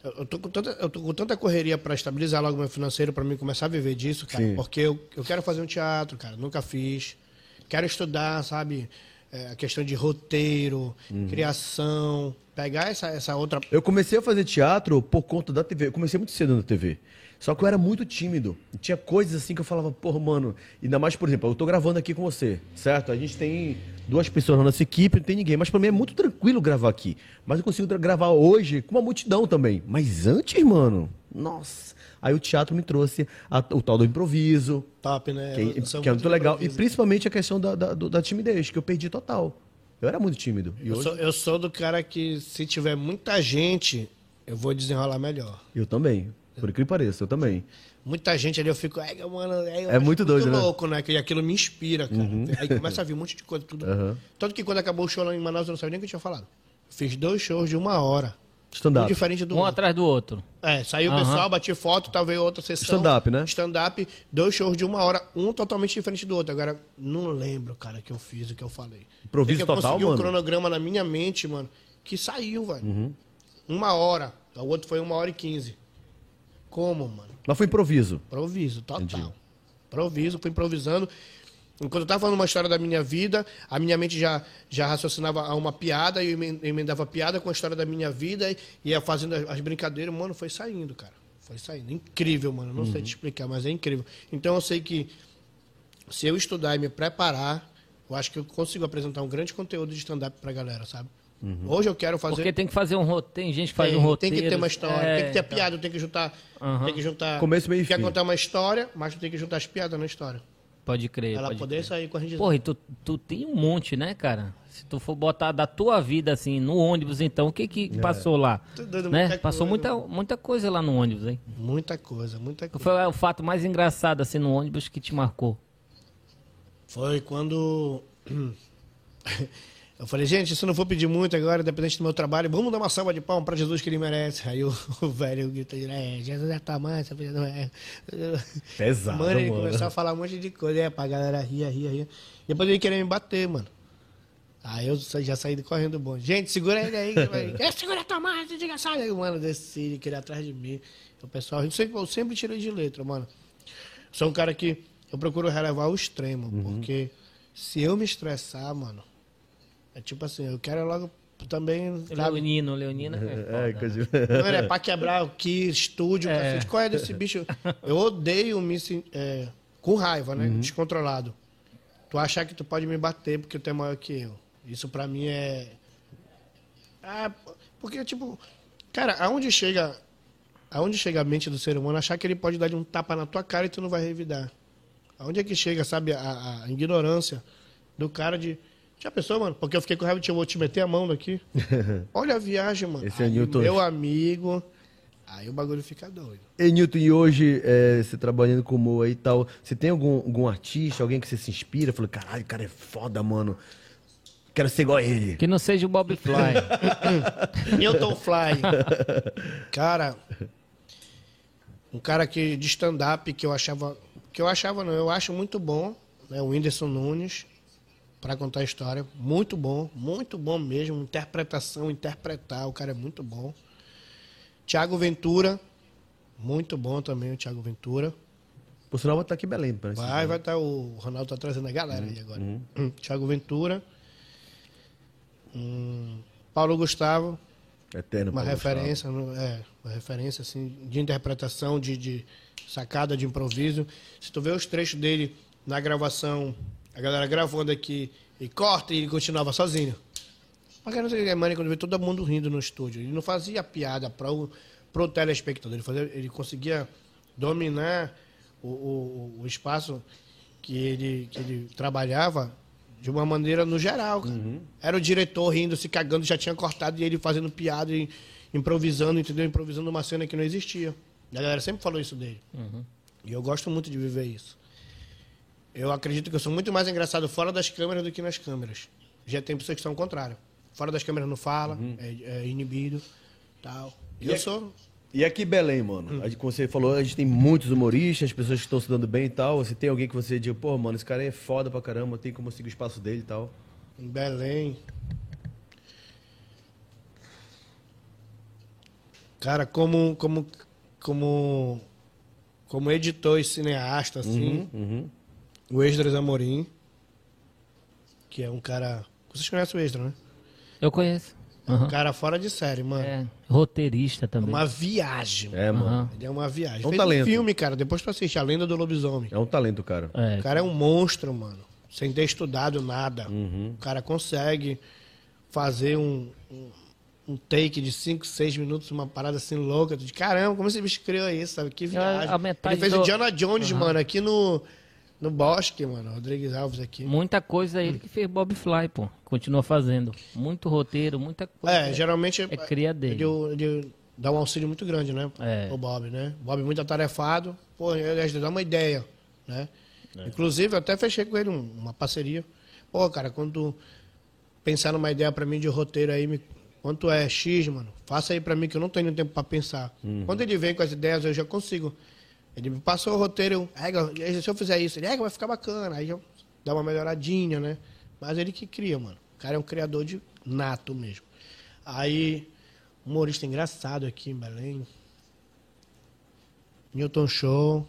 Eu tô com tanta correria para estabilizar logo meu financeiro, para mim começar a viver disso, cara. Sim. Porque eu quero fazer um teatro, cara. Nunca fiz. Quero estudar, sabe? A questão de roteiro, criação. Pegar essa outra... Eu comecei a fazer teatro por conta da TV. Eu comecei muito cedo na TV. Só que eu era muito tímido. E tinha coisas assim que eu falava, porra, mano. Ainda mais, por exemplo, eu tô gravando aqui com você, certo? A gente tem 2 pessoas na nossa equipe, não tem ninguém. Mas pra mim é muito tranquilo gravar aqui. Mas eu consigo gravar hoje com uma multidão também. Mas antes, mano, nossa. Aí o teatro me trouxe o tal do improviso. Top, né? Que é muito legal. E principalmente a questão da timidez, que eu perdi total. Eu era muito tímido. E hoje... eu sou do cara que, se tiver muita gente, eu vou desenrolar melhor. Eu também. Por incrível que pareça, eu também. Muita gente ali, eu fico... mano, eu É acho muito doido, né? louco, né? Que aquilo me inspira, cara. Aí começa a vir um monte de coisa, tudo. Tanto que quando acabou o show lá em Manaus, eu não sabia nem o que eu tinha falado. Fiz 2 shows de 1 hora. Um Stand-up. diferente do Um outro. atrás do outro. Saiu o pessoal, bati foto, talvez outra sessão. Stand-up, né? Stand-up, 2 shows de 1 hora, um totalmente diferente do outro. Agora, não lembro, cara, que eu fiz, o que eu falei. Improviso Sei que eu total, consegui mano? um cronograma na minha mente, mano, que saiu, velho. 1 hora. O outro foi 1 hora e 15. Como, mano? Mas foi improviso. Improviso, total. Improviso, fui improvisando. Enquanto eu tava falando uma história da minha vida, a minha mente já raciocinava a uma piada, e eu emendava a piada com a história da minha vida, e ia fazendo as brincadeiras. Mano, foi saindo, cara. Foi saindo. Incrível, mano. Não sei te explicar, mas é incrível. Então eu sei que se eu estudar e me preparar, eu acho que eu consigo apresentar um grande conteúdo de stand-up pra galera, sabe? Hoje eu quero fazer... Porque tem que fazer um roteiro. Tem gente que faz um roteiro. Tem que ter uma história, tem que ter piada, tem que juntar... Tem que juntar... Começo, meio e Quer fim. contar uma história, mas tu tem que juntar as piadas na história. Pode crer. Ela pode poder crer. sair com a gente. Porra, e tu tem um monte, né, cara? Se tu for botar da tua vida, assim, no ônibus, então, o que passou lá? Tô dando Né? muita Passou coisa. muita coisa lá no ônibus, hein? Muita coisa, muita Qual coisa. foi o fato mais engraçado, assim, no ônibus que te marcou? Foi quando eu falei, gente, se eu não for pedir muito agora, independente do meu trabalho, vamos dar uma salva de palmas para Jesus que ele merece. Aí o velho gritou, Jesus é tua mãe, essa filha não é. Pesado, Mano, ele mano. começou a falar um monte de coisa, pra galera ria. Depois ele queria me bater, mano. Aí eu já saí correndo bom. Gente, segura ele aí. Segura a tua mãe, desgraçado. Aí, mano, desci, ele queria atrás de mim. O pessoal, eu sempre tirei de letra, mano. Sou um cara que eu procuro relevar o extremo, porque se eu me estressar, mano, é tipo assim, eu quero logo também... sabe? Leonino é foda, né? Mano, é pra quebrar aqui, estúdio, cacete. Qual é desse bicho? Eu odeio me com raiva, né? Descontrolado. Tu achar que tu pode me bater porque tu é maior que eu. Isso pra mim é... porque, tipo... Cara, aonde chega a mente do ser humano achar que ele pode dar um tapa na tua cara e tu não vai revidar? Aonde é que chega, sabe, a ignorância do cara de... Já pensou, mano? Porque eu fiquei com raiva de eu vou te meter a mão daqui. Olha a viagem, mano. Esse é o Aí, Newton. meu amigo... Aí o bagulho fica doido. E Newton, e hoje, você trabalhando com humor aí e tal, você tem algum artista, alguém que você se inspira? Falou, caralho, o cara é foda, mano. Quero ser igual a ele. Que não seja o Bob Fly. Newton Fly. Cara, um cara que, de stand-up que eu eu acho muito bom, né? O Whindersson Nunes, pra contar a história. Muito bom mesmo. Interpretar, o cara é muito bom. Thiago Ventura, muito bom também o Thiago Ventura. Por sinal, vai estar aqui em Belém. Parece. Vai estar, o Ronaldo tá trazendo a galera aí agora. Thiago Ventura. Paulo Gustavo, Eterno. uma Paulo referência, uma referência assim, de interpretação, de sacada, de improviso. Se tu vê os trechos dele na gravação, a galera gravando aqui e corta e ele continuava sozinho. Mas não sei o que, quando vê todo mundo rindo no estúdio. Ele não fazia piada pro telespectador, ele conseguia dominar o espaço que ele trabalhava de uma maneira no geral, cara. Era o diretor rindo, se cagando, já tinha cortado e ele fazendo piada e improvisando, entendeu? Improvisando uma cena que não existia. A galera sempre falou isso dele. E eu gosto muito de viver isso. Eu acredito que eu sou muito mais engraçado fora das câmeras do que nas câmeras. Já tem pessoas que são o contrário. Fora das câmeras não fala, é inibido, tal. E aqui em Belém, mano, como você falou, a gente tem muitos humoristas, as pessoas que estão se dando bem e tal. Você tem alguém que você diga, pô, mano, esse cara aí é foda pra caramba, tem como seguir o espaço dele e tal. Em Belém. Cara, como editor e cineasta, assim, o Esdras Amorim, que é um cara... Vocês conhecem o Esdras, né? Eu conheço. Um cara fora de série, mano. É, roteirista também. Uma viagem. É, mano. Ele é uma viagem. É um Fez talento. um filme, cara, depois tu assiste, A Lenda do Lobisomem. É um talento, cara. É. O cara é um monstro, mano. Sem ter estudado nada. O cara consegue fazer um take de 5, 6 minutos, uma parada assim louca. De caramba, como esse bicho criou isso, sabe? Que viagem. A metade Ele fez do- o Indiana Jones, mano, aqui no Bosque, mano. Rodrigues Alves aqui. Muita coisa ele que fez Bob Fly, pô. Continua fazendo. Muito roteiro, muita coisa. Geralmente é cria dele. Ele dá um auxílio muito grande, né? É. O Bob, né? O Bob muito atarefado. Pô, ele dá uma ideia, né? Inclusive, eu até fechei com ele uma parceria. Pô, cara, quando tu pensar numa ideia pra mim de roteiro aí, quanto é X, mano, faça aí pra mim que eu não tenho tempo pra pensar. Quando ele vem com as ideias, eu já consigo. Ele me passou o roteiro, se eu fizer isso, ele vai ficar bacana. Aí eu dá uma melhoradinha, né? Mas ele que cria, mano. O cara é um criador de nato mesmo. Aí, humorista engraçado aqui em Belém. Newton Show.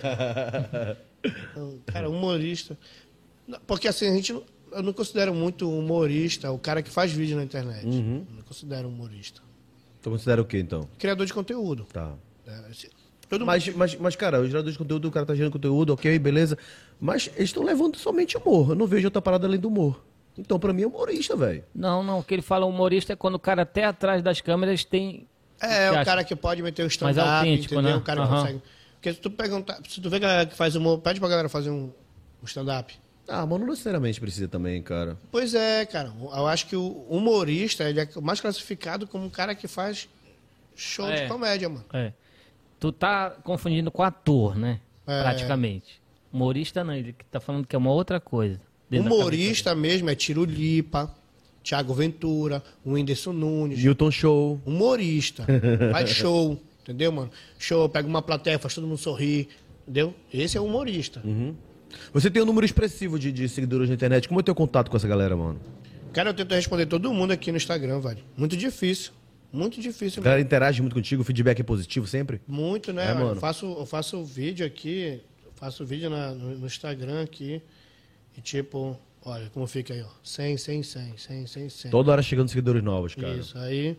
Cara, humorista. Porque assim, eu não considero muito humorista o cara que faz vídeo na internet. Eu não considero humorista. Tu considera o quê, então? Criador de conteúdo. Tá. Todo Mas, cara, o gerador de conteúdo, o cara tá gerando conteúdo, ok, beleza. Mas eles estão levando somente humor. Eu não vejo outra parada além do humor. Então, pra mim, é humorista, velho. Não, o que ele fala humorista é quando o cara até atrás das câmeras tem... É, Você o acha? cara que pode meter o Mais stand-up, autêntico, entendeu? né? O cara que Aham. consegue. Porque se tu vê galera que faz humor, pede pra galera fazer um stand-up. Ah, mas não necessariamente precisa também, cara. Pois é, cara. Eu acho que o humorista, ele é mais classificado como um cara que faz show É. de comédia, mano. É. Tu tá confundindo com ator, né? É. Praticamente. Humorista não, ele tá falando que é uma outra coisa. dentro da Humorista mesmo é Tiro Lipa, Thiago Ventura, o Whindersson Nunes. Newton Show. Humorista. Faz show, entendeu, mano? Show, pega uma plateia, faz todo mundo sorrir, entendeu? Esse é o humorista. Você tem um número expressivo de seguidores na internet. Como é o teu contato com essa galera, mano? Cara, eu tento responder todo mundo aqui no Instagram, velho. Muito difícil. Muito difícil. A galera interage muito contigo, o feedback é positivo sempre? Muito, né? É, mano? mano. Eu faço vídeo aqui, faço vídeo no Instagram aqui. E tipo, olha como fica aí, ó. 100. Toda hora chegando seguidores novos, cara. Isso, aí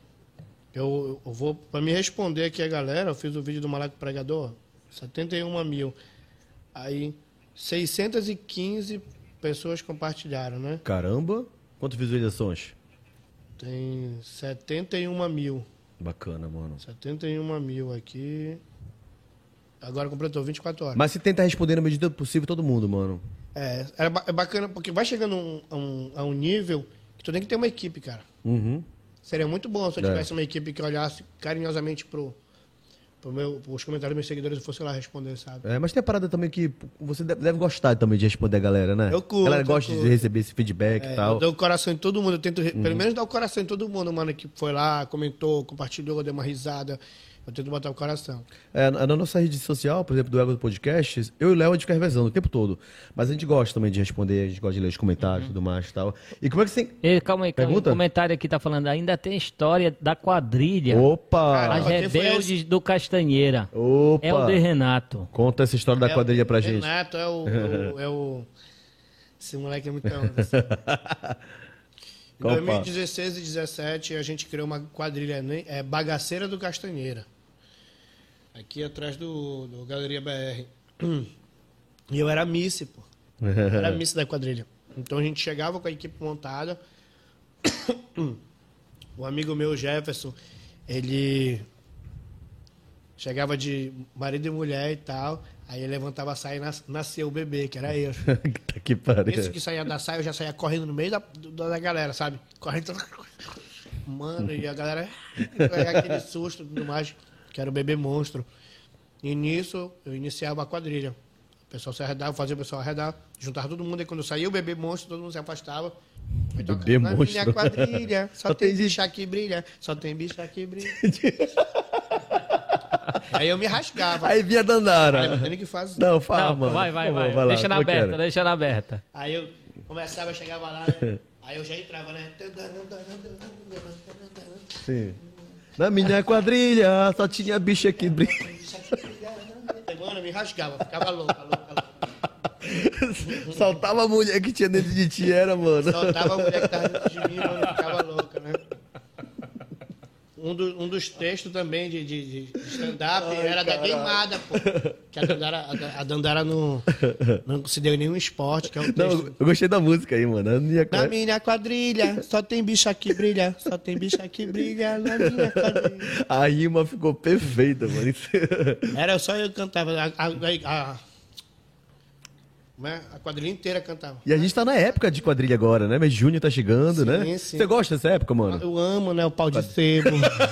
eu vou, pra me responder aqui a galera, eu fiz o vídeo do Malaco Pregador, 71 mil. Aí 615 pessoas compartilharam, né? Caramba. Quantas visualizações? Tem 71 mil. Bacana, mano. 71 mil aqui. Agora completou 24 horas. Mas você tenta responder na medida do possível todo mundo, mano. É bacana, porque vai chegando a um nível que tu tem que ter uma equipe, cara. Uhum. Seria muito bom se eu É. tivesse uma equipe que olhasse carinhosamente pros comentários dos meus seguidores e fosse lá responder, sabe? É, mas tem a parada também que você deve gostar também de responder a galera, né? Eu curto, A galera eu gosta de curto. receber esse feedback e Eu tal. dou o coração em todo mundo, eu tento pelo menos dar o coração em todo mundo, mano, que foi lá, comentou, compartilhou, deu uma risada. Eu tento botar o coração. É, na nossa rede social, por exemplo, do Ego do Podcast, eu e o Léo a gente fica revezando o tempo todo. Mas a gente gosta também de responder, a gente gosta de ler os comentários e tudo mais e tal. E como é que você... Calma aí. Pergunta? O comentário aqui tá falando, ainda tem história da quadrilha. Opa! Cara, As quem foi Rebeldes do Castanheira. Opa! É o de Renato. Conta essa história da quadrilha pra gente. Renato é o... Esse moleque é muito onda. Assim. Em Opa. 2016 e 2017, a gente criou uma quadrilha, né? Bagaceira do Castanheira. Aqui atrás do Galeria BR. E eu era Miss, pô. Eu era Miss da quadrilha. Então a gente chegava com a equipe montada. O amigo meu, Jefferson, ele chegava de marido e mulher e tal. Aí ele levantava a saia e nasceu o bebê, que era eu. Tá que pariu. Esse que saía da saia, eu já saía correndo no meio da galera, sabe? Correndo. Mano, e a galera aquele susto e tudo mais, que era o bebê monstro. E nisso, eu iniciava a quadrilha. O pessoal se arredava, fazia o pessoal arredar, juntava todo mundo, e quando saía o bebê monstro, todo mundo se afastava. Aí tocava, Bebê "Na monstro." minha quadrilha, só Só tem tem bicha que brilha, só tem bicha que brilha. Aí eu me rasgava. Aí vinha Aí não Dandara. tem nem o que fazer. Não, fala, Não, mano. vai, Por favor, vai. lá, Deixa na como é que aberta, era? deixa na aberta. Aí eu começava, eu chegava lá, né? Aí eu já entrava, né? Sim. Na minha quadrilha só tinha bicha que brilha. Mano, me rasgava, ficava louca. Soltava a mulher que tinha dentro de ti, era, mano. Soltava a mulher que tava dentro de mim, mano, ficava louca, né? Um dos textos também de stand-up era da queimada, pô. Que a Dandara não se deu em nenhum esporte, que é um texto. Não, eu gostei da música aí, mano. Na minha quadrilha, só tem bicha que brilha, só tem bicha que brilha na minha quadrilha. A rima ficou perfeita, mano. Era só eu cantava, a quadrilha inteira cantava. E a gente tá na época de quadrilha agora, né? Mas junho tá chegando, né? Sim. Você gosta dessa época, mano? Eu amo, né? O pau de sebo.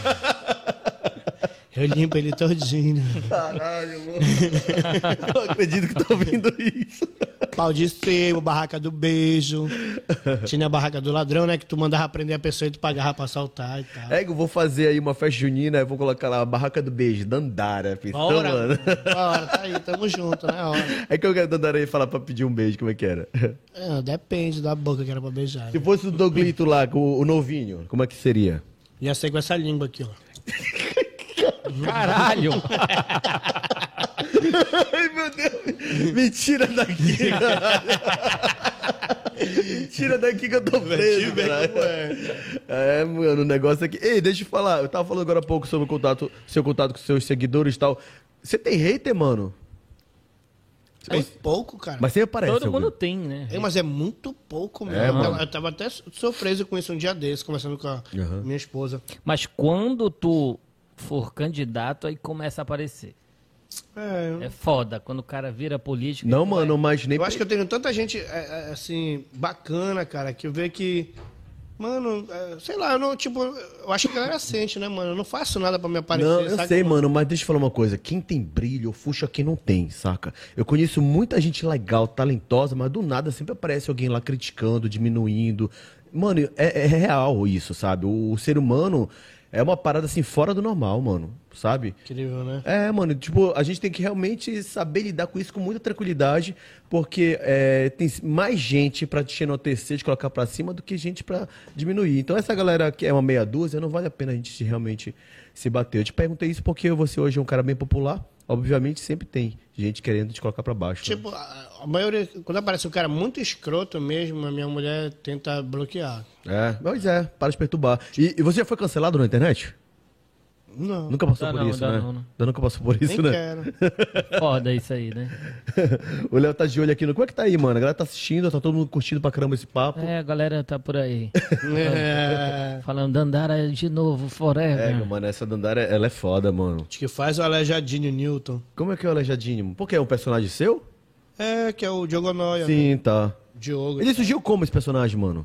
Eu limpo ele todinho. Caralho, mano. Não acredito que tô ouvindo isso. Pau de sebo, barraca do beijo. Tinha a barraca do ladrão, né? Que tu mandava prender a pessoa e tu pagava pra assaltar e tal. É que eu vou fazer aí uma festa junina, eu vou colocar lá a barraca do beijo, Dandara. Então, Bora, mano. Bora, tá aí, tamo junto, na hora. É que eu quero Dandara aí falar pra pedir um beijo, como é que era? Depende da boca que era pra beijar. Se fosse o Doglito lá, com o novinho, como é que seria? Ia ser com essa língua aqui, ó. Caralho! Ai, meu Deus! Mentira daqui! Tira daqui que eu tô preso, caralho. É, mano, o negócio aqui... Ei, deixa eu falar. Eu tava falando agora há pouco sobre o seu contato com seus seguidores e tal. Você tem hater, mano? É pouco, cara. Mas sempre aparece. Todo mundo tem, né? Mas é muito pouco mesmo. É, mano. Eu tava até surpreso com isso um dia desse, conversando com a minha esposa. Mas quando tu for candidato, aí começa a aparecer. É foda, quando o cara vira político. Não, mano, mas nem... Eu acho que eu tenho tanta gente, assim, bacana, cara, que eu vejo que... Mano, sei lá, eu não, tipo, eu acho que a galera sente, né, mano? Eu não faço nada pra me aparecer. Não, eu sabe sei, como? mano, mas deixa eu falar uma coisa. Quem tem brilho, fuxa quem não tem, saca? Eu conheço muita gente legal, talentosa, mas do nada sempre aparece alguém lá criticando, diminuindo. Mano, é real isso, sabe? O ser humano é uma parada assim fora do normal, mano, sabe? Incrível, né? É, mano, tipo, a gente tem que realmente saber lidar com isso com muita tranquilidade, porque tem mais gente pra te enaltecer, te colocar pra cima, do que gente pra diminuir. Então essa galera que é uma meia dúzia, não vale a pena a gente realmente se bater. Eu te perguntei isso porque você hoje é um cara bem popular, obviamente sempre tem gente querendo te colocar pra baixo. Tipo, a maioria, quando aparece um cara muito escroto mesmo, a minha mulher tenta bloquear. Mas para de perturbar. E você já foi cancelado na internet? Não. Nunca passou por isso, né? Não. Nunca passou por isso, Nem né? quero. Foda isso aí, né? O Léo tá de olho aqui no... Como é que tá aí, mano? A galera tá assistindo, tá todo mundo curtindo pra caramba esse papo. A galera tá por aí. É. Falando Dandara de novo, forever. Mano, essa Dandara, ela é foda, mano. Acho que faz o Aleijadinho Newton. Como é que é o Aleijadinho? Porque é um personagem seu? Que é o Diogo Noia. Sim, tá. Diogo. Ele surgiu como esse personagem, mano?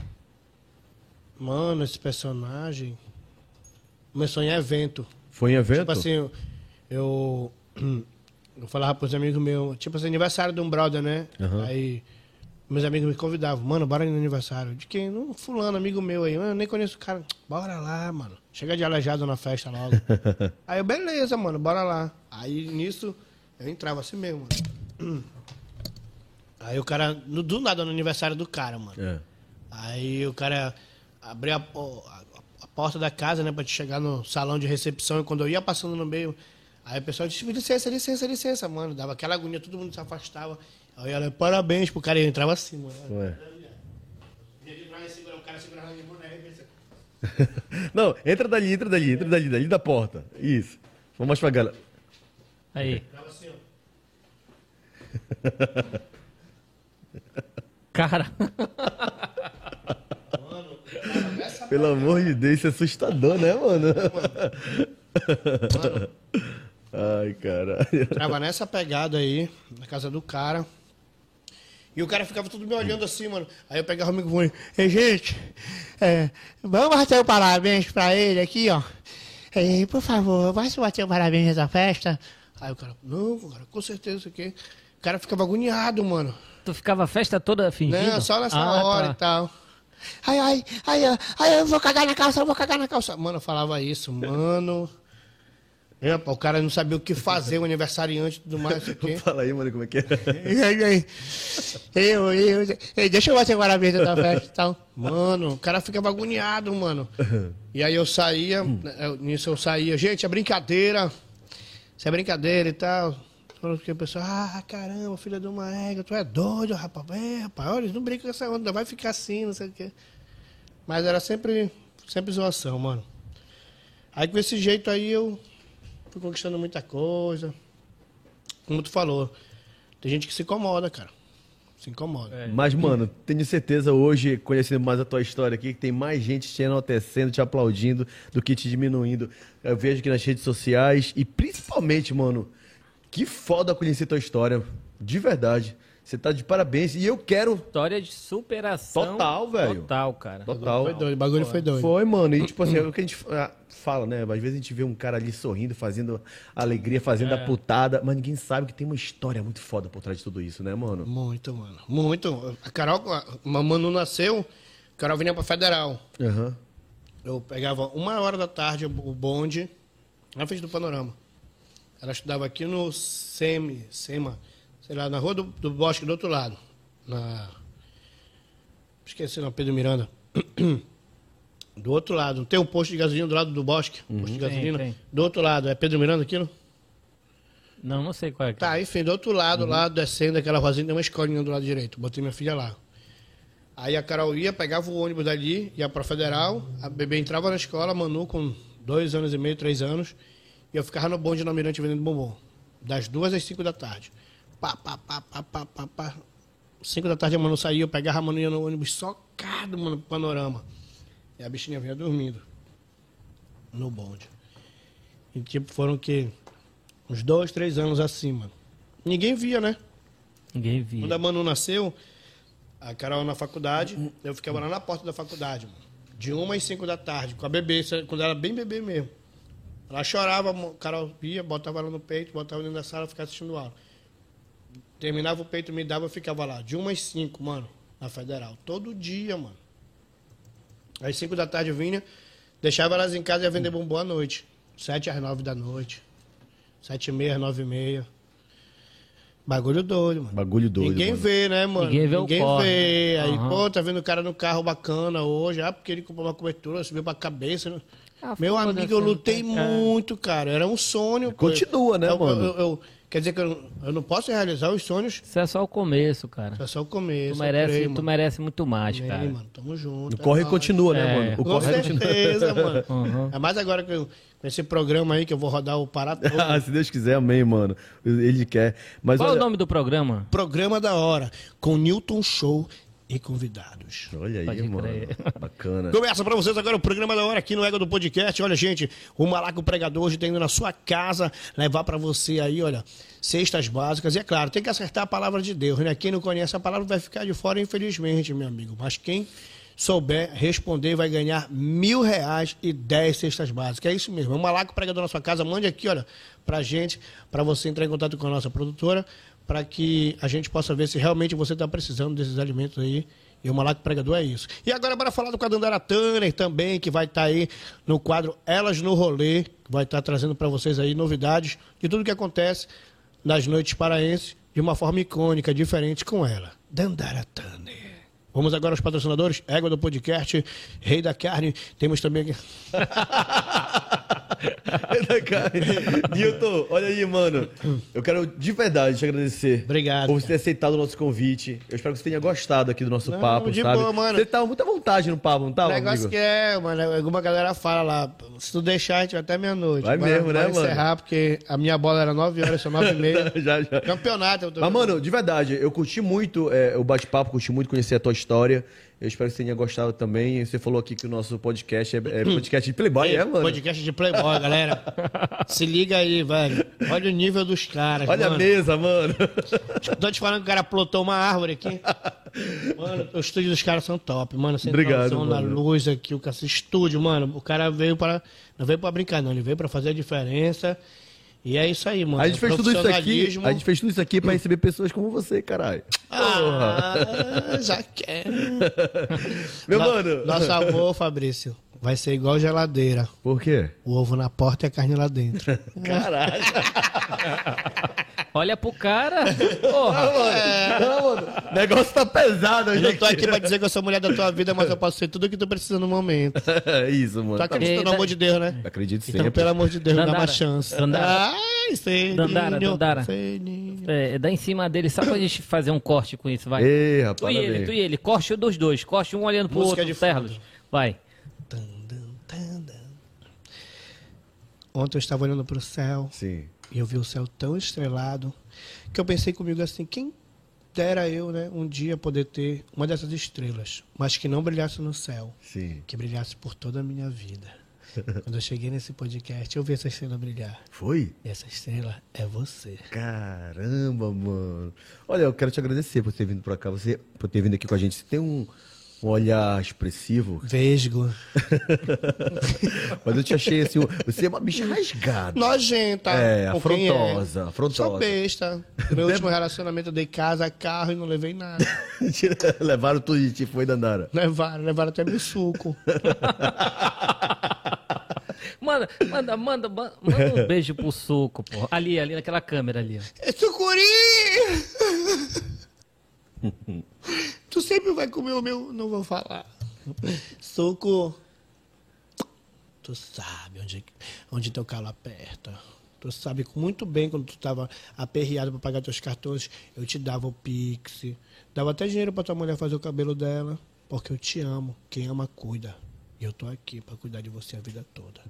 Mano, esse personagem começou em evento. Foi em evento? Tipo assim, eu falava pros amigos meus, tipo assim, aniversário de um brother, né? Uhum. Aí meus amigos me convidavam, mano, bora no aniversário. De quem? Não, fulano, amigo meu aí. Eu nem conheço o cara. Bora lá, mano. Chega de aleijado na festa logo. Aí eu, beleza, mano, bora lá. Aí nisso, eu entrava assim mesmo, mano. Aí o cara, do nada, no aniversário do cara, mano. Aí o cara abriu a porta da casa, né, pra te chegar no salão de recepção, e quando eu ia passando no meio, aí o pessoal disse, licença, mano, dava aquela agonia, todo mundo se afastava, aí ela, parabéns pro cara, e eu entrava assim, mano. Ué. O cara segurava na minha boneca, Não, entra dali da porta. Isso. Vamos mostrar pra galera. Aí. entrava assim, ó. Cara. Pelo amor de Deus, isso é assustador, né, mano? Ai, caralho. Entrava nessa pegada aí, na casa do cara. E o cara ficava tudo me olhando assim, mano. Aí eu pegava o microfone. Ei, gente, vamos bater o parabéns pra ele aqui, ó. Por favor, vai bater o parabéns nessa festa. Aí o cara, não, cara, com certeza isso aqui. O cara ficava agoniado, mano. Tu ficava a festa toda fingindo? Não, só nessa hora e tal. Ai, eu vou cagar na calça, Mano, eu falava isso, mano. O cara não sabia o que fazer, o aniversariante e tudo mais. Fala aí, mano, como é que é? Deixa eu bater agora a vez da festa e tal. Mano, o cara ficava agoniado, mano. E aí eu saía, nisso eu saía. Gente, é brincadeira. Isso é brincadeira e tal. Porque o pessoal, caramba, filha de uma égua, tu é doido, rapaz. Rapaz, olha, não brinca com essa onda, vai ficar assim, não sei o quê. Mas era sempre zoação, mano. Aí com esse jeito aí eu fui conquistando muita coisa. Como tu falou, tem gente que se incomoda, cara. Se incomoda. Mas, mano, tenho certeza hoje, conhecendo mais a tua história aqui, que tem mais gente te enaltecendo, te aplaudindo do que te diminuindo. Eu vejo aqui nas redes sociais e principalmente, mano, que foda conhecer tua história. De verdade. Você tá de parabéns. E eu quero... História de superação. Total, velho. Total, cara. Total. Foi doido, o bagulho foi doido. Foi, mano. E tipo assim, é o que a gente fala, né? Às vezes a gente vê um cara ali sorrindo, fazendo alegria, fazendo a putada, mas ninguém sabe que tem uma história muito foda por trás de tudo isso, né, mano? Muito, mano. Muito. A Carol, a Manu nasceu, a Carol vinha pra Federal. Aham. Eu pegava 1h da tarde o bonde, na frente do Panorama. Ela estudava aqui no SEMA, sei lá, na rua do Bosque, do outro lado. Esqueci, na Pedro Miranda. Do outro lado. Tem um posto de gasolina do lado do Bosque. Posto de gasolina. Tem. Do outro lado. É Pedro Miranda aquilo? Não sei qual é. Tá, enfim, do outro lado, lá descendo aquela ruazinha, tem uma escolinha do lado direito. Botei minha filha lá. Aí a Carol ia, pegava o ônibus dali, ia pra Federal, a bebê entrava na escola, a Manu com 2 anos e meio, 3 anos, e eu ficava no bonde na Mirante vendendo bombom. Das 2 às 5 da tarde. Pá. 5 da tarde a Manu saía, eu pegava a Manu e ia no ônibus socado, mano, pro Panorama. E a bichinha vinha dormindo. No bonde. E tipo, foram que uns 2, 3 anos assim, mano. Ninguém via, né? Ninguém via. Quando a Manu nasceu, a Carol na faculdade, eu ficava lá na porta da faculdade, mano. De 1 às 5 da tarde, com a bebê, quando ela era bem bebê mesmo. Ela chorava, a Carol ia, botava ela no peito, botava dentro da sala, ficava assistindo aula. Terminava o peito, me dava, eu ficava lá. De 1 às 5, mano, na Federal. Todo dia, mano. Às 5 da tarde eu vinha, deixava elas em casa e ia vender bombom à noite. 7 às 9 da noite. 7h30, 9h30. Bagulho doido, mano. Bagulho doido, Ninguém mano. vê, né, mano? Ninguém vê o corre. vê. Aí, Uhum. pô, tá vendo o cara no carro bacana hoje. Porque ele comprou uma cobertura, subiu pra cabeça. Né? Meu amigo, eu lutei muito, cara. Era um sonho. Continua, né, mano? Quer dizer que eu não posso realizar os sonhos. Isso é só o começo, cara. Isso é só o começo. Tu merece muito mais, Amém, cara. mano. Tamo junto. O corre continua, né, É. mano? O Com corre continua. certeza, mano. Uhum. É mais agora que com esse programa aí que eu vou rodar o Pará todo. Se Deus quiser, amém, mano. Ele quer. Mas Qual é olha... o nome do programa? Programa da hora, com Newton Show e convidados. Olha aí, Pode mano. crer. Bacana. Começa pra vocês agora o programa da hora aqui no Ego do Podcast. Olha, gente, o Malaco Pregador hoje tá indo na sua casa levar pra você aí, olha, cestas básicas. E é claro, tem que acertar a palavra de Deus, né? Quem não conhece a palavra vai ficar de fora, infelizmente, meu amigo. Mas quem souber responder vai ganhar R$1.000 e 10 cestas básicas. É isso mesmo. É o Malaco Pregador na sua casa. Mande aqui, olha, pra gente, pra você entrar em contato com a nossa produtora, para que a gente possa ver se realmente você está precisando desses alimentos aí. E o Malaco Pregador é isso. E agora bora falar com a Dandara Tanner também, que vai estar aí no quadro Elas no Rolê, que vai estar trazendo para vocês aí novidades de tudo que acontece nas noites paraenses de uma forma icônica, diferente com ela. Dandara Tanner. Vamos agora aos patrocinadores. Égua do Podcast, Rei da Carne. Temos também aqui... Nilton, olha aí, mano. Eu quero de verdade te agradecer. Obrigado, por você ter aceitado o nosso convite. Eu espero que você tenha gostado aqui do nosso papo, de sabe? boa, mano. Você tava muita vontade no papo, não O tava, negócio amigo? que é, mano, alguma galera fala lá, se tu deixar, a gente vai até meia-noite. Vai mesmo, né, mano? Encerrar, porque a minha bola era 9 horas, são 9h30. Já. Campeonato. Eu tô... Mas, mano, de verdade, eu curti muito o bate-papo, curti muito conhecer a tua história. Eu espero que você tenha gostado também. Você falou aqui que o nosso podcast é podcast de Playboy, mano? Podcast de Playboy, galera. Se liga aí, velho. Olha o nível dos caras, Olha mano. a mesa, mano. Tô te falando que o cara plotou uma árvore aqui. Mano, o estúdio dos caras são top, mano. Sem Obrigado, noção, na mano. luz aqui, o estúdio, mano. O cara veio para... Não veio pra brincar, não. Ele veio pra fazer a diferença. E é isso aí, mano. A gente fez tudo isso aqui. Profissionalismo. A gente fez tudo isso aqui pra receber pessoas como você, caralho. Ah, já quer. Meu mano. Nosso avô, Fabrício. vai ser igual geladeira. Por quê? O ovo na porta e a carne lá dentro. Caralho. Olha pro cara. Porra. Não, mano. O negócio tá pesado Eu hoje não tô aqui pra dizer que eu sou mulher da tua vida, mas eu posso ser tudo o que tu precisa no momento. Isso, mano. Tu acredita Eita. no amor de Deus, né? Acredito sempre. Então, pelo amor de Deus, dá uma Dandara. chance. Dandara. Ai, Feninho. Dandara. Feninho. Dá em cima dele, só pra gente fazer um corte com isso, vai. Ei, Tu rapaz. e ele, corte dos dois, corte um olhando pro Música outro, de Terlos. Vai. Ontem eu estava olhando pro céu Sim. e eu vi o céu tão estrelado que eu pensei comigo assim, quem dera eu, né, um dia poder ter uma dessas estrelas, mas que não brilhasse no céu, Sim. que brilhasse por toda a minha vida. Quando eu cheguei nesse podcast, eu vi essa estrela brilhar. Foi? E essa estrela é você. Caramba, mano. Olha, eu quero te agradecer por ter vindo pra cá, você por ter vindo aqui com a gente. Você tem um olhar expressivo, Vesgo. mas eu te achei assim, você é uma bicha rasgada. Nojenta. É, por quem afrontosa, afrontosa. Sou besta. No meu último relacionamento eu dei casa, carro e não levei nada. Levaram tudo de ti, foi, Dandara? Levaram até meu suco. Manda um beijo pro suco, pô. Ali naquela câmera ali, ó. É sucuri! Tu sempre vai comer o meu... Não vou falar. Suco. Tu sabe onde teu calo aperta. Tu sabe muito bem quando tu tava aperreado pra pagar teus cartões, eu te dava o Pix. Dava até dinheiro pra tua mulher fazer o cabelo dela. Porque eu te amo. Quem ama, cuida. E eu tô aqui pra cuidar de você a vida toda.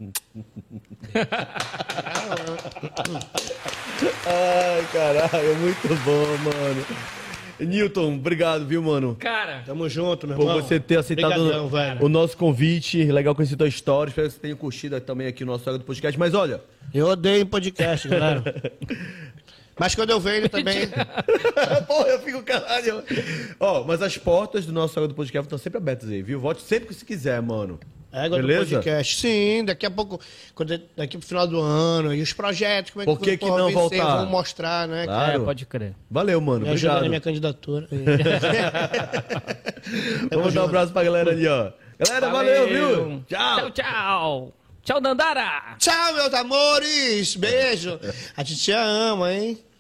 Ai, caralho, muito bom, mano. Newton, obrigado, viu, mano? Cara, Tamo junto, meu Por irmão. você ter aceitado Obrigadão, velho. o nosso convite. Legal conhecer tua história. Espero que você tenha curtido também aqui o nosso Saga do Podcast. Mas olha, Eu odeio podcast, galera. Mas quando eu venho também... porra, eu fico caralho. Ó, mas as portas do nosso Saga do Podcast estão sempre abertas aí, viu? Volte sempre que você quiser, mano. Égua do Beleza? podcast. Sim, daqui a pouco, daqui pro final do ano, e os projetos, como é Por que que não vencer, voltar? vamos mostrar, né? Claro. pode crer. Valeu, mano. Me ajuda Obrigado. na minha candidatura. Vamos dar um abraço pra galera ali, ó. Galera, valeu, viu? Tchau. Tchau. Tchau, Dandara. Tchau, meus amores. Beijo. A gente te ama, hein?